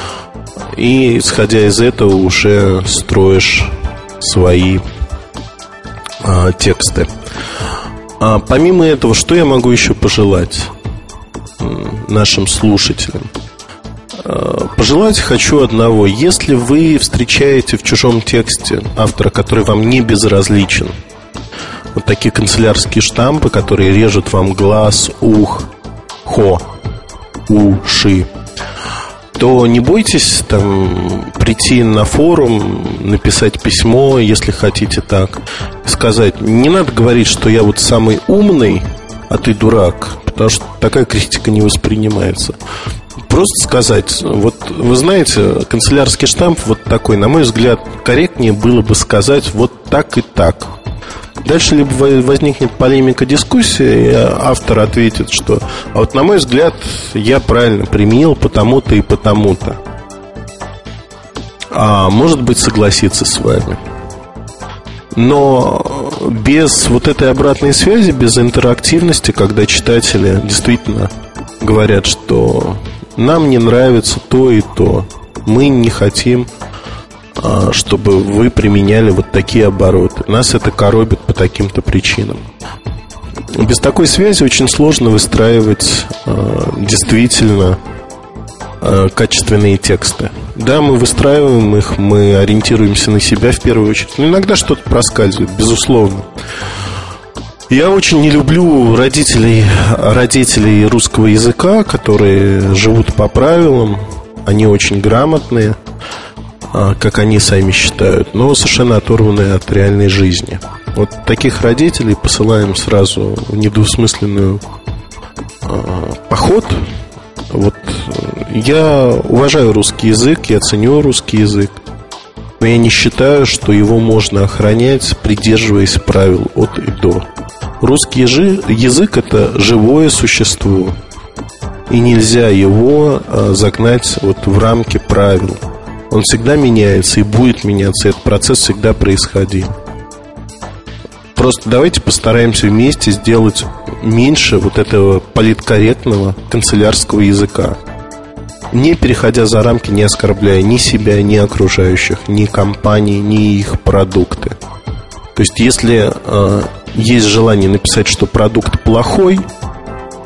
И, исходя из этого, уже строишь свои тексты. Помимо этого, что я могу еще пожелать нашим слушателям? Пожелать хочу одного. Если вы встречаете в чужом тексте автора, который вам не безразличен, вот такие канцелярские штампы, которые режут вам глаз, уши, то не бойтесь там прийти на форум, написать письмо, если хотите так, сказать. Не надо говорить, что я вот самый умный, а ты дурак, потому что такая критика не воспринимается. Просто сказать: вот вы знаете, канцелярский штамп вот такой, на мой взгляд, корректнее было бы сказать вот так и так. Дальше либо возникнет полемика, дискуссия, и автор ответит, что а вот на мой взгляд я правильно применил потому-то и потому-то. А может быть, согласиться с вами. Но без вот этой обратной связи, без интерактивности, когда читатели действительно говорят, что нам не нравится то и то, мы не хотим, чтобы вы применяли вот такие обороты, нас это коробит по таким-то причинам. Без такой связи очень сложно выстраивать действительно качественные тексты. Да, мы выстраиваем их, мы ориентируемся на себя в первую очередь, но иногда что-то проскальзывает, безусловно. Я очень не люблю родителей русского языка, которые живут по правилам. Они очень грамотные, как они сами считают, но совершенно оторванные от реальной жизни. Вот таких родителей посылаем сразу в недвусмысленную поход. Вот я уважаю русский язык, я ценю русский язык, но я не считаю, что его можно охранять, придерживаясь правил от и до. Русский язык — это живое существо, и нельзя его загнать вот в рамки правил. Он всегда меняется и будет меняться, этот процесс всегда происходит. Просто давайте постараемся вместе сделать меньше вот этого политкорректного канцелярского языка, не переходя за рамки, не оскорбляя ни себя, ни окружающих, ни компании, ни их продукты. То есть, если есть желание написать, что продукт плохой,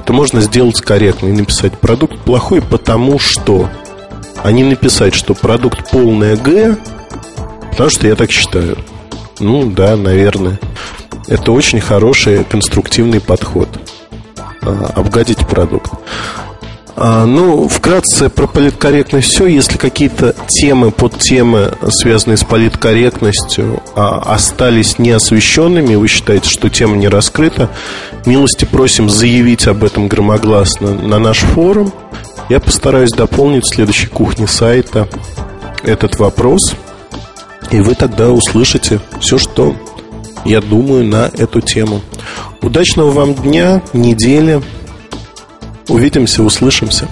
это можно сделать корректно и написать: продукт плохой, потому что. А не написать, что продукт полное Г, потому что я так считаю. Ну да, наверное. Это очень хороший конструктивный подход. Обгадить продукт. Ну, вкратце про политкорректность все. Если какие-то темы, подтемы, связанные с политкорректностью, остались неосвещенными, вы считаете, что тема не раскрыта, милости просим заявить об этом громогласно на наш форум. Я постараюсь дополнить в следующей кухне сайта этот вопрос, и вы тогда услышите все, что я думаю на эту тему. Удачного вам дня, недели. Увидимся, услышимся.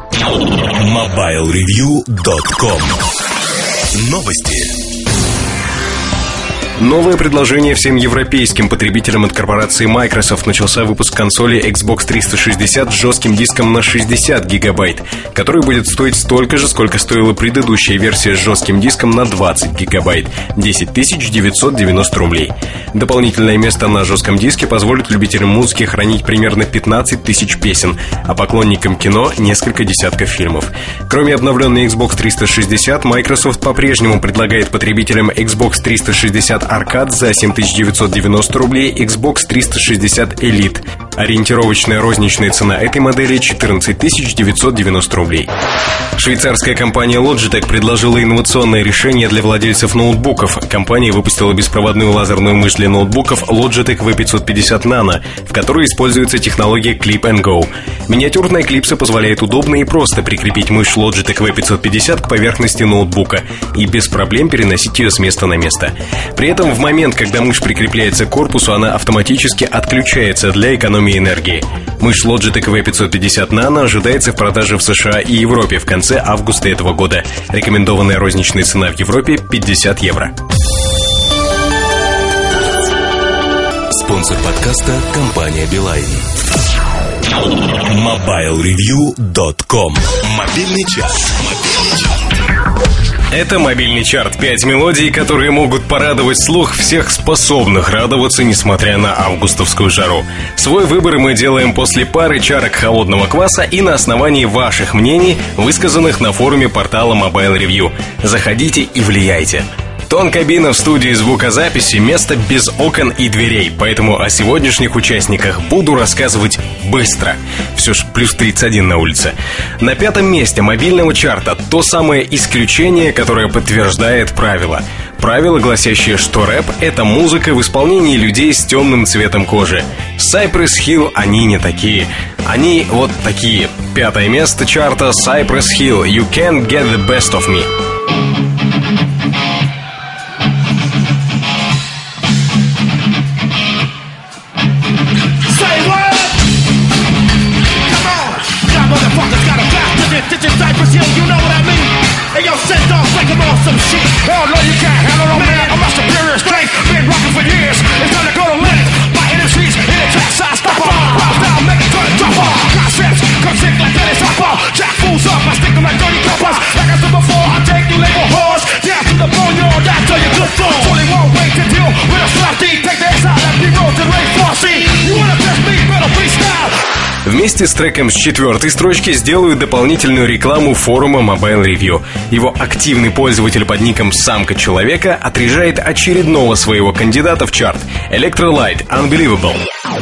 MobileReview.com. Новости. Новое предложение всем европейским потребителям от корпорации Microsoft. Начался выпуск консоли Xbox 360 с жестким диском на 60 гигабайт, который будет стоить столько же, сколько стоила предыдущая версия с жестким диском на 20 гигабайт – 10 990 рублей. Дополнительное место на жестком диске позволит любителям музыки хранить примерно 15 тысяч песен, а поклонникам кино – несколько десятков фильмов. Кроме обновленной Xbox 360, Microsoft по-прежнему предлагает потребителям Xbox 360 Arcade за 7990 рублей, Xbox 360 Elite. Ориентировочная розничная цена этой модели 14 990 рублей. Швейцарская компания Logitech предложила инновационное решение для владельцев ноутбуков. Компания выпустила беспроводную лазерную мышь для ноутбуков Logitech V550 Nano, в которой используется технология Clip and Go. Миниатюрная клипса позволяет удобно и просто прикрепить мышь Logitech V550 к поверхности ноутбука и без проблем переносить ее с места на место. При этом в момент, когда мышь прикрепляется к корпусу, она автоматически отключается для экономии энергии. Мышь Logitech V550 Nano ожидается в продаже в США и Европе в конце августа этого года. Рекомендованная розничная цена в Европе – 50 евро. Спонсор подкаста – компания Билайн. MobileReview.com. Мобильный час. Это мобильный чарт. 5 мелодий, которые могут порадовать слух всех способных радоваться, несмотря на августовскую жару. Свой выбор мы делаем после пары чарок холодного кваса и на основании ваших мнений, высказанных на форуме портала Mobile Review. Заходите и влияйте. Тон-кабина в студии звукозаписи – место без окон и дверей, поэтому о сегодняшних участниках буду рассказывать быстро. Все ж плюс 31 на улице. На 5-м месте мобильного чарта то самое исключение, которое подтверждает правило. Правило, гласящее, что рэп – это музыка в исполнении людей с темным цветом кожи. Cypress Hill они не такие. Они вот такие. 5-е место чарта – Cypress Hill – You Can't Get the Best of Me. Cypress Hill, you know what I mean? Hey, yo, send off like I'm on some shit. Oh, no, you can't handle no man. I'm my superior strength. Been rocking for years. It's time to go to Linux. My industries in the track side, stop on. Bounce down, make it turn, drop on. Concepts come sick like Dennis Hopper. Jack fools up, I stick them like dirty coppers. Like I said before, I take you label whores. Down to the bone, you're all down to your good floor. Only one way to deal with a slap D. Take the ass out of the road to Ray Flossy. You wanna test me, better freestyle. Вместе с треком с 4-й строчки сделаю дополнительную рекламу форума Mobile Review. Его активный пользователь под ником «Самка Человека» отрежает очередного своего кандидата в чарт – Electrolyte Unbelievable.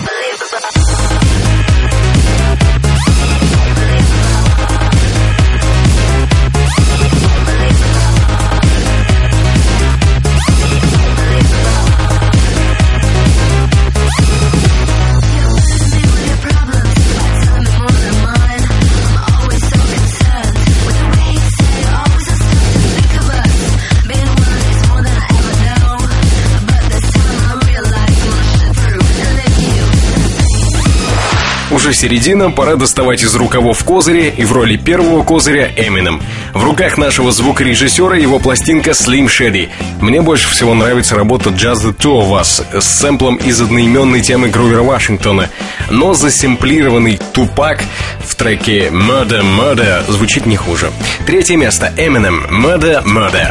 Уже середина, пора доставать из рукавов козыри, и в роли первого козыря Eminem. В руках нашего звукорежиссера его пластинка Slim Shady. Мне больше всего нравится работа Just the Two of Us с сэмплом из одноименной темы Грувера Вашингтона. Но засэмплированный Тупак в треке Murder Murder звучит не хуже. 3-е место Eminem Murder Murder.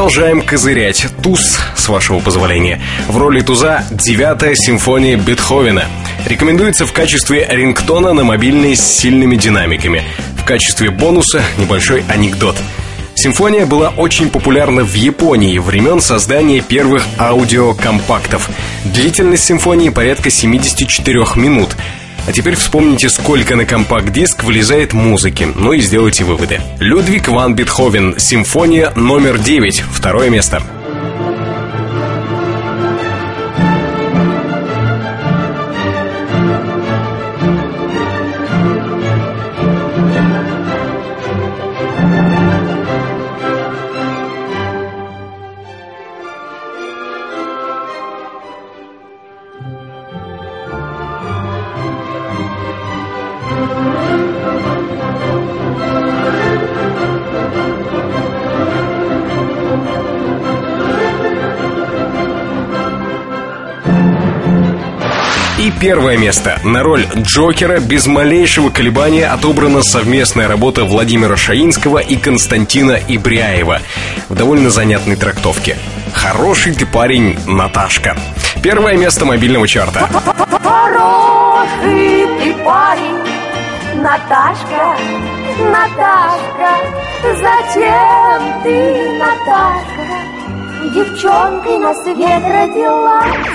Продолжаем козырять. Туз, с вашего позволения. В роли туза 9-я симфония Бетховена. Рекомендуется в качестве рингтона на мобильные с сильными динамиками. В качестве бонуса небольшой анекдот. Симфония была очень популярна в Японии времен создания первых аудиокомпактов. Длительность симфонии порядка 74 минут. А теперь вспомните, сколько на компакт-диск влезает музыки, ну и сделайте выводы. Людвиг ван Бетховен, симфония номер 9, 2 место. И 1 место. На роль Джокера без малейшего колебания отобрана совместная работа Владимира Шаинского и Константина Ибряева в довольно занятной трактовке. «Хороший ты парень, Наташка». 1 место мобильного чарта. Хороший ты парень, Наташка, Наташка. Зачем ты, Наташка, девчонкой на свет родилась?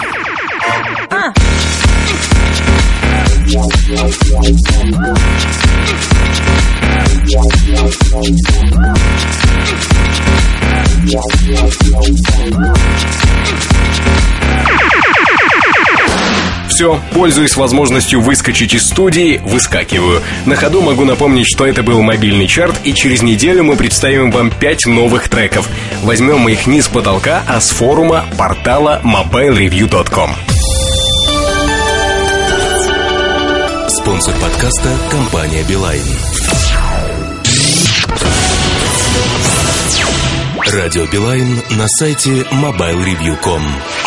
Все, пользуясь возможностью выскочить из студии, выскакиваю. На ходу могу напомнить, что это был мобильный чарт, и через неделю мы представим вам 5 новых треков. Возьмем мы их не с потолка, а с форума портала mobilereview.com. Спонсор подкаста – компания «Билайн». Радио «Билайн» на сайте mobilereview.com.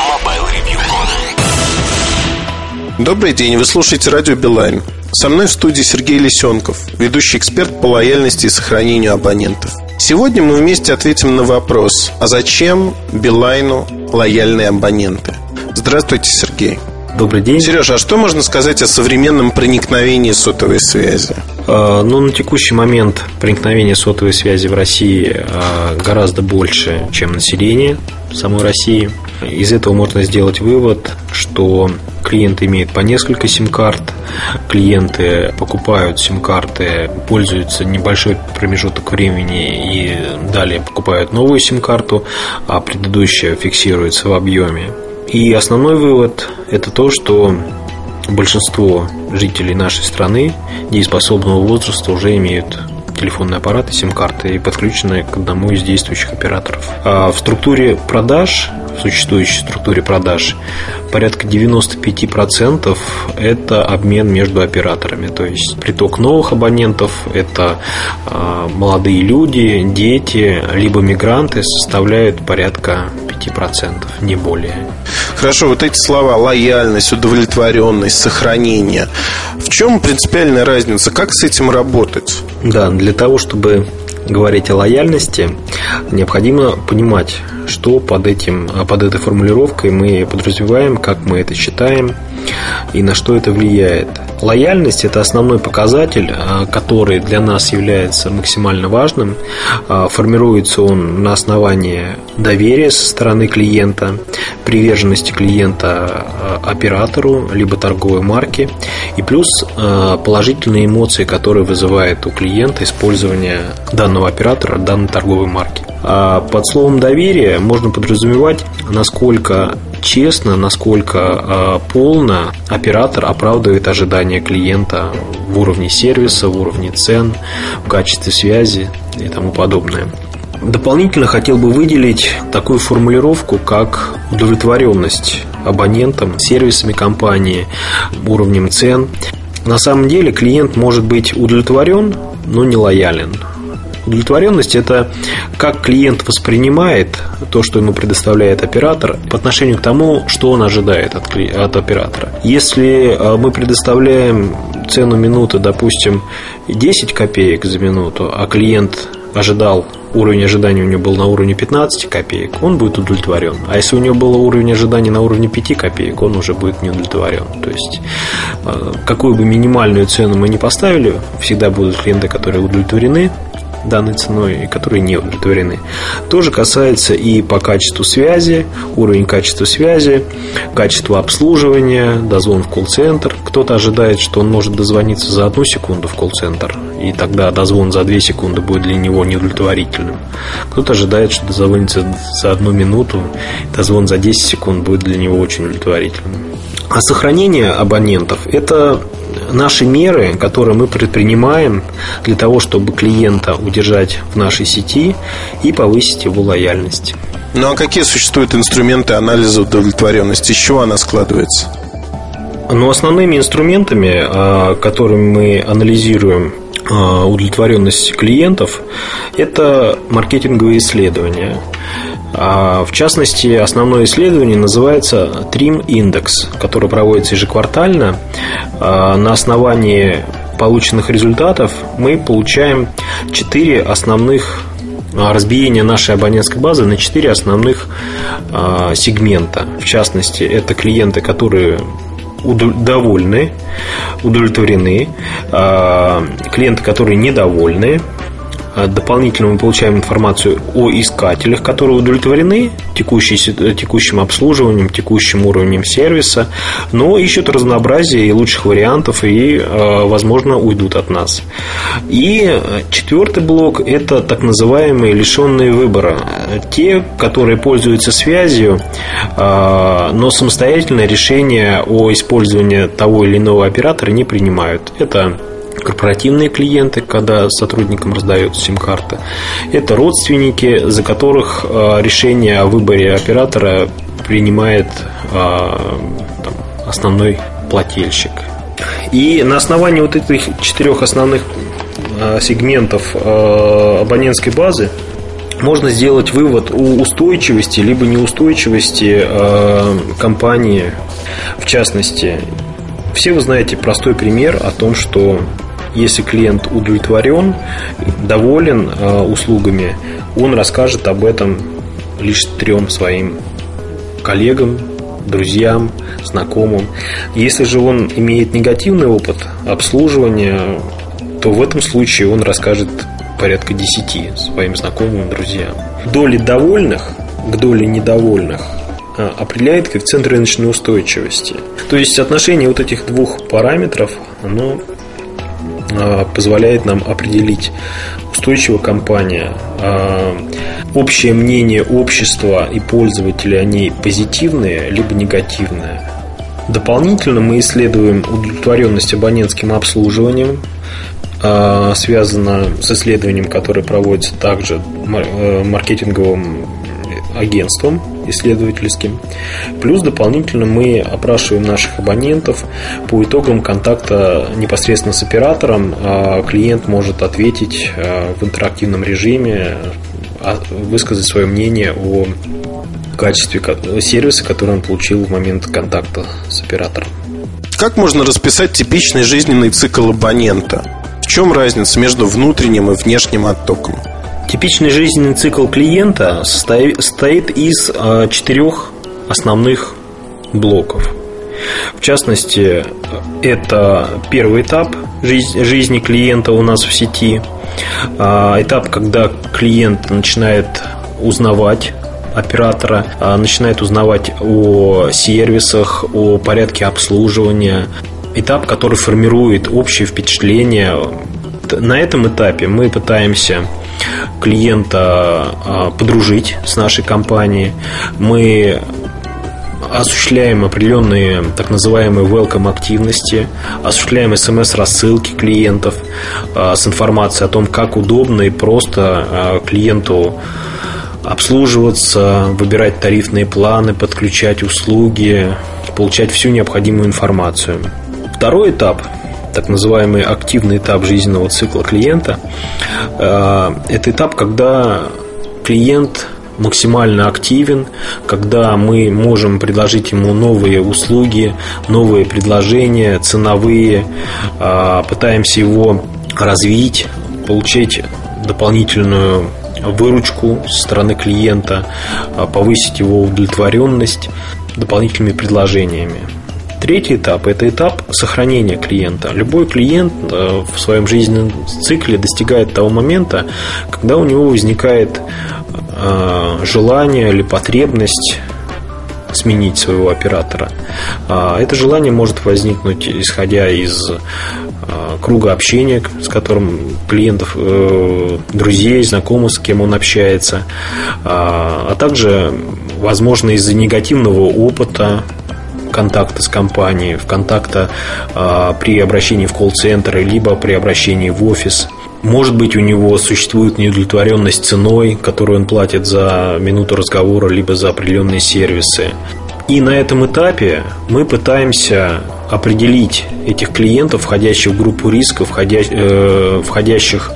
Добрый день, вы слушаете радио «Билайн». Со мной в студии Сергей Лисенков, ведущий эксперт по лояльности и сохранению абонентов. Сегодня мы вместе ответим на вопрос: а зачем Билайну лояльные абоненты? Здравствуйте, Сергей. Добрый день. Сережа, а что можно сказать о современном проникновении сотовой связи? На текущий момент проникновение сотовой связи в России гораздо больше, чем население самой России. Из этого можно сделать вывод, что клиенты имеют по несколько сим-карт, клиенты покупают сим-карты, пользуются небольшой промежуток времени и далее покупают новую сим-карту, а предыдущая фиксируется в объеме. И основной вывод – это то, что большинство жителей нашей страны дееспособного возраста уже имеют телефонные аппараты, сим-карты и подключены к одному из действующих операторов. А в структуре продаж, в существующей структуре продаж, порядка 95% это обмен между операторами. То есть приток новых абонентов – это молодые люди, дети, либо мигранты, составляют порядка 5%, не более. Хорошо, вот эти слова: лояльность, удовлетворенность, сохранение. В чем принципиальная разница? Как с этим работать? Да, для того, чтобы говорить о лояльности, необходимо понимать, что под этой формулировкой мы подразумеваем, как мы это считаем и на что это влияет. Лояльность – это основной показатель, который для нас является максимально важным. Формируется он на основании доверия со стороны клиента, приверженности клиента оператору либо торговой марке, и плюс положительные эмоции, которые вызывает у клиента использование данного оператора, данной торговой марки. Под словом «доверие» можно подразумевать, насколько честно, насколько полно оператор оправдывает ожидания клиента в уровне сервиса, в уровне цен, в качестве связи и тому подобное. Дополнительно хотел бы выделить такую формулировку, как удовлетворенность абонентом, сервисами компании, уровнем цен. На самом деле клиент может быть удовлетворен, но не лоялен. Удовлетворенность – это как клиент воспринимает то, что ему предоставляет оператор, по отношению к тому, что он ожидает от оператора. Если мы предоставляем цену минуты, допустим, 10 копеек за минуту, а клиент ожидал, уровень ожидания у него был на уровне 15 копеек, он будет удовлетворен. А если у него был уровень ожидания на уровне 5 копеек, он уже будет не удовлетворен. То есть, какую бы минимальную цену мы ни поставили, всегда будут клиенты, которые удовлетворены данной ценой и которые не удовлетворены. Тоже касается и по качеству связи, уровень качества связи, качество обслуживания, дозвон в колл-центр. Кто-то ожидает, что он может дозвониться за 1 секунду в колл-центр, и тогда дозвон за 2 секунды будет для него неудовлетворительным. Кто-то ожидает, что дозвонится за 1 минуту, дозвон за 10 секунд будет для него очень удовлетворительным. А сохранение абонентов – это наши меры, которые мы предпринимаем для того, чтобы клиента удержать в нашей сети и повысить его лояльность. Ну а какие существуют инструменты анализа удовлетворенности? Из чего она складывается? Но основными инструментами, которыми мы анализируем удовлетворенность клиентов, это маркетинговые исследования. В частности, основное исследование называется TRIM Index, которое проводится ежеквартально. На основании полученных результатов мы получаем 4 основных разбиения нашей абонентской базы на 4 основных сегмента. В частности, это клиенты, которые довольны, удовлетворены, клиенты, которые недовольны. Дополнительно мы получаем информацию о искателях, которые удовлетворены текущим обслуживанием, текущим уровнем сервиса, но ищут разнообразие и лучших вариантов и, возможно, уйдут от нас. И 4-й блок – это так называемые лишенные выбора. Те, которые пользуются связью, но самостоятельное решение о использовании того или иного оператора не принимают. Это корпоративные клиенты, когда сотрудникам раздаются сим-карты. Это родственники, за которых решение о выборе оператора принимает основной плательщик. И на основании вот этих 4 основных сегментов абонентской базы можно сделать вывод о устойчивости либо неустойчивости компании. В частности, все вы знаете простой пример о том, что если клиент удовлетворен, доволен услугами, он расскажет об этом лишь 3 своим коллегам, друзьям, знакомым. Если же он имеет негативный опыт обслуживания, то в этом случае он расскажет порядка 10 своим знакомым, друзьям. Доли довольных к доле недовольных определяет коэффициент рыночной устойчивости. То есть соотношение вот этих 2 параметров, оно позволяет нам определить, устойчива компания, общее мнение общества и пользователей, они позитивные либо негативные. Дополнительно мы исследуем удовлетворенность абонентским обслуживанием, связано с исследованием, которое проводится также маркетинговым агентством исследовательским. Плюс дополнительно мы опрашиваем наших абонентов. По итогам контакта непосредственно с оператором клиент может ответить в интерактивном режиме, высказать свое мнение о качестве сервиса, который он получил в момент контакта с оператором. Как можно расписать типичный жизненный цикл абонента? В чем разница между внутренним и внешним оттоком? Типичный жизненный цикл клиента состоит из 4 основных блоков. В частности, это первый этап жизни клиента у нас в сети. Этап, когда клиент начинает узнавать оператора, начинает узнавать о сервисах, о порядке обслуживания. Этап, который формирует общее впечатление. На этом этапе мы пытаемся клиента подружить с нашей компанией. Мы осуществляем определенные так называемые welcome активности, осуществляем смс-рассылки клиентов с информацией о том, как удобно и просто клиенту обслуживаться, выбирать тарифные планы, подключать услуги, получать всю необходимую информацию. Второй этап, так называемый активный этап жизненного цикла клиента, это этап, когда клиент максимально активен, когда мы можем предложить ему новые услуги, новые предложения, ценовые, пытаемся его развить, получить дополнительную выручку со стороны клиента, повысить его удовлетворенность дополнительными предложениями. Третий этап – это этап сохранения клиента. Любой клиент в своем жизненном цикле достигает того момента, когда у него возникает желание или потребность сменить своего оператора. Это желание может возникнуть, исходя из круга общения, с которым клиентов, друзей, знакомых, с кем он общается, а также, возможно, из-за негативного опыта контакта с компанией, контакта при обращении в колл-центр, либо при обращении в офис. Может быть, у него существует неудовлетворенность ценой, которую он платит за минуту разговора, либо за определенные сервисы. И на этом этапе мы пытаемся определить этих клиентов, входящих в группу риска, входящих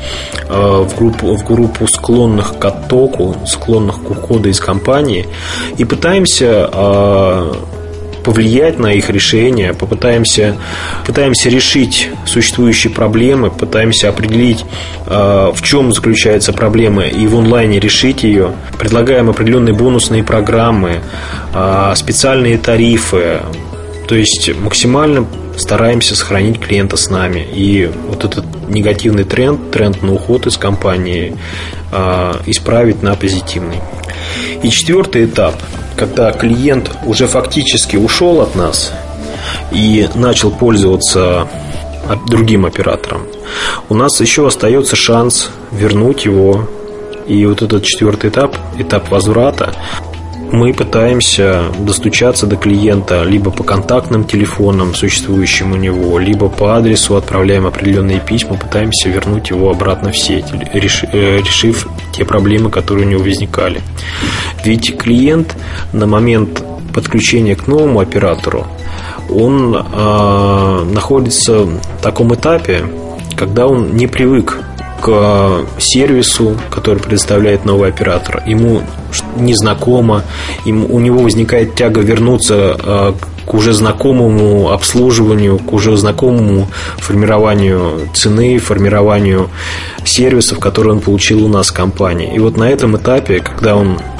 в группу склонных к оттоку, склонных к уходу из компании, и пытаемся повлиять на их решение, пытаемся решить существующие проблемы, пытаемся определить, в чем заключается проблема, и в онлайне решить ее. Предлагаем определенные бонусные программы, специальные тарифы, то есть максимально стараемся сохранить клиента с нами. И вот этот негативный тренд на уход из компании исправить на позитивный. И четвертый этап, когда клиент уже фактически ушел от нас и начал пользоваться другим оператором, у нас еще остается шанс вернуть его. И вот этот четвертый этап, этап возврата, мы пытаемся достучаться до клиента либо по контактным телефонам, существующим у него, либо по адресу, отправляем определенные письма, пытаемся вернуть его обратно в сеть, решив те проблемы, которые у него возникали. Ведь клиент на момент подключения к новому оператору, он находится в таком этапе, когда он не привык к сервису, который предоставляет новый оператор. Ему незнакомо, у него возникает тяга вернуться к уже знакомому обслуживанию, к уже знакомому формированию цены, формированию сервисов, которые он получил у нас в компании. И вот на этом этапе, когда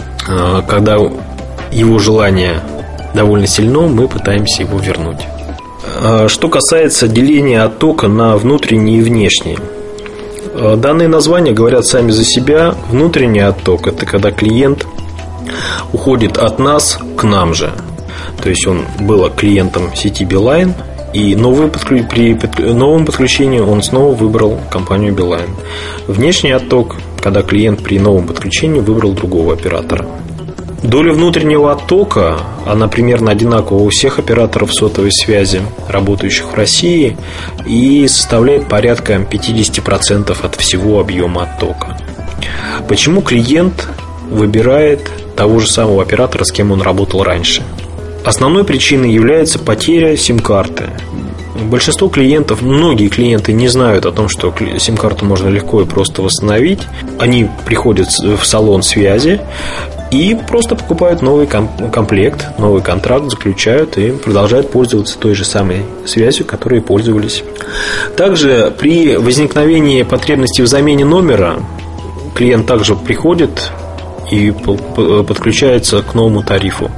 его желание довольно сильно, мы пытаемся его вернуть. Что касается деления оттока на внутренний и внешний, данные названия говорят сами за себя. Внутренний отток – это когда клиент уходит от нас к нам же. То есть он был клиентом сети Билайн, и при новом подключении он снова выбрал компанию Билайн. Внешний отток – когда клиент при новом подключении выбрал другого оператора. Доля внутреннего оттока, она примерно одинакова у всех операторов сотовой связи, работающих в России, и составляет порядка 50% от всего объема оттока. Почему клиент выбирает того же самого оператора, с кем он работал раньше? Основной причиной является потеря сим-карты. Большинство клиентов, многие клиенты не знают о том, что сим-карту можно легко и просто восстановить. Они приходят в салон связи и просто покупают новый комплект, новый контракт, заключают и продолжают пользоваться той же самой связью, которой пользовались. Также при возникновении потребности в замене номера клиент также приходит и подключается к новому тарифу,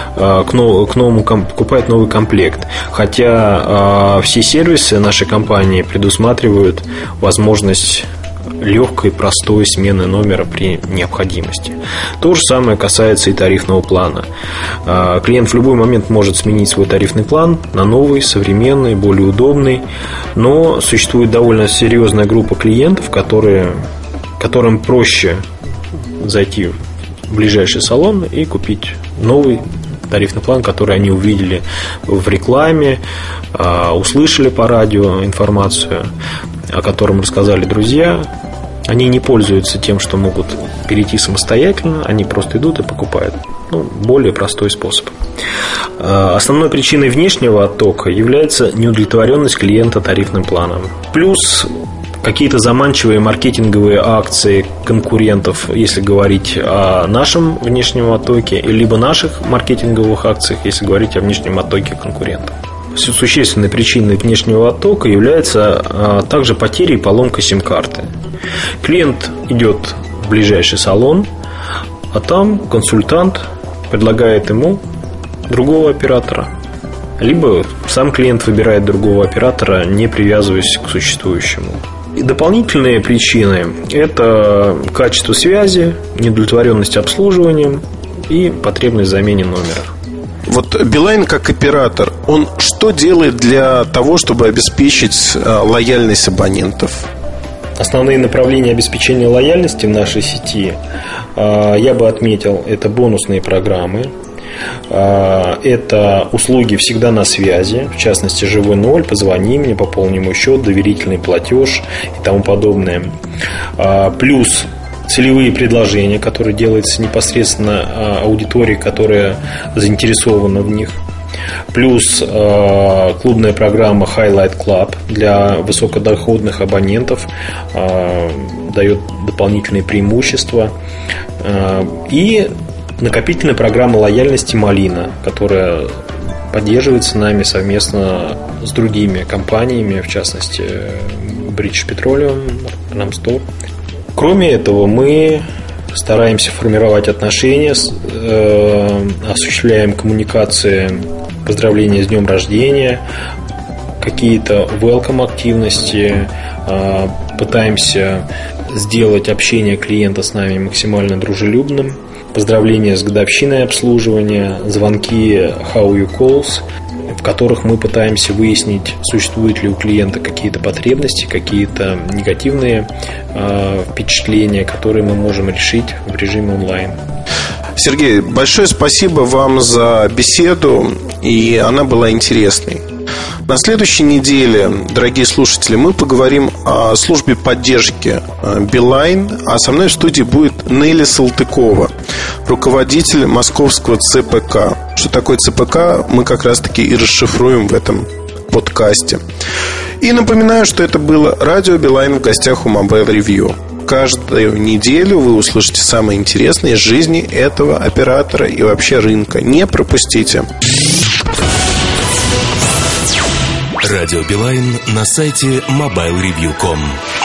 покупает новый комплект. Хотя все сервисы нашей компании предусматривают возможность легкой, простой смены номера при необходимости. То же самое касается и тарифного плана. Клиент в любой момент может сменить свой тарифный план на новый, современный, более удобный. Но существует довольно серьезная группа клиентов, которым проще зайти в ближайший салон и купить новый тарифный план, который они увидели в рекламе, услышали по радио информацию, о котором рассказали друзья. Они не пользуются тем, что могут перейти самостоятельно, они просто идут и покупают. Более простой способ. Основной причиной внешнего оттока является неудовлетворенность клиента тарифным планом. Плюс какие-то заманчивые маркетинговые акции конкурентов, если говорить о нашем внешнем оттоке, либо наших маркетинговых акциях, если говорить о внешнем оттоке конкурентов. существенной причиной внешнего оттока является также потеря и поломка сим-карты. Клиент идет в ближайший салон, а там консультант предлагает ему другого оператора. Либо сам клиент выбирает другого оператора, не привязываясь к существующему. И дополнительные причины – это качество связи, неудовлетворенность обслуживанием и потребность в замене номера. Вот Билайн как оператор, он что делает для того, чтобы обеспечить лояльность абонентов? Основные направления обеспечения лояльности в нашей сети, я бы отметил, это бонусные программы, это услуги всегда на связи, в частности живой ноль, позвони мне, пополни мой счет, доверительный платеж и тому подобное. Плюс целевые предложения, которые делаются непосредственно аудитории, которая заинтересована в них. Плюс клубная программа Highlight Club для высокодоходных абонентов дает дополнительные преимущества. И накопительная программа лояльности Малина, которая поддерживается нами совместно с другими компаниями, в частности British Petroleum, Ramstop. Кроме этого, мы стараемся формировать отношения, осуществляем коммуникации, поздравления с днем рождения, какие-то welcome активности, пытаемся сделать общение клиента с нами максимально дружелюбным, поздравления с годовщиной обслуживания, звонки how you calls, в которых мы пытаемся выяснить, существуют ли у клиента какие-то потребности, какие-то негативные впечатления, которые мы можем решить в режиме онлайн. Сергей, большое спасибо вам за беседу, и она была интересной. На следующей неделе, дорогие слушатели, мы поговорим о службе поддержки Билайн, а со мной в студии будет Нелли Салтыкова, руководитель московского ЦПК. Что такое ЦПК, мы как раз-таки и расшифруем в этом подкасте. И напоминаю, что это было радио Билайн в гостях у Mobile Review. Каждую неделю вы услышите самое интересное из жизни этого оператора и вообще рынка. Не пропустите. Радио Билайн на сайте mobilereview.com.